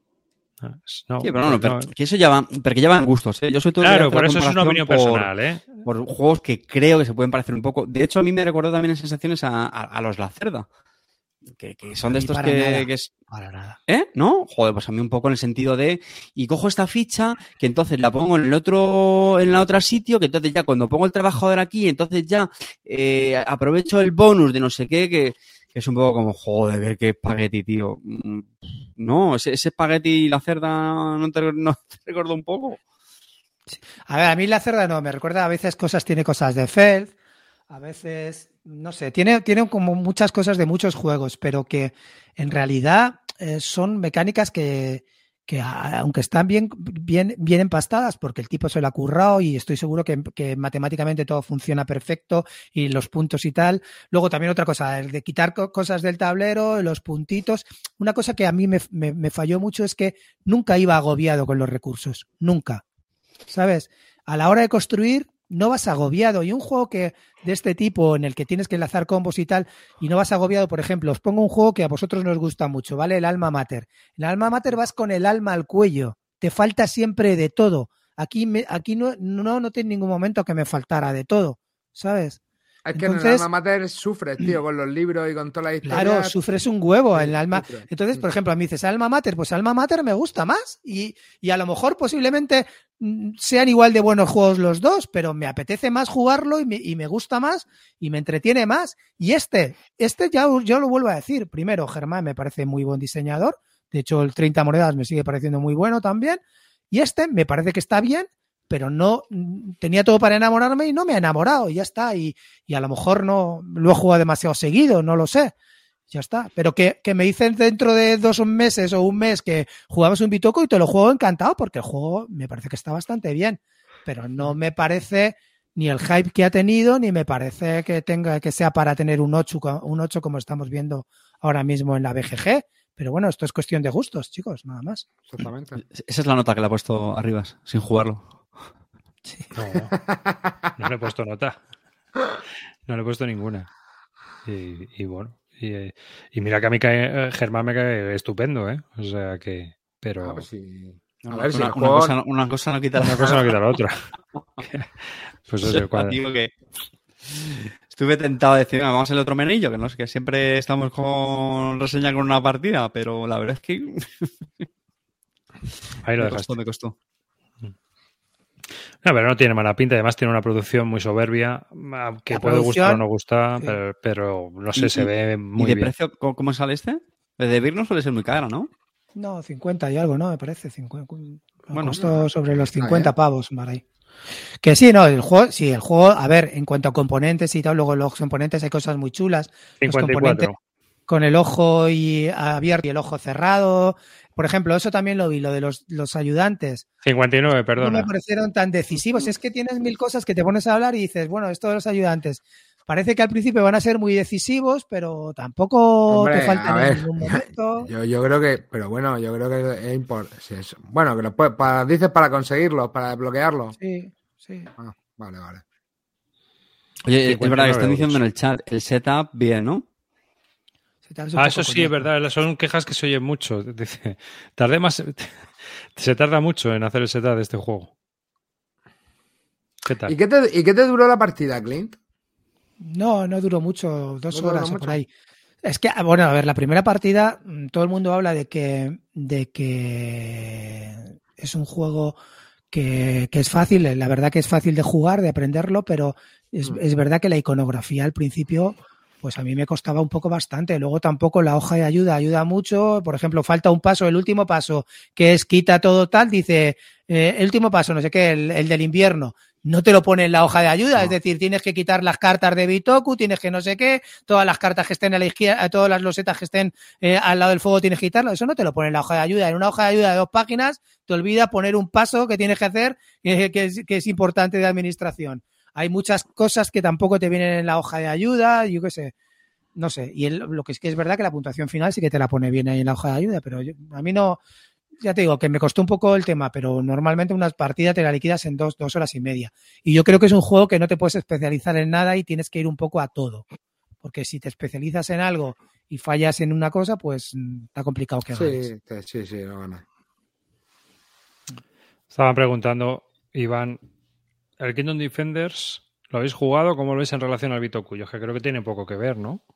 No, sí, pero que eso ya va, porque ya van gustos, ¿eh? Yo soy todo claro, por eso es una opinión personal, ¿eh? Por juegos que creo que se pueden parecer un poco. De hecho, a mí me recordó también en sensaciones a los Lacerda. Que son de estos que es... Para nada. ¿No? Joder, pues a mí un poco en el sentido de... Y cojo esta ficha, que entonces la pongo en la otra sitio, que entonces ya cuando pongo el trabajador aquí, entonces ya aprovecho el bonus de no sé qué, que es un poco como, joder, qué espagueti, tío. No, ese espagueti y la cerda no te recordó un poco. Sí. A ver, a mí la cerda no, me recuerda a veces tiene cosas de Feld, a veces, no sé, tiene como muchas cosas de muchos juegos, pero que en realidad son mecánicas que aunque están bien empastadas, porque el tipo se lo ha currado y estoy seguro que matemáticamente todo funciona perfecto y los puntos y tal. Luego también otra cosa, el de quitar cosas del tablero, los puntitos. Una cosa que a mí me falló mucho es que nunca iba agobiado con los recursos, nunca. ¿Sabes? A la hora de construir no vas agobiado, y un juego de este tipo en el que tienes que enlazar combos y tal y no vas agobiado, por ejemplo, os pongo un juego que a vosotros nos gusta mucho, ¿vale? El Alma Mater. En el Alma Mater vas con el alma al cuello, te falta siempre de todo. Aquí no noté en ningún momento que me faltara de todo, ¿sabes? Es que entonces, en el Alma Mater sufres, tío, con los libros y con toda la historia. Claro, sufres un huevo en el alma. Entonces, por ejemplo, a mí dices Alma Mater, pues Alma Mater me gusta más y a lo mejor posiblemente sean igual de buenos juegos los dos, pero me apetece más jugarlo y me gusta más y me entretiene más. Y este ya yo lo vuelvo a decir. Primero, Germán me parece muy buen diseñador. De hecho, el 30 monedas me sigue pareciendo muy bueno también. Y este me parece que está bien, pero no tenía todo para enamorarme y no me ha enamorado y ya está, y a lo mejor no lo he jugado demasiado seguido, no lo sé, ya está, pero que me dicen dentro de 2 meses o un mes que jugamos un Bitoku y te lo juego encantado, porque el juego me parece que está bastante bien, pero no me parece ni el hype que ha tenido, ni me parece que sea para tener un 8 como estamos viendo ahora mismo en la BGG. Pero bueno, esto es cuestión de gustos, chicos, nada más. Exactamente. Esa es la nota que le ha puesto Arribas, sin jugarlo. Sí. No le he puesto nota. No le he puesto ninguna. Y bueno. Y mira que a mí Germán me cae estupendo, ¿eh? O sea que. Pero. Pues sí. Una cosa no quita la otra. Pues eso, digo que estuve tentado de decir, vamos al otro menillo, que no sé, que siempre estamos con reseña con una partida, pero la verdad es que. Ahí lo dejaste. Me costó. No, pero no tiene mala pinta. Además tiene una producción muy soberbia, que puede gustar o no gustar, sí. pero no sé, se ve muy bien. ¿Y de precio cómo sale este? El de Vir no suele ser muy caro, ¿no? No, 50 y algo, ¿no? Me parece. 50. Bueno, costó sobre los 50 pavos por ahí. Que sí, no, el juego, a ver, en cuanto a componentes y tal, luego los componentes hay cosas muy chulas. 54. Los componentes con el ojo abierto y el ojo cerrado. Por ejemplo, eso también lo vi, lo de los ayudantes. 59, perdona. No me parecieron tan decisivos. Es que tienes 1000 cosas que te pones a hablar y dices, bueno, esto de los ayudantes. Parece que al principio van a ser muy decisivos, pero tampoco te faltan en ningún momento. Yo creo que, pero bueno, yo creo que es importante. Bueno, que lo dices para conseguirlo, para desbloquearlo. Sí. Vale. Oye, es verdad que están diciendo en el chat, el setup bien, ¿no? Eso sí, es verdad. Son quejas que se oyen mucho. Dice, se tarda mucho en hacer el setup de este juego. ¿Qué tal? ¿Y qué te duró la partida, Clint? No duró mucho, 2 horas o por ahí. Es que, bueno, a ver, la primera partida, todo el mundo habla de que es un juego que es fácil, la verdad que es fácil de jugar, de aprenderlo, pero es verdad que la iconografía al principio, pues a mí me costaba un poco bastante. Luego tampoco la hoja de ayuda mucho. Por ejemplo, falta un paso, el último paso, que es quita todo tal, dice, el último paso, no sé qué, el del invierno. No te lo pone en la hoja de ayuda, es decir, tienes que quitar las cartas de Bitoku, tienes que no sé qué, todas las cartas que estén a la izquierda, todas las losetas que estén al lado del fuego tienes que quitarlo. Eso no te lo pone en la hoja de ayuda. En una hoja de ayuda de 2 páginas te olvida poner un paso que tienes que hacer que es importante de administración. Hay muchas cosas que tampoco te vienen en la hoja de ayuda, yo qué sé, no sé. Y lo que es verdad que la puntuación final sí que te la pone bien ahí en la hoja de ayuda, pero a mí no. Ya te digo que me costó un poco el tema, pero normalmente una partida te la liquidas en 2 horas y media. Y yo creo que es un juego que no te puedes especializar en nada y tienes que ir un poco a todo. Porque si te especializas en algo y fallas en una cosa, pues está complicado que ganes. Sí, no gana. Estaban preguntando, Iván, ¿el Kingdom Defenders lo habéis jugado? ¿Cómo lo veis en relación al Bitoku? Yo que creo que tiene poco que ver, ¿no?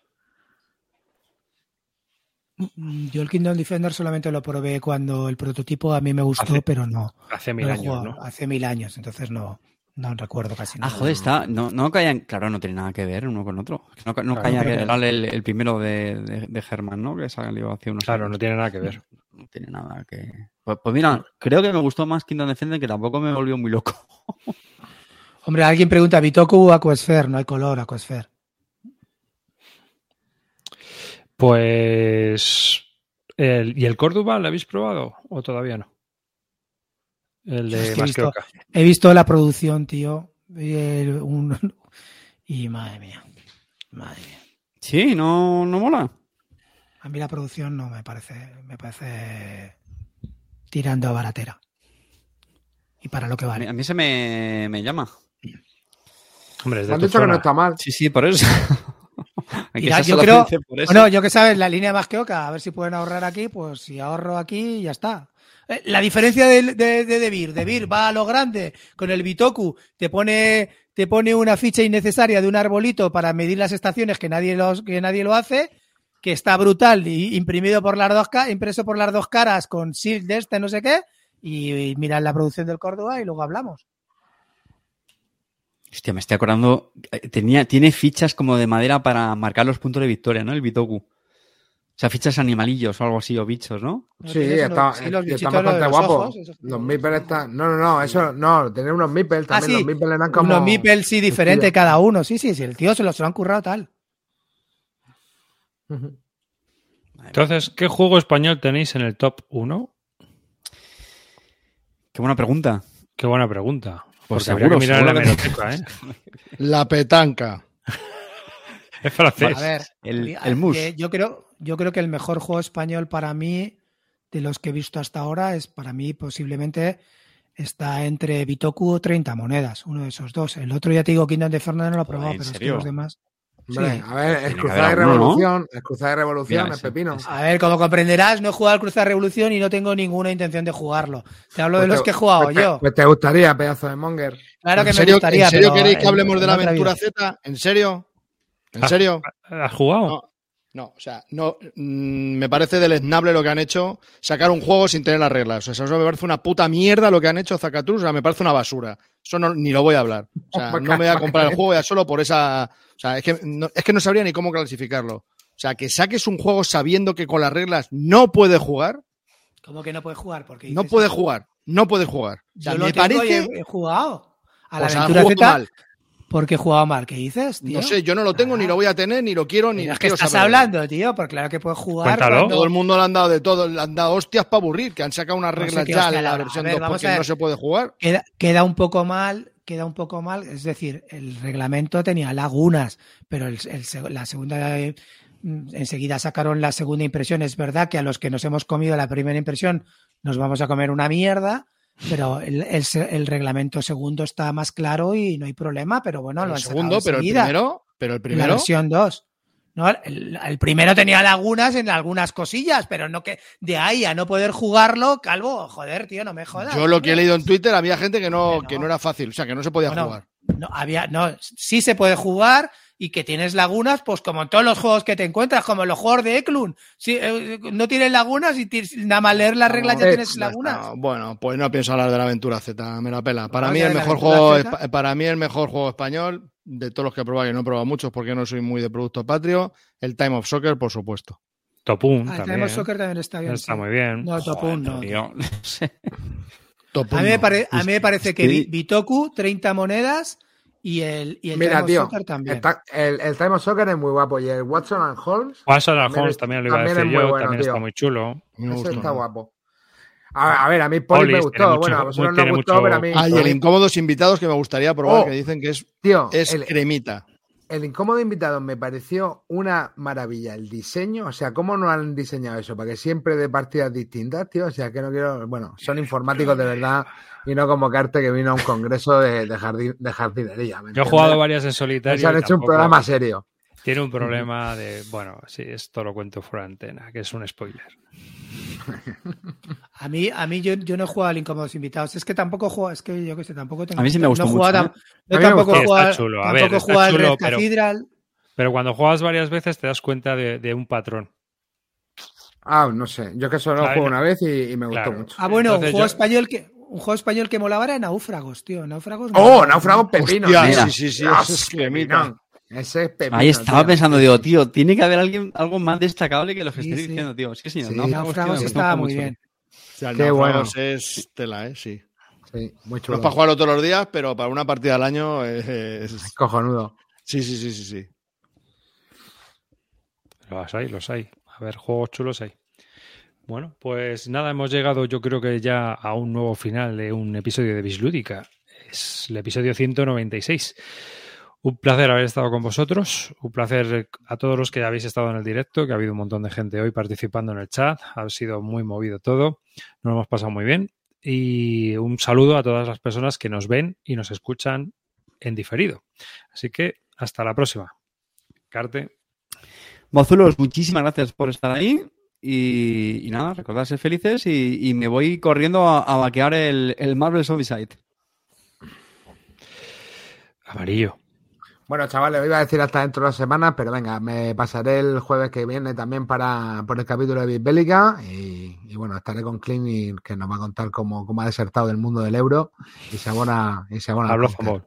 Yo el Kingdom Defender solamente lo probé cuando el prototipo a mí me gustó, pero no. Hace 1000 años, ¿no? Hace 1000 años, entonces no recuerdo casi nada. Joder, no caían, claro, no tiene nada que ver uno con otro. No caía el primero de Germán, ¿no? Que salió hace unos años. No tiene nada que ver. No tiene nada que... Pues mira, creo que me gustó más Kingdom Defender, que tampoco me volvió muy loco. Hombre, alguien pregunta, ¿Bitoku o Aquasphere? No hay color, Aquasphere. Pues... ¿Y el Córdoba lo habéis probado o todavía no? El de Masqueoka. He visto la producción, tío. Y madre mía. Sí, no mola. A mí la producción no me parece tirando a baratera. Y para lo que vale. A mí se me llama. Hombre, es de han dicho que no está mal. Sí, por eso. Mira, yo creo, bueno, yo que sabes, la línea Masqueoka, a ver si pueden ahorrar aquí, pues si ahorro aquí, ya está. La diferencia de Debir va a lo grande, con el Bitoku te pone una ficha innecesaria de un arbolito para medir las estaciones que nadie lo hace, que está brutal, y impreso por las dos caras con shield de no sé qué, y mirad la producción del Córdoba y luego hablamos. Hostia, me estoy acordando. Tiene fichas como de madera para marcar los puntos de victoria, ¿no? El Bitoku. O sea, fichas animalillos o algo así, o bichos, ¿no? Sí, está bastante guapo. Ojos, los meeples están... No, eso no. Tener unos meeples también. Sí. Los meeples eran como... Unos meeples, sí, diferentes cada uno. Sí, el tío se lo han currado tal. Entonces, ¿qué juego español tenéis en el top 1? Qué buena pregunta. Pues habría que mirar en la hemeroteca, ¿eh? La petanca. Es francés. A ver, el mus. Yo creo que el mejor juego español para mí, de los que he visto hasta ahora, es para mí posiblemente está entre Bitoku o 30 monedas. Uno de esos dos. El otro ya te digo, Kingdom Defender no lo he probado, pero es que los demás... Hombre, sí. A ver, es Cruzada de Revolución, ¿no? Es Cruzada de Revolución, Mira, es pepino. A ver, como comprenderás, no he jugado al Cruzada de Revolución y no tengo ninguna intención de jugarlo. Te hablo de los que he jugado yo. Pues te gustaría, pedazo de monger. Claro que me gustaría. ¿En serio queréis que hablemos de la aventura Z? ¿En serio? ¿Has jugado? No, o sea, no me parece deleznable lo que han hecho, sacar un juego sin tener las reglas. O sea, eso me parece una puta mierda lo que han hecho Zacatrus, o sea, me parece una basura. Eso ni lo voy a hablar. O sea, no me voy a comprar el juego ya solo por esa... O sea, es que no sabría ni cómo clasificarlo. O sea, que saques un juego sabiendo que con las reglas no puede jugar. ¿Cómo que no puede jugar? Porque no puede jugar. O sea, yo me parece... he jugado a la pues aventura Z. Mal. Porque he jugado mal. ¿Qué dices, tío? No sé, yo no lo tengo, ni lo voy a tener, ni lo quiero, ni es que estás hablando, tío, porque claro que puedes jugar. Cuéntalo. Todo el mundo le han dado de todo, le han dado hostias para aburrir, que han sacado unas reglas ya en la versión 2 porque no se puede jugar. Queda un poco mal, es decir, el reglamento tenía lagunas, pero la segunda, enseguida sacaron la segunda impresión. Es verdad que a los que nos hemos comido la primera impresión nos vamos a comer una mierda, pero el reglamento segundo está más claro y no hay problema, pero bueno, lo han segundo, sacado pero el primero. La versión 2. No, el primero tenía lagunas en algunas cosillas, pero no que de ahí a no poder jugarlo, Calvo, joder, tío, no me jodas. Yo lo que he leído en Twitter había gente que no era fácil, o sea, que no se podía jugar. Sí se puede jugar y que tienes lagunas, pues como en todos los juegos que te encuentras, como en los juegos de Eklund. Sí, no tienes lagunas y nada más leer las reglas ya tienes lagunas. No, bueno, pues no pienso hablar de la aventura Z, me la pela. Para mí el mejor juego español de todos los que he probado, que no he probado muchos porque no soy muy de producto patrio, el Time of Soccer, por supuesto. Topun el también. Time of Soccer también está bien. Está muy bien. No, Topun no. Topun a mí me parece que Bitoku, 30 monedas y el Mira, Time of Soccer también. El Time of Soccer es muy guapo y el Watson and Holmes. Watson and Holmes también lo iba a decir yo, bueno, también tío. está muy chulo. Ese está guapo. A ver, a mí Poli me gustó. Bueno, a vosotros no me gustó, pero a mí... y el Incómodos Invitados que me gustaría probar, que dicen que es cremita. El Incómodo Invitado me pareció una maravilla. El diseño, o sea, ¿cómo no han diseñado eso? Para que siempre de partidas distintas, tío. O sea, que no quiero... Bueno, son informáticos de verdad y no como Carte que vino a un congreso de jardinería. Yo he jugado varias en solitario. Se han hecho un programa serio. Tiene un problema de... Bueno, sí, esto lo cuento fuera de antena, que es un spoiler. A mí yo no he jugado al Incómodos Invitados. Es que tampoco juego, es que yo que sé, tampoco tengo... A mí sí me gustó mucho. Yo tampoco he jugado al Red Cathedral. Pero cuando juegas varias veces te das cuenta de un patrón. No sé. Yo que solo juego una vez y me gustó mucho. Bueno, entonces, un juego español que molaba era Náufragos, tío. Náufragos Náufragos pepino. Hostia, sí, es cremita. Ese es pepino, ahí estaba tío. pensando, digo, tío, tiene que haber algo más destacable que lo que estoy diciendo, tío. Es que sí, Náufragos estaba muy bien. O sea, el Náufragos es tela, Sí. Sí, muy chulo. No es para jugarlo todos los días, pero para una partida al año es cojonudo. Sí. Los hay. A ver, juegos chulos hay. Bueno, pues nada, hemos llegado yo creo que ya a un nuevo final de un episodio de Bislúdica. Es el episodio 196. Un placer haber estado con vosotros. Un placer a todos los que habéis estado en el directo, que ha habido un montón de gente hoy participando en el chat. Ha sido muy movido todo. Nos lo hemos pasado muy bien. Y un saludo a todas las personas que nos ven y nos escuchan en diferido. Así que hasta la próxima. Carte. Mozulos, muchísimas gracias por estar ahí. Y nada, recordad ser felices y me voy corriendo a vaquear el Marvel Zombicide. Amarillo. Bueno, chavales, os iba a decir hasta dentro de 2 semanas, pero venga, me pasaré el jueves que viene también por el capítulo de Bisbélica y bueno, estaré con Clint que nos va a contar cómo ha desertado del mundo del euro y se abona. Hablo fútbol.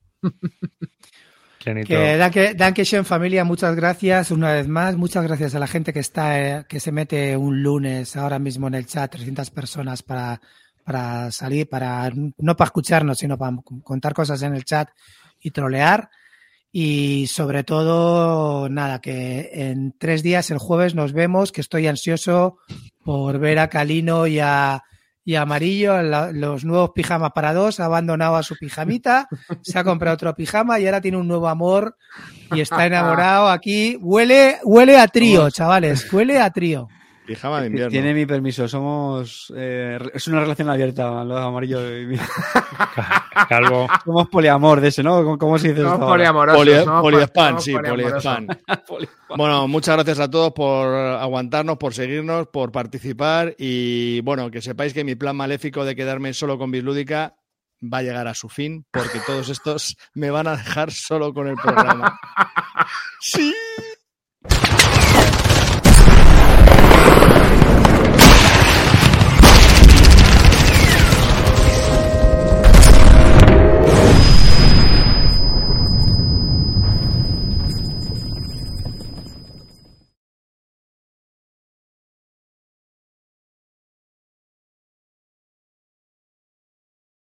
Que Dankeschön, familia, muchas gracias una vez más. Muchas gracias a la gente que se mete un lunes ahora mismo en el chat, 300 personas para salir, no para escucharnos, sino para contar cosas en el chat y trolear. Y sobre todo, nada, que en 3 días, el jueves, nos vemos, que estoy ansioso por ver a Calino y a Amarillo, los nuevos pijamas para 2, ha abandonado a su pijamita, se ha comprado otro pijama y ahora tiene un nuevo amor y está enamorado aquí. Huele a trío, chavales, huele a trío. Pijama de invierno. Tiene mi permiso, somos... es una relación abierta, lo de Amarillo y mi... Calvo. Somos poliamor de ese, ¿no? ¿Cómo se dice? Somos poliamorosos. Poliespan, sí, poliespan. Bueno, muchas gracias a todos por aguantarnos, por seguirnos, por participar y bueno, que sepáis que mi plan maléfico de quedarme solo con Bislúdica va a llegar a su fin porque todos estos me van a dejar solo con el programa. ¡Sí!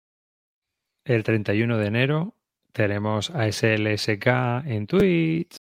El 31 de enero tenemos a SLSK en Twitch.